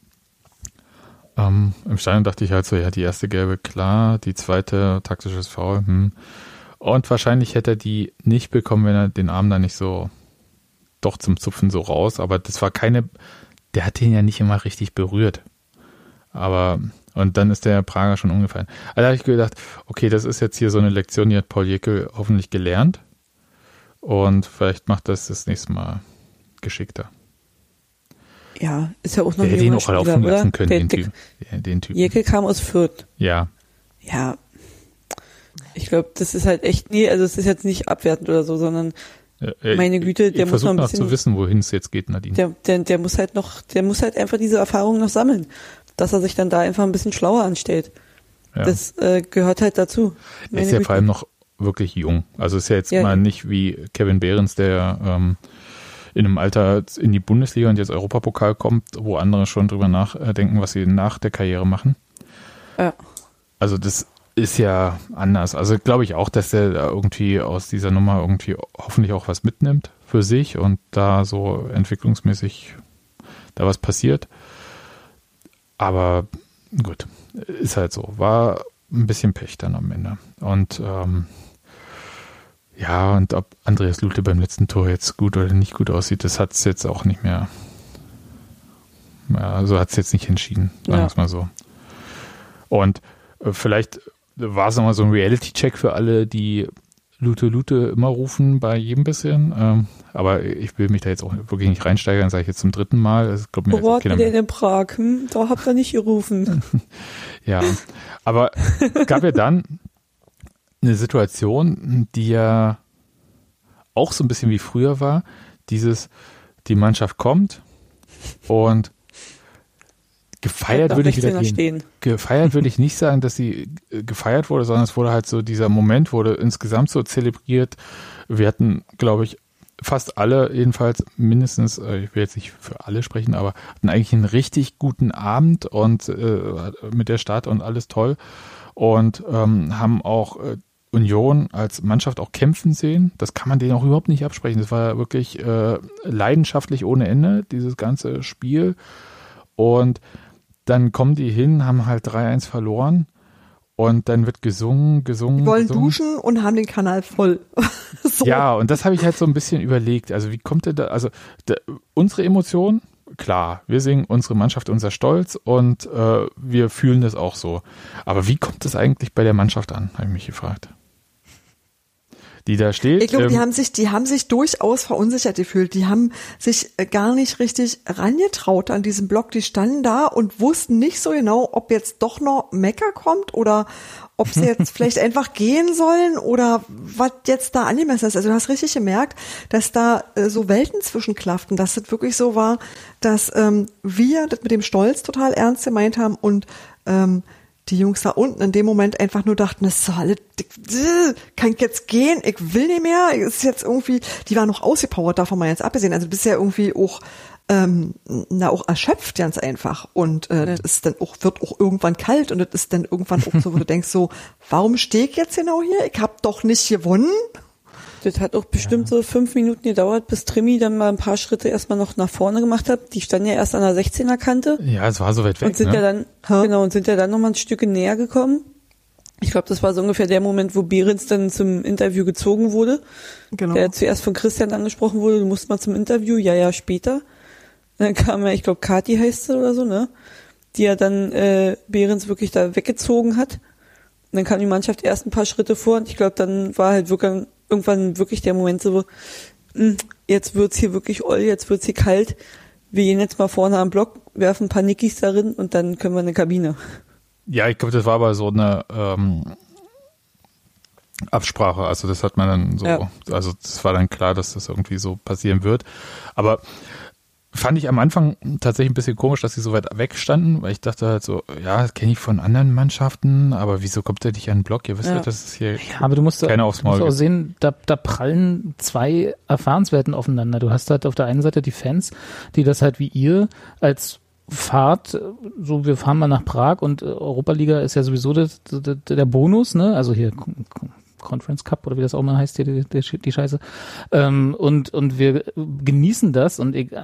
Speaker 1: Ähm, Im Stadion dachte ich halt so, ja, die erste gelbe klar, die zweite taktisches Foul. Hm. Und wahrscheinlich hätte er die nicht bekommen, wenn er den Arm da nicht so doch zum Zupfen so raus. Aber das war keine, der hat den ja nicht immer richtig berührt. Aber, und dann ist der Prager schon umgefallen. Also da habe ich gedacht, okay, das ist jetzt hier so eine Lektion, die hat Paul Jekyll hoffentlich gelernt. Und vielleicht macht das das nächste Mal geschickter.
Speaker 3: Ja, ist ja auch noch
Speaker 1: Der
Speaker 3: ein
Speaker 1: hätte ihn
Speaker 3: junger
Speaker 1: auch
Speaker 3: Spieler,
Speaker 1: laufen
Speaker 3: oder?
Speaker 1: lassen können,
Speaker 3: Der,
Speaker 1: den
Speaker 3: der,
Speaker 1: Typen. Ja, den Typen.
Speaker 3: Jekyll kam aus Fürth.
Speaker 1: Ja,
Speaker 3: Ja, ich glaube, das ist halt echt, nee, also es ist jetzt nicht abwertend oder so, sondern
Speaker 1: Äh,
Speaker 3: Meine Güte, der
Speaker 1: ich
Speaker 3: muss noch ein
Speaker 1: noch
Speaker 3: bisschen-
Speaker 1: zu wissen, wohin es jetzt geht, Nadine.
Speaker 3: der, der, der muss halt noch, der muss halt einfach diese Erfahrung noch sammeln, dass er sich dann da einfach ein bisschen schlauer anstellt.
Speaker 1: ja.
Speaker 3: Das äh, gehört halt dazu.
Speaker 1: Er
Speaker 3: Meine
Speaker 1: ist ja
Speaker 3: Güte.
Speaker 1: vor allem noch wirklich jung. Also ist ja jetzt
Speaker 3: Ja.
Speaker 1: mal nicht wie Kevin Behrens, der ähm, in einem Alter in die Bundesliga und jetzt Europapokal kommt, wo andere schon drüber nachdenken, was sie nach der Karriere machen.
Speaker 3: Ja.
Speaker 1: Also das ist ja anders. Also glaube ich auch, dass der da irgendwie aus dieser Nummer irgendwie hoffentlich auch was mitnimmt für sich und da so entwicklungsmäßig da was passiert. Aber gut, ist halt so. War ein bisschen Pech dann am Ende. Und ähm, ja, und ob Andreas Lute beim letzten Tor jetzt gut oder nicht gut aussieht, das hat es jetzt auch nicht mehr, ja, also hat es jetzt nicht entschieden, sagen wir
Speaker 3: Ja.
Speaker 1: es mal so. Und äh, vielleicht war es nochmal so ein Reality-Check für alle, die Lute Lute immer rufen bei jedem bisschen. Ähm, aber ich will mich da jetzt auch wirklich nicht reinsteigern, sage ich jetzt zum dritten Mal. Das glaubt mir jetzt
Speaker 3: Wo
Speaker 1: auch
Speaker 3: wart
Speaker 1: keiner
Speaker 3: ihr
Speaker 1: mehr.
Speaker 3: denn in Prag? Hm, da habt ihr nicht gerufen.
Speaker 1: Ja, aber es gab ja dann eine Situation, die ja auch so ein bisschen wie früher war. Dieses, die Mannschaft kommt und gefeiert würde ich wieder gehen.
Speaker 3: Stehen.
Speaker 1: Gefeiert würde ich nicht sagen, dass sie äh, gefeiert wurde, sondern es wurde halt so, dieser Moment wurde insgesamt so zelebriert. Wir hatten, glaube ich, fast alle, jedenfalls mindestens, äh, ich will jetzt nicht für alle sprechen, aber hatten eigentlich einen richtig guten Abend und äh, mit der Stadt und alles toll und ähm, haben auch äh, Union als Mannschaft auch kämpfen sehen. Das kann man denen auch überhaupt nicht absprechen. Das war wirklich äh, leidenschaftlich ohne Ende, dieses ganze Spiel. Und dann kommen die hin, haben halt drei eins verloren. Und dann wird gesungen, gesungen,
Speaker 2: Die wollen
Speaker 1: gesungen.
Speaker 2: duschen und haben den Kanal voll. So.
Speaker 1: Ja, und das habe ich halt so ein bisschen überlegt. Also wie kommt denn da, also da, unsere Emotionen, klar, wir singen unsere Mannschaft, unser Stolz und äh, wir fühlen das auch so. Aber wie kommt das eigentlich bei der Mannschaft an, habe ich mich gefragt. Die da steht.
Speaker 2: Ich glaube,
Speaker 1: ähm,
Speaker 2: die haben sich, die haben sich durchaus verunsichert gefühlt. Die haben sich äh, gar nicht richtig rangetraut an diesem Block. Die standen da und wussten nicht so genau, ob jetzt doch noch Mecker kommt oder ob sie jetzt vielleicht einfach gehen sollen oder was jetzt da angemessen ist. Also du hast richtig gemerkt, dass da äh, so Welten zwischenklafften, dass das wirklich so war, dass ähm, wir das mit dem Stolz total ernst gemeint haben und ähm, die Jungs da unten in dem Moment einfach nur dachten, das ist alles, kann ich jetzt gehen, ich will nicht mehr, ist jetzt irgendwie, die waren noch ausgepowert, davon mal jetzt abgesehen, also du bist ja irgendwie auch, ähm, na auch erschöpft ganz einfach und äh, das ist dann auch, wird auch irgendwann kalt und das ist dann irgendwann auch so, wo du denkst so, warum stehe ich jetzt genau hier, ich habe doch nicht gewonnen.
Speaker 3: Das hat auch bestimmt ja. so fünf Minuten gedauert, bis Trimmi dann mal ein paar Schritte erstmal noch nach vorne gemacht hat. Die standen ja erst an der sechzehner Kante.
Speaker 1: Ja, es war so weit weg.
Speaker 3: Und sind
Speaker 1: ne?
Speaker 3: ja dann, ha? genau, und sind ja dann nochmal ein Stück näher gekommen. Ich glaube, das war so ungefähr der Moment, wo Behrens dann zum Interview gezogen wurde. Genau. Der zuerst von Christian angesprochen wurde, du musst mal zum Interview, ja, ja, später. Dann kam ja, ich glaube, Kathi heißt sie oder so, ne? Die ja dann äh, Behrens wirklich da weggezogen hat. Und dann kam die Mannschaft erst ein paar Schritte vor und ich glaube, dann war halt wirklich irgendwann wirklich der Moment so, jetzt wird's hier wirklich oll, jetzt wird's hier kalt. Wir gehen jetzt mal vorne am Block, werfen ein paar Nickis darin und dann können wir in eine Kabine.
Speaker 1: Ja, ich glaube, das war aber so eine ähm, Absprache. Also das hat man dann so, ja. also es war dann klar, dass das irgendwie so passieren wird. Aber fand ich am Anfang tatsächlich ein bisschen komisch, dass sie so weit wegstanden, weil ich dachte halt so, ja, das kenne ich von anderen Mannschaften, aber wieso kommt der nicht an den Block? Ihr wisst ja, dass es hier
Speaker 4: ja, aber du musst,
Speaker 1: keine aufs Maul
Speaker 4: musst auch sehen, da, da prallen zwei Erfahrenswerten aufeinander. Du hast halt auf der einen Seite die Fans, die das halt wie ihr als Fahrt, so wir fahren mal nach Prag und Europa-Liga ist ja sowieso das, der, der Bonus, ne? Also hier Conference Cup oder wie das auch mal heißt, hier die, die, die Scheiße. Ähm, und und wir genießen das und ich, äh,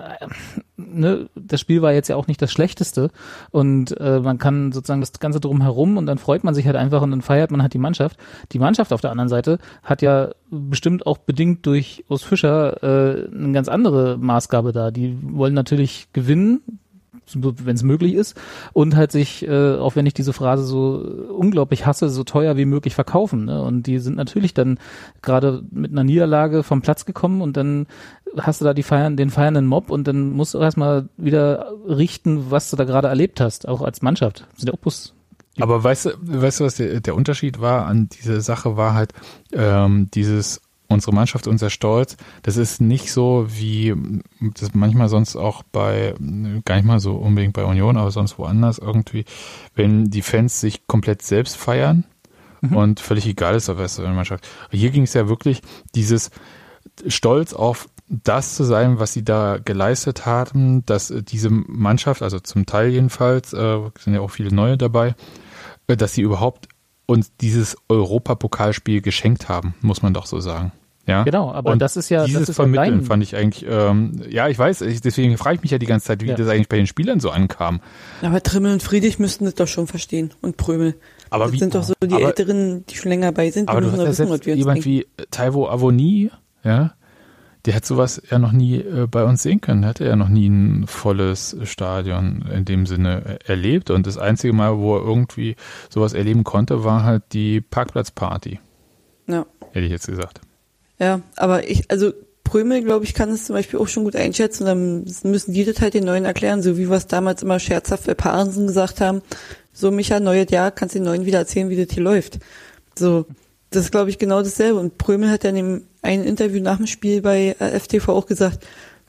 Speaker 4: ne, das Spiel war jetzt ja auch nicht das Schlechteste und äh, man kann sozusagen das Ganze drumherum und dann freut man sich halt einfach und dann feiert man halt die Mannschaft. Die Mannschaft auf der anderen Seite hat ja bestimmt auch bedingt durch Urs Fischer äh, eine ganz andere Maßgabe da. Die wollen natürlich gewinnen, wenn es möglich ist, und halt sich, äh, auch wenn ich diese Phrase so unglaublich hasse, so teuer wie möglich verkaufen. Ne? Und die sind natürlich dann gerade mit einer Niederlage vom Platz gekommen und dann hast du da die feiern, den feiernden Mob und dann musst du erstmal wieder richten, was du da gerade erlebt hast, auch als Mannschaft. Das sind ja auch Bus.
Speaker 1: Aber weißt du, weißt du, was der, der Unterschied war an dieser Sache, war halt ähm, dieses unsere Mannschaft, unser Stolz, das ist nicht so, wie das manchmal sonst auch bei, gar nicht mal so unbedingt bei Union, aber sonst woanders irgendwie, wenn die Fans sich komplett selbst feiern mhm. und völlig egal ist, was für eine Mannschaft. Hier ging es ja wirklich dieses Stolz auf das zu sein, was sie da geleistet haben, dass diese Mannschaft, also zum Teil jedenfalls, äh, sind ja auch viele neue dabei, äh, dass sie überhaupt uns dieses Europapokalspiel geschenkt haben, muss man doch so sagen. Ja?
Speaker 4: Genau, aber
Speaker 1: und
Speaker 4: das ist ja
Speaker 1: dieses
Speaker 4: das ist
Speaker 1: Vermitteln
Speaker 4: ja
Speaker 1: fand ich eigentlich, ähm, ja, ich weiß, ich, deswegen frage ich mich ja die ganze Zeit, wie ja. das eigentlich bei den Spielern so ankam.
Speaker 3: Aber Trimmel und Friedrich müssten das doch schon verstehen und Prömel.
Speaker 1: Aber
Speaker 3: das
Speaker 1: wie,
Speaker 3: sind doch so die
Speaker 1: aber,
Speaker 3: Älteren, die schon länger bei sind. Die
Speaker 1: aber du hast ja
Speaker 3: wissen,
Speaker 1: selbst jemand wie Taiwo Avoni, ja, der hat sowas ja noch nie äh, bei uns sehen können. Er hatte ja noch nie ein volles Stadion in dem Sinne erlebt. Und das einzige Mal, wo er irgendwie sowas erleben konnte, war halt die Parkplatzparty.
Speaker 3: Ja.
Speaker 1: Hätte ich jetzt gesagt.
Speaker 3: Ja, aber ich, also Prömel, glaube ich, kann es zum Beispiel auch schon gut einschätzen. Dann müssen die das halt den Neuen erklären, so wie wir es damals immer scherzhaft bei Parensen gesagt haben. So, Micha, neues Jahr, kannst den Neuen wieder erzählen, wie das hier läuft. So, das ist, glaube ich, genau dasselbe. Und Prömel hat ja in dem einen Interview nach dem Spiel bei F T V auch gesagt,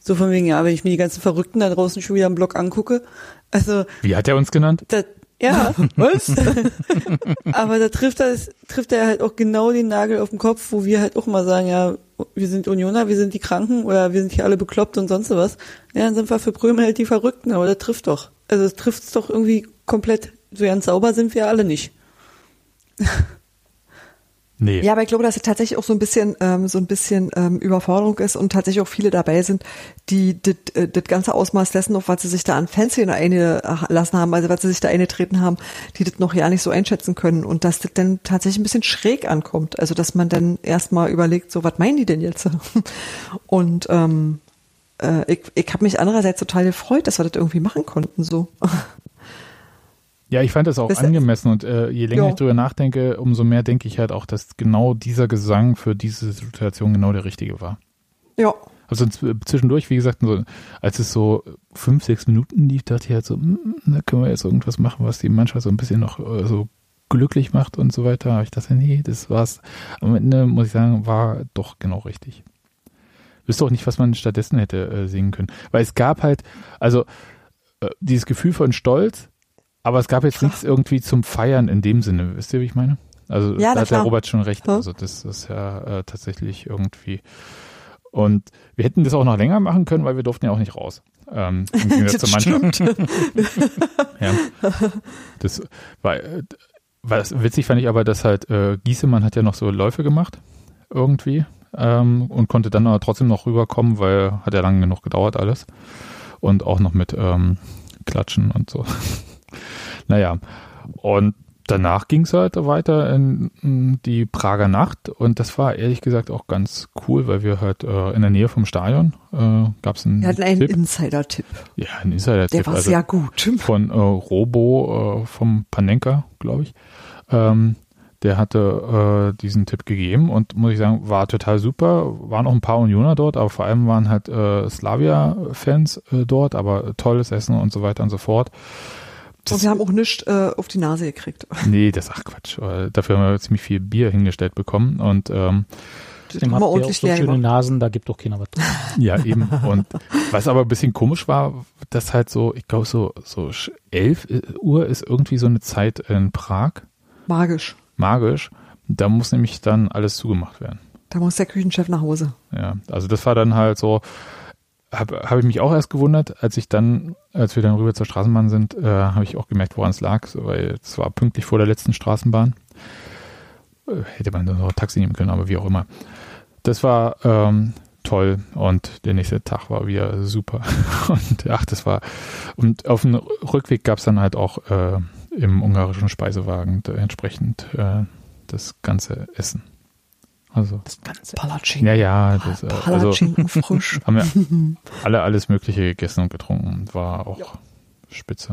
Speaker 3: So von wegen, ja, wenn ich mir die ganzen Verrückten da draußen schon wieder im Block angucke. Also.
Speaker 1: Wie hat er uns genannt?
Speaker 3: Das, ja. Was? Aber da trifft er, trifft er halt auch genau den Nagel auf den Kopf, wo wir halt auch mal sagen, ja, wir sind Unioner, wir sind die Kranken oder wir sind hier alle bekloppt und sonst was. Ja, dann sind wir für Prömel halt die Verrückten, aber das trifft doch. Also das trifft es doch irgendwie komplett. So ganz sauber sind wir alle nicht.
Speaker 1: Nee.
Speaker 2: Ja, aber ich glaube, dass es tatsächlich auch so ein bisschen ähm, so ein bisschen ähm, Überforderung ist und tatsächlich auch viele dabei sind, die das äh, das ganze Ausmaß dessen, auf was sie sich da an Fanszene eingelassen haben, also was sie sich da eingetreten haben, die das noch ja nicht so einschätzen können und dass das dann tatsächlich ein bisschen schräg ankommt. Also dass man dann erstmal überlegt, so was meinen die denn jetzt? Und ähm, äh, ich, ich habe mich andererseits total gefreut, dass wir das irgendwie machen konnten so.
Speaker 1: Ja, ich fand das auch
Speaker 2: das
Speaker 1: angemessen und äh, je länger
Speaker 2: ja.
Speaker 1: ich drüber nachdenke, umso mehr denke ich halt auch, dass genau dieser Gesang für diese Situation genau der richtige war.
Speaker 2: Ja.
Speaker 1: Also zwischendurch, wie gesagt, so, als es so fünf, sechs Minuten lief, dachte ich halt so, mm, da können wir jetzt irgendwas machen, was die Mannschaft so ein bisschen noch äh, so glücklich macht und so weiter. Aber ich dachte, nee, das war's. Am Ende, muss ich sagen, war doch genau richtig. Ich wüsste auch nicht, was man stattdessen hätte äh, singen können. Weil es gab halt, also äh, dieses Gefühl von Stolz, aber es gab jetzt nichts irgendwie zum Feiern in dem Sinne. Wisst ihr, wie ich meine? Also
Speaker 2: ja,
Speaker 1: da hat
Speaker 2: klar.
Speaker 1: der Robert schon recht.
Speaker 2: Ja.
Speaker 1: Also das ist ja äh, tatsächlich irgendwie. Und wir hätten das auch noch länger machen können, weil wir durften ja auch nicht raus. Ähm, im Gegensatz zur Mannschaft. Ja. Das war, war witzig, fand ich aber, dass halt äh, Giesemann hat ja noch so Läufe gemacht irgendwie ähm, und konnte dann aber trotzdem noch rüberkommen, weil hat ja lange genug gedauert alles. Und auch noch mit ähm, Klatschen und so. Naja, und danach ging es halt weiter in, in die Prager Nacht und das war ehrlich gesagt auch ganz cool, weil wir halt äh, in der Nähe vom Stadion äh, gab es einen
Speaker 2: Wir hatten einen
Speaker 1: Tipp.
Speaker 2: Insider-Tipp.
Speaker 1: Ja, ein Insider-Tipp.
Speaker 2: Der war
Speaker 1: also
Speaker 2: sehr gut.
Speaker 1: Von äh, Robo äh, vom Panenka, glaube ich. Ähm, der hatte äh, diesen Tipp gegeben und muss ich sagen, war total super. Waren auch ein paar Unioner dort, aber vor allem waren halt äh, Slavia-Fans äh, dort, aber tolles Essen und so weiter und so fort. Das,
Speaker 2: und wir haben auch nichts äh, auf die Nase gekriegt.
Speaker 1: Nee, das ach Quatsch. Dafür haben wir ziemlich viel Bier hingestellt bekommen und ähm,
Speaker 4: Dem habt ihr auch so schöne Nasen, da gibt doch keiner was drin.
Speaker 1: Ja, eben. Und was aber ein bisschen komisch war, dass halt so, ich glaube so so elf Uhr ist irgendwie so eine Zeit in Prag.
Speaker 2: Magisch.
Speaker 1: Magisch. Da muss nämlich dann alles zugemacht werden.
Speaker 2: Da muss der Küchenchef nach Hause.
Speaker 1: Ja, also das war dann halt so, habe hab ich mich auch erst gewundert, als ich dann, als wir dann rüber zur Straßenbahn sind, äh, habe ich auch gemerkt, woran es lag, so, weil es war pünktlich vor der letzten Straßenbahn. Äh, hätte man dann noch ein Taxi nehmen können, aber wie auch immer. Das war ähm, toll und der nächste Tag war wieder super. Und ach, das war, und auf dem Rückweg gab es dann halt auch äh, im ungarischen Speisewagen entsprechend äh, das ganze Essen. Also
Speaker 2: das ganze Palatschinken.
Speaker 1: Ja, ja, das, äh,
Speaker 2: Palatschinken
Speaker 1: also,
Speaker 2: frisch.
Speaker 1: Haben wir alle alles Mögliche gegessen und getrunken. War auch ja. spitze.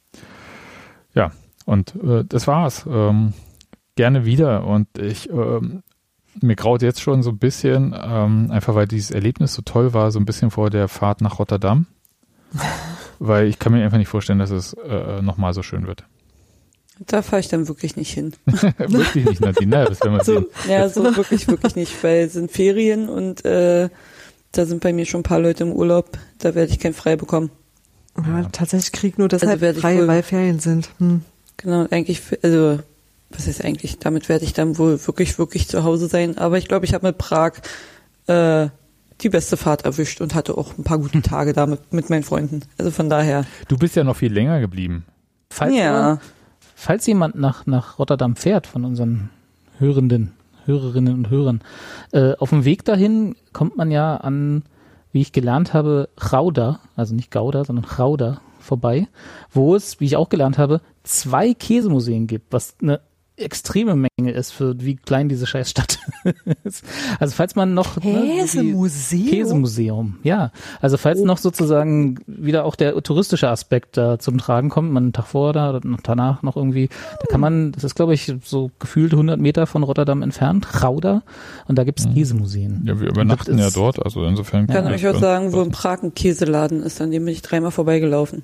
Speaker 1: Ja, und äh, das war's. Ähm, gerne wieder. Und ich ähm, mir graut jetzt schon so ein bisschen, ähm, einfach weil dieses Erlebnis so toll war, so ein bisschen vor der Fahrt nach Rotterdam. Weil ich kann mir einfach nicht vorstellen, dass es äh, nochmal so schön wird.
Speaker 3: Da fahre ich dann wirklich nicht hin.
Speaker 1: Wirklich nicht, Nadine, naja, das werden wir
Speaker 3: so,
Speaker 1: sehen.
Speaker 3: Ja, so wirklich, wirklich nicht, weil es sind Ferien und äh, da sind bei mir schon ein paar Leute im Urlaub, da werde ich kein Frei bekommen.
Speaker 2: Ja, tatsächlich krieg ich nur deshalb
Speaker 3: also
Speaker 2: frei,
Speaker 3: wohl,
Speaker 2: weil Ferien sind. Hm.
Speaker 3: Genau, eigentlich, also was heißt eigentlich, damit werde ich dann wohl wirklich, wirklich zu Hause sein, aber ich glaube, ich habe mit Prag äh, die beste Fahrt erwischt und hatte auch ein paar gute Tage da mit, mit meinen Freunden, also von daher.
Speaker 1: Du bist ja noch viel länger geblieben.
Speaker 4: Falls
Speaker 3: ja.
Speaker 4: Du, falls jemand nach, nach Rotterdam fährt von unseren Hörenden, Hörerinnen und Hörern, äh, auf dem Weg dahin kommt man ja an, wie ich gelernt habe, Gouda, also nicht Gouda, sondern Gouda vorbei, wo es, wie ich auch gelernt habe, zwei Käsemuseen gibt, was eine extreme Menge ist, für wie klein diese Scheißstadt ist. Also falls man noch...
Speaker 2: Käsemuseum?
Speaker 4: Ne, Käsemuseum, ja. Also falls oh. noch sozusagen wieder auch der touristische Aspekt da zum Tragen kommt, man einen Tag vorher oder danach noch irgendwie, da kann man, das ist glaube ich so gefühlt hundert Meter von Rotterdam entfernt, Gouda, und da gibt es Käsemuseen.
Speaker 1: Ja, wir übernachten ja dort, also insofern...
Speaker 3: Ich kann
Speaker 1: ja,
Speaker 3: euch auch sagen, wo in Prag ein Käseladen ist, an dem bin ich dreimal vorbeigelaufen.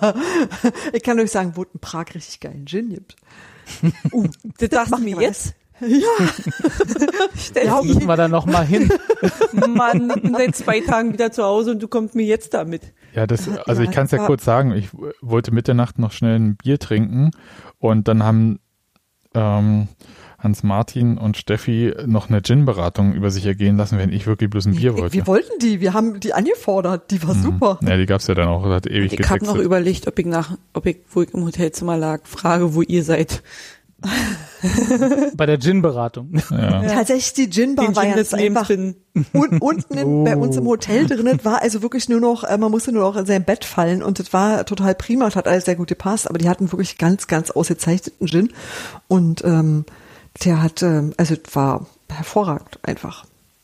Speaker 2: Ich kann euch sagen, wo in Prag richtig geilen Gin gibt.
Speaker 3: Uh, das, das sagst du mir jetzt?
Speaker 2: Ja.
Speaker 4: Jetzt müssen wir da noch mal hin.
Speaker 3: Mann, ich bin seit zwei Tagen wieder zu Hause und du kommst mir jetzt damit.
Speaker 1: Ja, das, also
Speaker 2: Ja,
Speaker 1: ich kann es ja
Speaker 2: das war-
Speaker 1: kurz sagen. Ich w- wollte Mitternacht noch schnell ein Bier trinken und dann haben ähm, Hans-Martin und Steffi noch eine Gin-Beratung über sich ergehen lassen, wenn ich wirklich bloß ein Bier wollte.
Speaker 2: Wir wollten die, wir haben die angefordert, die war super.
Speaker 1: Ja, die gab's ja dann auch, das hat ewig
Speaker 3: Ich habe noch
Speaker 1: getextet.
Speaker 3: überlegt, ob ich nach, ob ich, wo ich im Hotelzimmer lag, frage, wo ihr seid.
Speaker 4: Bei der Gin-Beratung.
Speaker 1: Ja.
Speaker 2: Tatsächlich, die Gin-Bar
Speaker 3: Den
Speaker 2: war
Speaker 3: Gin
Speaker 2: ja
Speaker 3: des
Speaker 2: jetzt
Speaker 3: Lebens
Speaker 2: einfach
Speaker 3: finden.
Speaker 2: un, unten in, bei uns im Hotel drin. Das war also wirklich nur noch, äh, man musste nur noch in sein Bett fallen und das war total prima, das hat alles sehr gut gepasst, aber die hatten wirklich ganz, ganz ausgezeichneten Gin und ähm, der hat, ähm, also das war hervorragend einfach.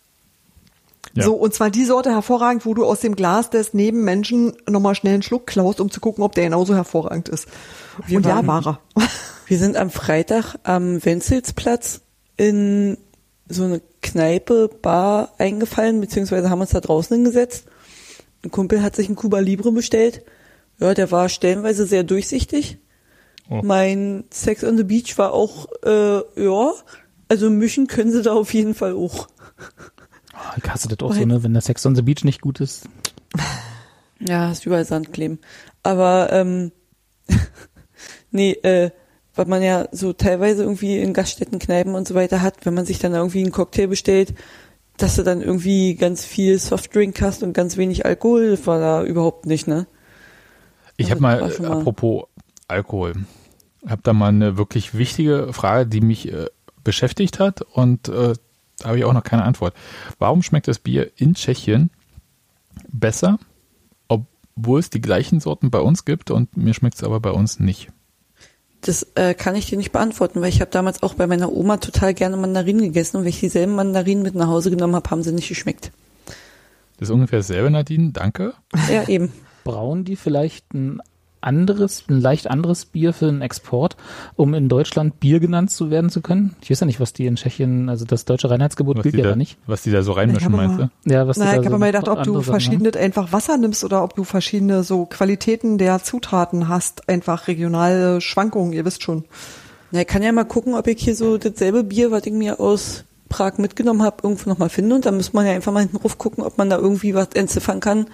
Speaker 1: Ja.
Speaker 2: So, und zwar die Sorte hervorragend, wo du aus dem Glas des Nebenmenschen nochmal schnell einen Schluck klaust, um zu gucken, ob der genauso hervorragend ist.
Speaker 3: Wir
Speaker 2: und ja,
Speaker 3: waren-
Speaker 2: war er.
Speaker 3: Wir sind am Freitag am Wenzelsplatz in so eine Kneipe, Bar eingefallen, beziehungsweise haben uns da draußen hingesetzt. Ein Kumpel hat sich einen Cuba Libre bestellt. Ja, der war stellenweise sehr durchsichtig.
Speaker 1: Oh.
Speaker 3: Mein Sex on the Beach war auch, äh, ja, also mischen können sie da auf jeden Fall auch.
Speaker 4: Ich hasse das auch so, ne, wenn der Sex on the Beach nicht gut ist.
Speaker 3: Ja, hast überall Sand kleben. Aber, ähm, nee, äh, was man ja so teilweise irgendwie in Gaststätten, Kneipen und so weiter hat, wenn man sich dann irgendwie einen Cocktail bestellt, dass du dann irgendwie ganz viel Softdrink hast und ganz wenig Alkohol, das war da überhaupt nicht, ne?
Speaker 1: Ich
Speaker 3: Also,
Speaker 1: habe mal,
Speaker 3: war schon
Speaker 1: äh,
Speaker 3: mal-
Speaker 1: apropos Alkohol, habe da mal eine wirklich wichtige Frage, die mich äh, beschäftigt hat und äh, da habe ich auch noch keine Antwort. Warum schmeckt das Bier in Tschechien besser, obwohl es die gleichen Sorten bei uns gibt und mir schmeckt es aber bei uns nicht?
Speaker 3: Das äh, kann ich dir nicht beantworten, weil ich habe damals auch bei meiner Oma total gerne Mandarinen gegessen und wenn ich dieselben Mandarinen mit nach Hause genommen habe, haben sie nicht geschmeckt.
Speaker 1: Das ist ungefähr dasselbe, Nadine, danke.
Speaker 3: Ja, eben.
Speaker 4: Brauen die vielleicht ein anderes, ein leicht anderes Bier für den Export, um in Deutschland Bier genannt zu werden zu können? Ich weiß ja nicht, was die in Tschechien, also das deutsche Reinheitsgebot
Speaker 1: Was
Speaker 4: gilt
Speaker 1: die,
Speaker 4: ja
Speaker 1: da,
Speaker 4: da nicht.
Speaker 1: was die da so reinmischen,
Speaker 2: Ich habe
Speaker 1: meinst du?
Speaker 4: Ja, was die
Speaker 2: Na,
Speaker 4: da
Speaker 2: ich habe
Speaker 4: so
Speaker 2: mal gedacht, ob du
Speaker 4: andere Sachen haben.
Speaker 2: verschiedene einfach Wasser nimmst oder ob du verschiedene so Qualitäten der Zutaten hast, einfach regionale Schwankungen, ihr wisst schon.
Speaker 3: Na, ich kann ja mal gucken, ob ich hier so dasselbe Bier, was ich mir aus Prag mitgenommen habe, irgendwo nochmal finde und dann muss man ja einfach mal hinten rauf gucken, ob man da irgendwie was entziffern kann.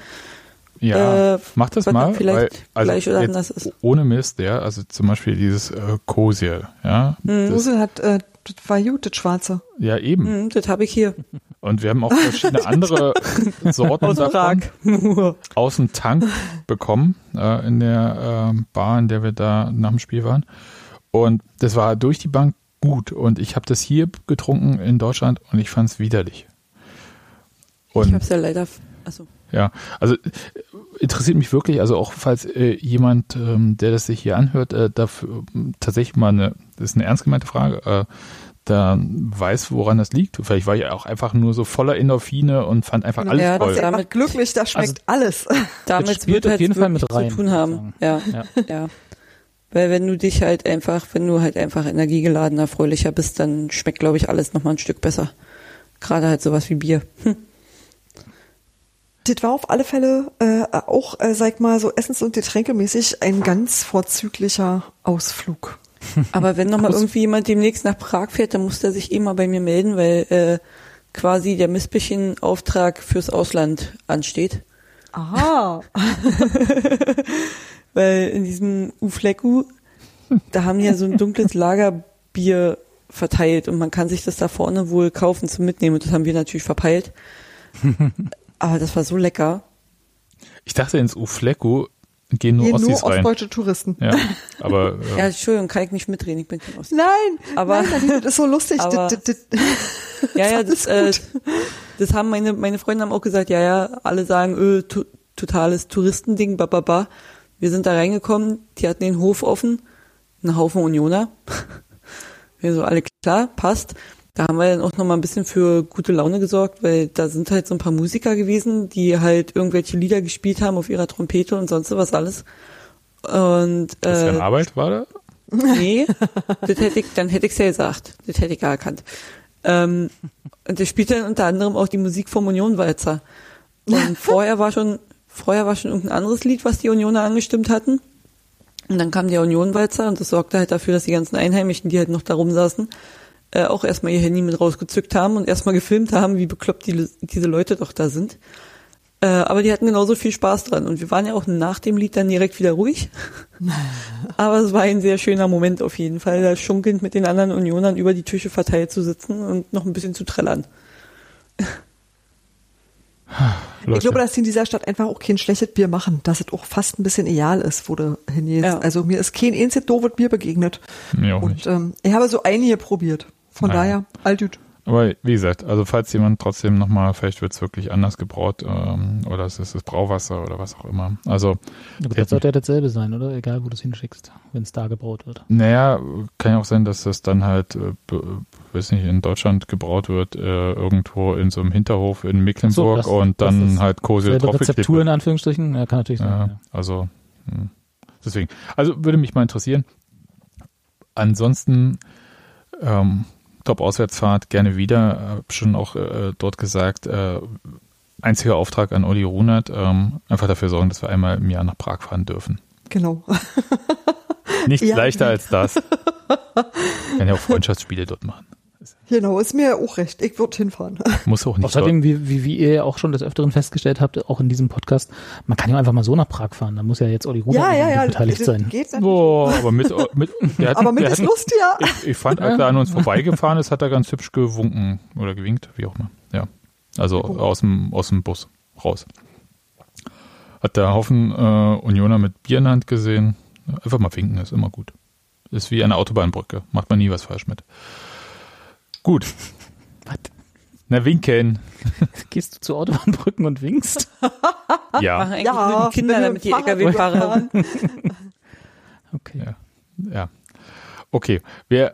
Speaker 1: Ja,
Speaker 3: Äh,
Speaker 1: mach das
Speaker 3: was
Speaker 1: mal,
Speaker 3: dann vielleicht
Speaker 1: weil, also
Speaker 3: gleich oder
Speaker 1: jetzt
Speaker 3: anders ist.
Speaker 1: ohne Mist, ja, also zum Beispiel dieses äh, Kosier, ja, das,
Speaker 2: Ursel hat, äh, das war gut, das Schwarze.
Speaker 1: ja eben.
Speaker 3: Hm, das habe ich hier.
Speaker 1: Und wir haben auch verschiedene andere Sorten
Speaker 3: Aus
Speaker 1: davon
Speaker 3: Prag.
Speaker 1: aus dem Tank bekommen äh, in der äh, Bar, in der wir da nach dem Spiel waren. Und das war durch die Bank gut. Und ich habe das hier getrunken in Deutschland und ich fand es widerlich.
Speaker 3: Ich
Speaker 1: Und
Speaker 3: habe es ja leider, also
Speaker 1: ja, also äh, interessiert mich wirklich, also auch falls äh, jemand, ähm, der das sich hier anhört, äh, dafür ähm, tatsächlich mal eine, das ist eine ernst gemeinte Frage, äh, da weiß, woran das liegt. Vielleicht war ich auch einfach nur so voller Endorphine und fand einfach alles
Speaker 3: Ja, das
Speaker 1: toll.
Speaker 3: ja-
Speaker 2: Damit
Speaker 3: Damit-
Speaker 2: glücklich, da schmeckt alles.
Speaker 3: damit
Speaker 4: spielt
Speaker 3: wird
Speaker 4: auf
Speaker 3: halt
Speaker 4: jeden Fall
Speaker 3: wirklich
Speaker 4: mit rein,
Speaker 3: zu tun
Speaker 4: würde ich
Speaker 3: haben.
Speaker 4: sagen.
Speaker 3: Ja,
Speaker 4: Ja.
Speaker 3: ja. Weil wenn du dich halt einfach, wenn du halt einfach energiegeladener, fröhlicher bist, dann schmeckt, glaube ich, alles nochmal ein Stück besser. Gerade halt sowas wie Bier. Hm.
Speaker 2: Das war auf alle Fälle äh, auch, äh, sag mal, so essens- und getränkemäßig ein ganz vorzüglicher Ausflug.
Speaker 3: Aber wenn nochmal irgendwie jemand demnächst nach Prag fährt, dann muss der sich eh mal bei mir melden, weil äh, quasi der Mispelchen-Auftrag fürs Ausland ansteht.
Speaker 2: Aha.
Speaker 3: Weil in diesem Ufleku, da haben die ja so ein dunkles Lagerbier verteilt und man kann sich das da vorne wohl kaufen zum Mitnehmen und das haben wir natürlich verpeilt. Aber das war so lecker.
Speaker 1: Ich dachte, ins Ufleku gehen nur
Speaker 2: Hier
Speaker 1: Ossis
Speaker 2: nur
Speaker 1: rein.
Speaker 2: ostdeutsche Touristen.
Speaker 1: Ja, aber
Speaker 3: Ja,
Speaker 1: äh,
Speaker 3: Entschuldigung, kann ich nicht mitreden, ich bin kein Ost.
Speaker 2: Nein,
Speaker 3: Aber-
Speaker 2: nein, Nadine, das ist so lustig.
Speaker 3: Aber-
Speaker 2: das, das, das,
Speaker 3: Ja, ja,
Speaker 2: das
Speaker 3: das,
Speaker 2: ist
Speaker 3: äh, das haben meine, meine Freunde haben auch gesagt, ja, ja, alle sagen, öh, to, totales Touristending, bababa. Wir sind da reingekommen, die hatten den Hof offen, ein Haufen Unioner. Wir so, alle klar, passt. Da haben wir dann auch nochmal ein bisschen für gute Laune gesorgt, weil da sind halt so ein paar Musiker gewesen, die halt irgendwelche Lieder gespielt haben auf ihrer Trompete und sonst was alles. Und
Speaker 1: das ist
Speaker 3: äh,
Speaker 1: ja Arbeit, war da?
Speaker 3: nee, das hätte ich, dann hätte ich es ja gesagt. Das hätte ich gar erkannt. Ähm, und der spielt dann unter anderem auch die Musik vom Unionwalzer. Und vorher war schon, vorher war schon irgendein anderes Lied, was die Unioner angestimmt hatten. Und dann kam der Unionwalzer und das sorgte halt dafür, dass die ganzen Einheimischen, die halt noch da rumsaßen, äh, auch erstmal ihr Handy mit rausgezückt haben und erstmal gefilmt haben, wie bekloppt die, diese Leute doch da sind. Äh, aber die hatten genauso viel Spaß dran. Und wir waren ja auch nach dem Lied dann direkt wieder ruhig. Aber es war ein sehr schöner Moment auf jeden Fall, da schunkelnd mit den anderen Unionern über die Tische verteilt zu sitzen und noch ein bisschen zu trällern.
Speaker 2: Ich glaube, dass die in dieser Stadt einfach auch kein schlechtes Bier machen, dass es auch fast ein bisschen egal ist, wo du hingehst. Ja. Also mir ist kein einziges doofes Bier begegnet.
Speaker 1: Mir auch
Speaker 2: und
Speaker 1: nicht.
Speaker 2: Ähm, ich habe so einige probiert. Von
Speaker 1: naja.
Speaker 2: daher, altüt.
Speaker 1: Aber wie gesagt, also falls jemand trotzdem nochmal, vielleicht wird es wirklich anders gebraut ähm, oder es ist das Brauwasser oder was auch immer. Also
Speaker 4: aber das sollte ja dasselbe sein, oder? Egal, wo du es hinschickst, wenn es da gebraut wird.
Speaker 1: Naja, kann ja auch sein, dass das dann halt, äh, be, weiß nicht, in Deutschland gebraut wird, äh, irgendwo in so einem Hinterhof in Mecklenburg so, das, und dann das halt Kose draufgeklebt.
Speaker 4: Rezeptur in Anführungsstrichen, ja, kann natürlich sein.
Speaker 1: Ja, ja. Also mh. deswegen. Also würde mich mal interessieren. Ansonsten ähm, Top-Auswärtsfahrt, gerne wieder. Hab schon auch äh, dort gesagt, äh, einziger Auftrag an Uli Runert, ähm, einfach dafür sorgen, dass wir einmal im Jahr nach Prag fahren dürfen.
Speaker 2: Genau.
Speaker 1: Nichts
Speaker 2: ja,
Speaker 1: leichter als das. Kann ja auch Freundschaftsspiele dort machen.
Speaker 2: Genau, ist mir auch recht. Ich würde hinfahren.
Speaker 1: Muss auch nicht.
Speaker 4: Außerdem, wie, wie, wie ihr auch schon des Öfteren festgestellt habt, auch in diesem Podcast, man kann ja einfach mal so nach Prag fahren. Da muss ja jetzt Uli Runert
Speaker 2: ja, ja, ja,
Speaker 4: beteiligt sein.
Speaker 2: Geht
Speaker 1: Boah, aber mit, mit, der hat,
Speaker 2: aber mit
Speaker 1: der
Speaker 2: ist
Speaker 1: hat,
Speaker 2: Lust, ja.
Speaker 1: Ich, ich fand, als er an uns vorbeigefahren ist, hat er ganz hübsch gewunken oder gewinkt, wie auch immer. Ja, also aus dem, aus dem Bus raus. Hat der Haufen äh, Unioner mit Bier in der Hand gesehen. Einfach mal winken, ist immer gut. Ist wie eine Autobahnbrücke. Macht man nie was falsch mit. Gut.
Speaker 4: Was?
Speaker 1: Na, winken.
Speaker 4: Gehst du zu Autobahnbrücken und winkst?
Speaker 1: Ja.
Speaker 3: Machen eigentlich ja, nur die Kinder, damit die L K W-Fahrer haben.
Speaker 4: Okay.
Speaker 1: Ja. ja. Okay. Wir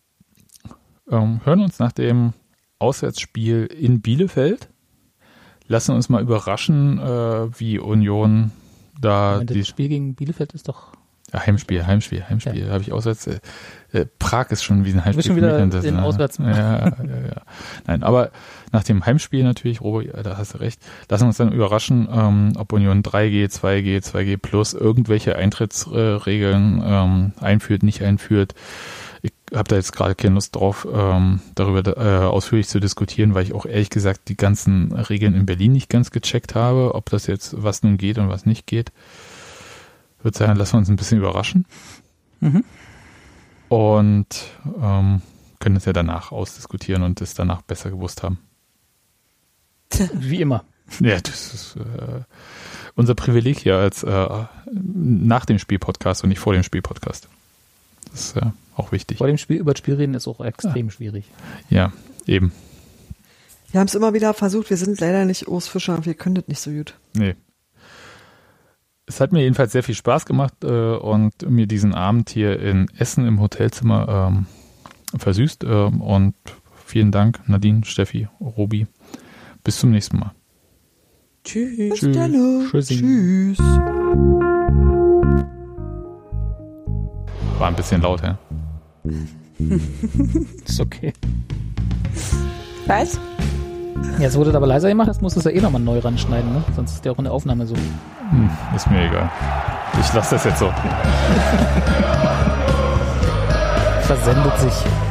Speaker 1: ähm, hören uns nach dem Auswärtsspiel in Bielefeld. Lassen uns mal überraschen, äh, wie Union da...
Speaker 4: Moment, das Spiel gegen Bielefeld ist doch...
Speaker 1: Ja, Heimspiel, Heimspiel, Heimspiel. Ja. Habe ich auswärts. Äh, äh, Prag ist schon wie ein Heimspiel.
Speaker 4: Schon wieder
Speaker 1: das,
Speaker 4: den
Speaker 1: ne?
Speaker 4: Auswärts.
Speaker 1: Ja, ja, ja. Nein, aber nach dem Heimspiel natürlich, Robo, da hast du recht, lassen wir uns dann überraschen, ähm, ob Union drei G, zwei G, zwei G plus irgendwelche Eintrittsregeln ähm, einführt, nicht einführt. Ich habe da jetzt gerade keine Lust drauf, ähm, darüber äh, ausführlich zu diskutieren, weil ich auch ehrlich gesagt die ganzen Regeln in Berlin nicht ganz gecheckt habe, ob das jetzt was nun geht und was nicht geht. Ich würde sagen, lassen wir uns ein bisschen überraschen.
Speaker 4: Mhm.
Speaker 1: Und ähm, können es ja danach ausdiskutieren und es danach besser gewusst haben.
Speaker 4: Wie immer.
Speaker 1: Ja, das ist äh, unser Privileg hier als äh, nach dem Spiel-Podcast und nicht vor dem Spiel-Podcast. Das ist äh, auch wichtig.
Speaker 4: Vor dem Spiel über das Spiel reden ist auch extrem
Speaker 1: ja.
Speaker 4: schwierig.
Speaker 1: Ja, eben.
Speaker 2: Wir haben es immer wieder versucht, wir sind leider nicht Urs Fischer, wir können das nicht so gut.
Speaker 1: Nee. Es hat mir jedenfalls sehr viel Spaß gemacht äh, und mir diesen Abend hier in Essen im Hotelzimmer ähm, versüßt. Ähm, und vielen Dank, Nadine, Steffi, Robi. Bis zum nächsten Mal.
Speaker 3: Tschüss.
Speaker 2: Bis dann. Tschüss.
Speaker 1: War ein bisschen laut, hä?
Speaker 4: Ist okay.
Speaker 3: Was?
Speaker 4: Jetzt wurde das aber leiser gemacht, jetzt musst du es ja eh nochmal neu ranschneiden, ne? Sonst ist ja auch in der Aufnahme so.
Speaker 1: Hm, ist mir egal. Ich lasse das jetzt so.
Speaker 4: Versendet sich.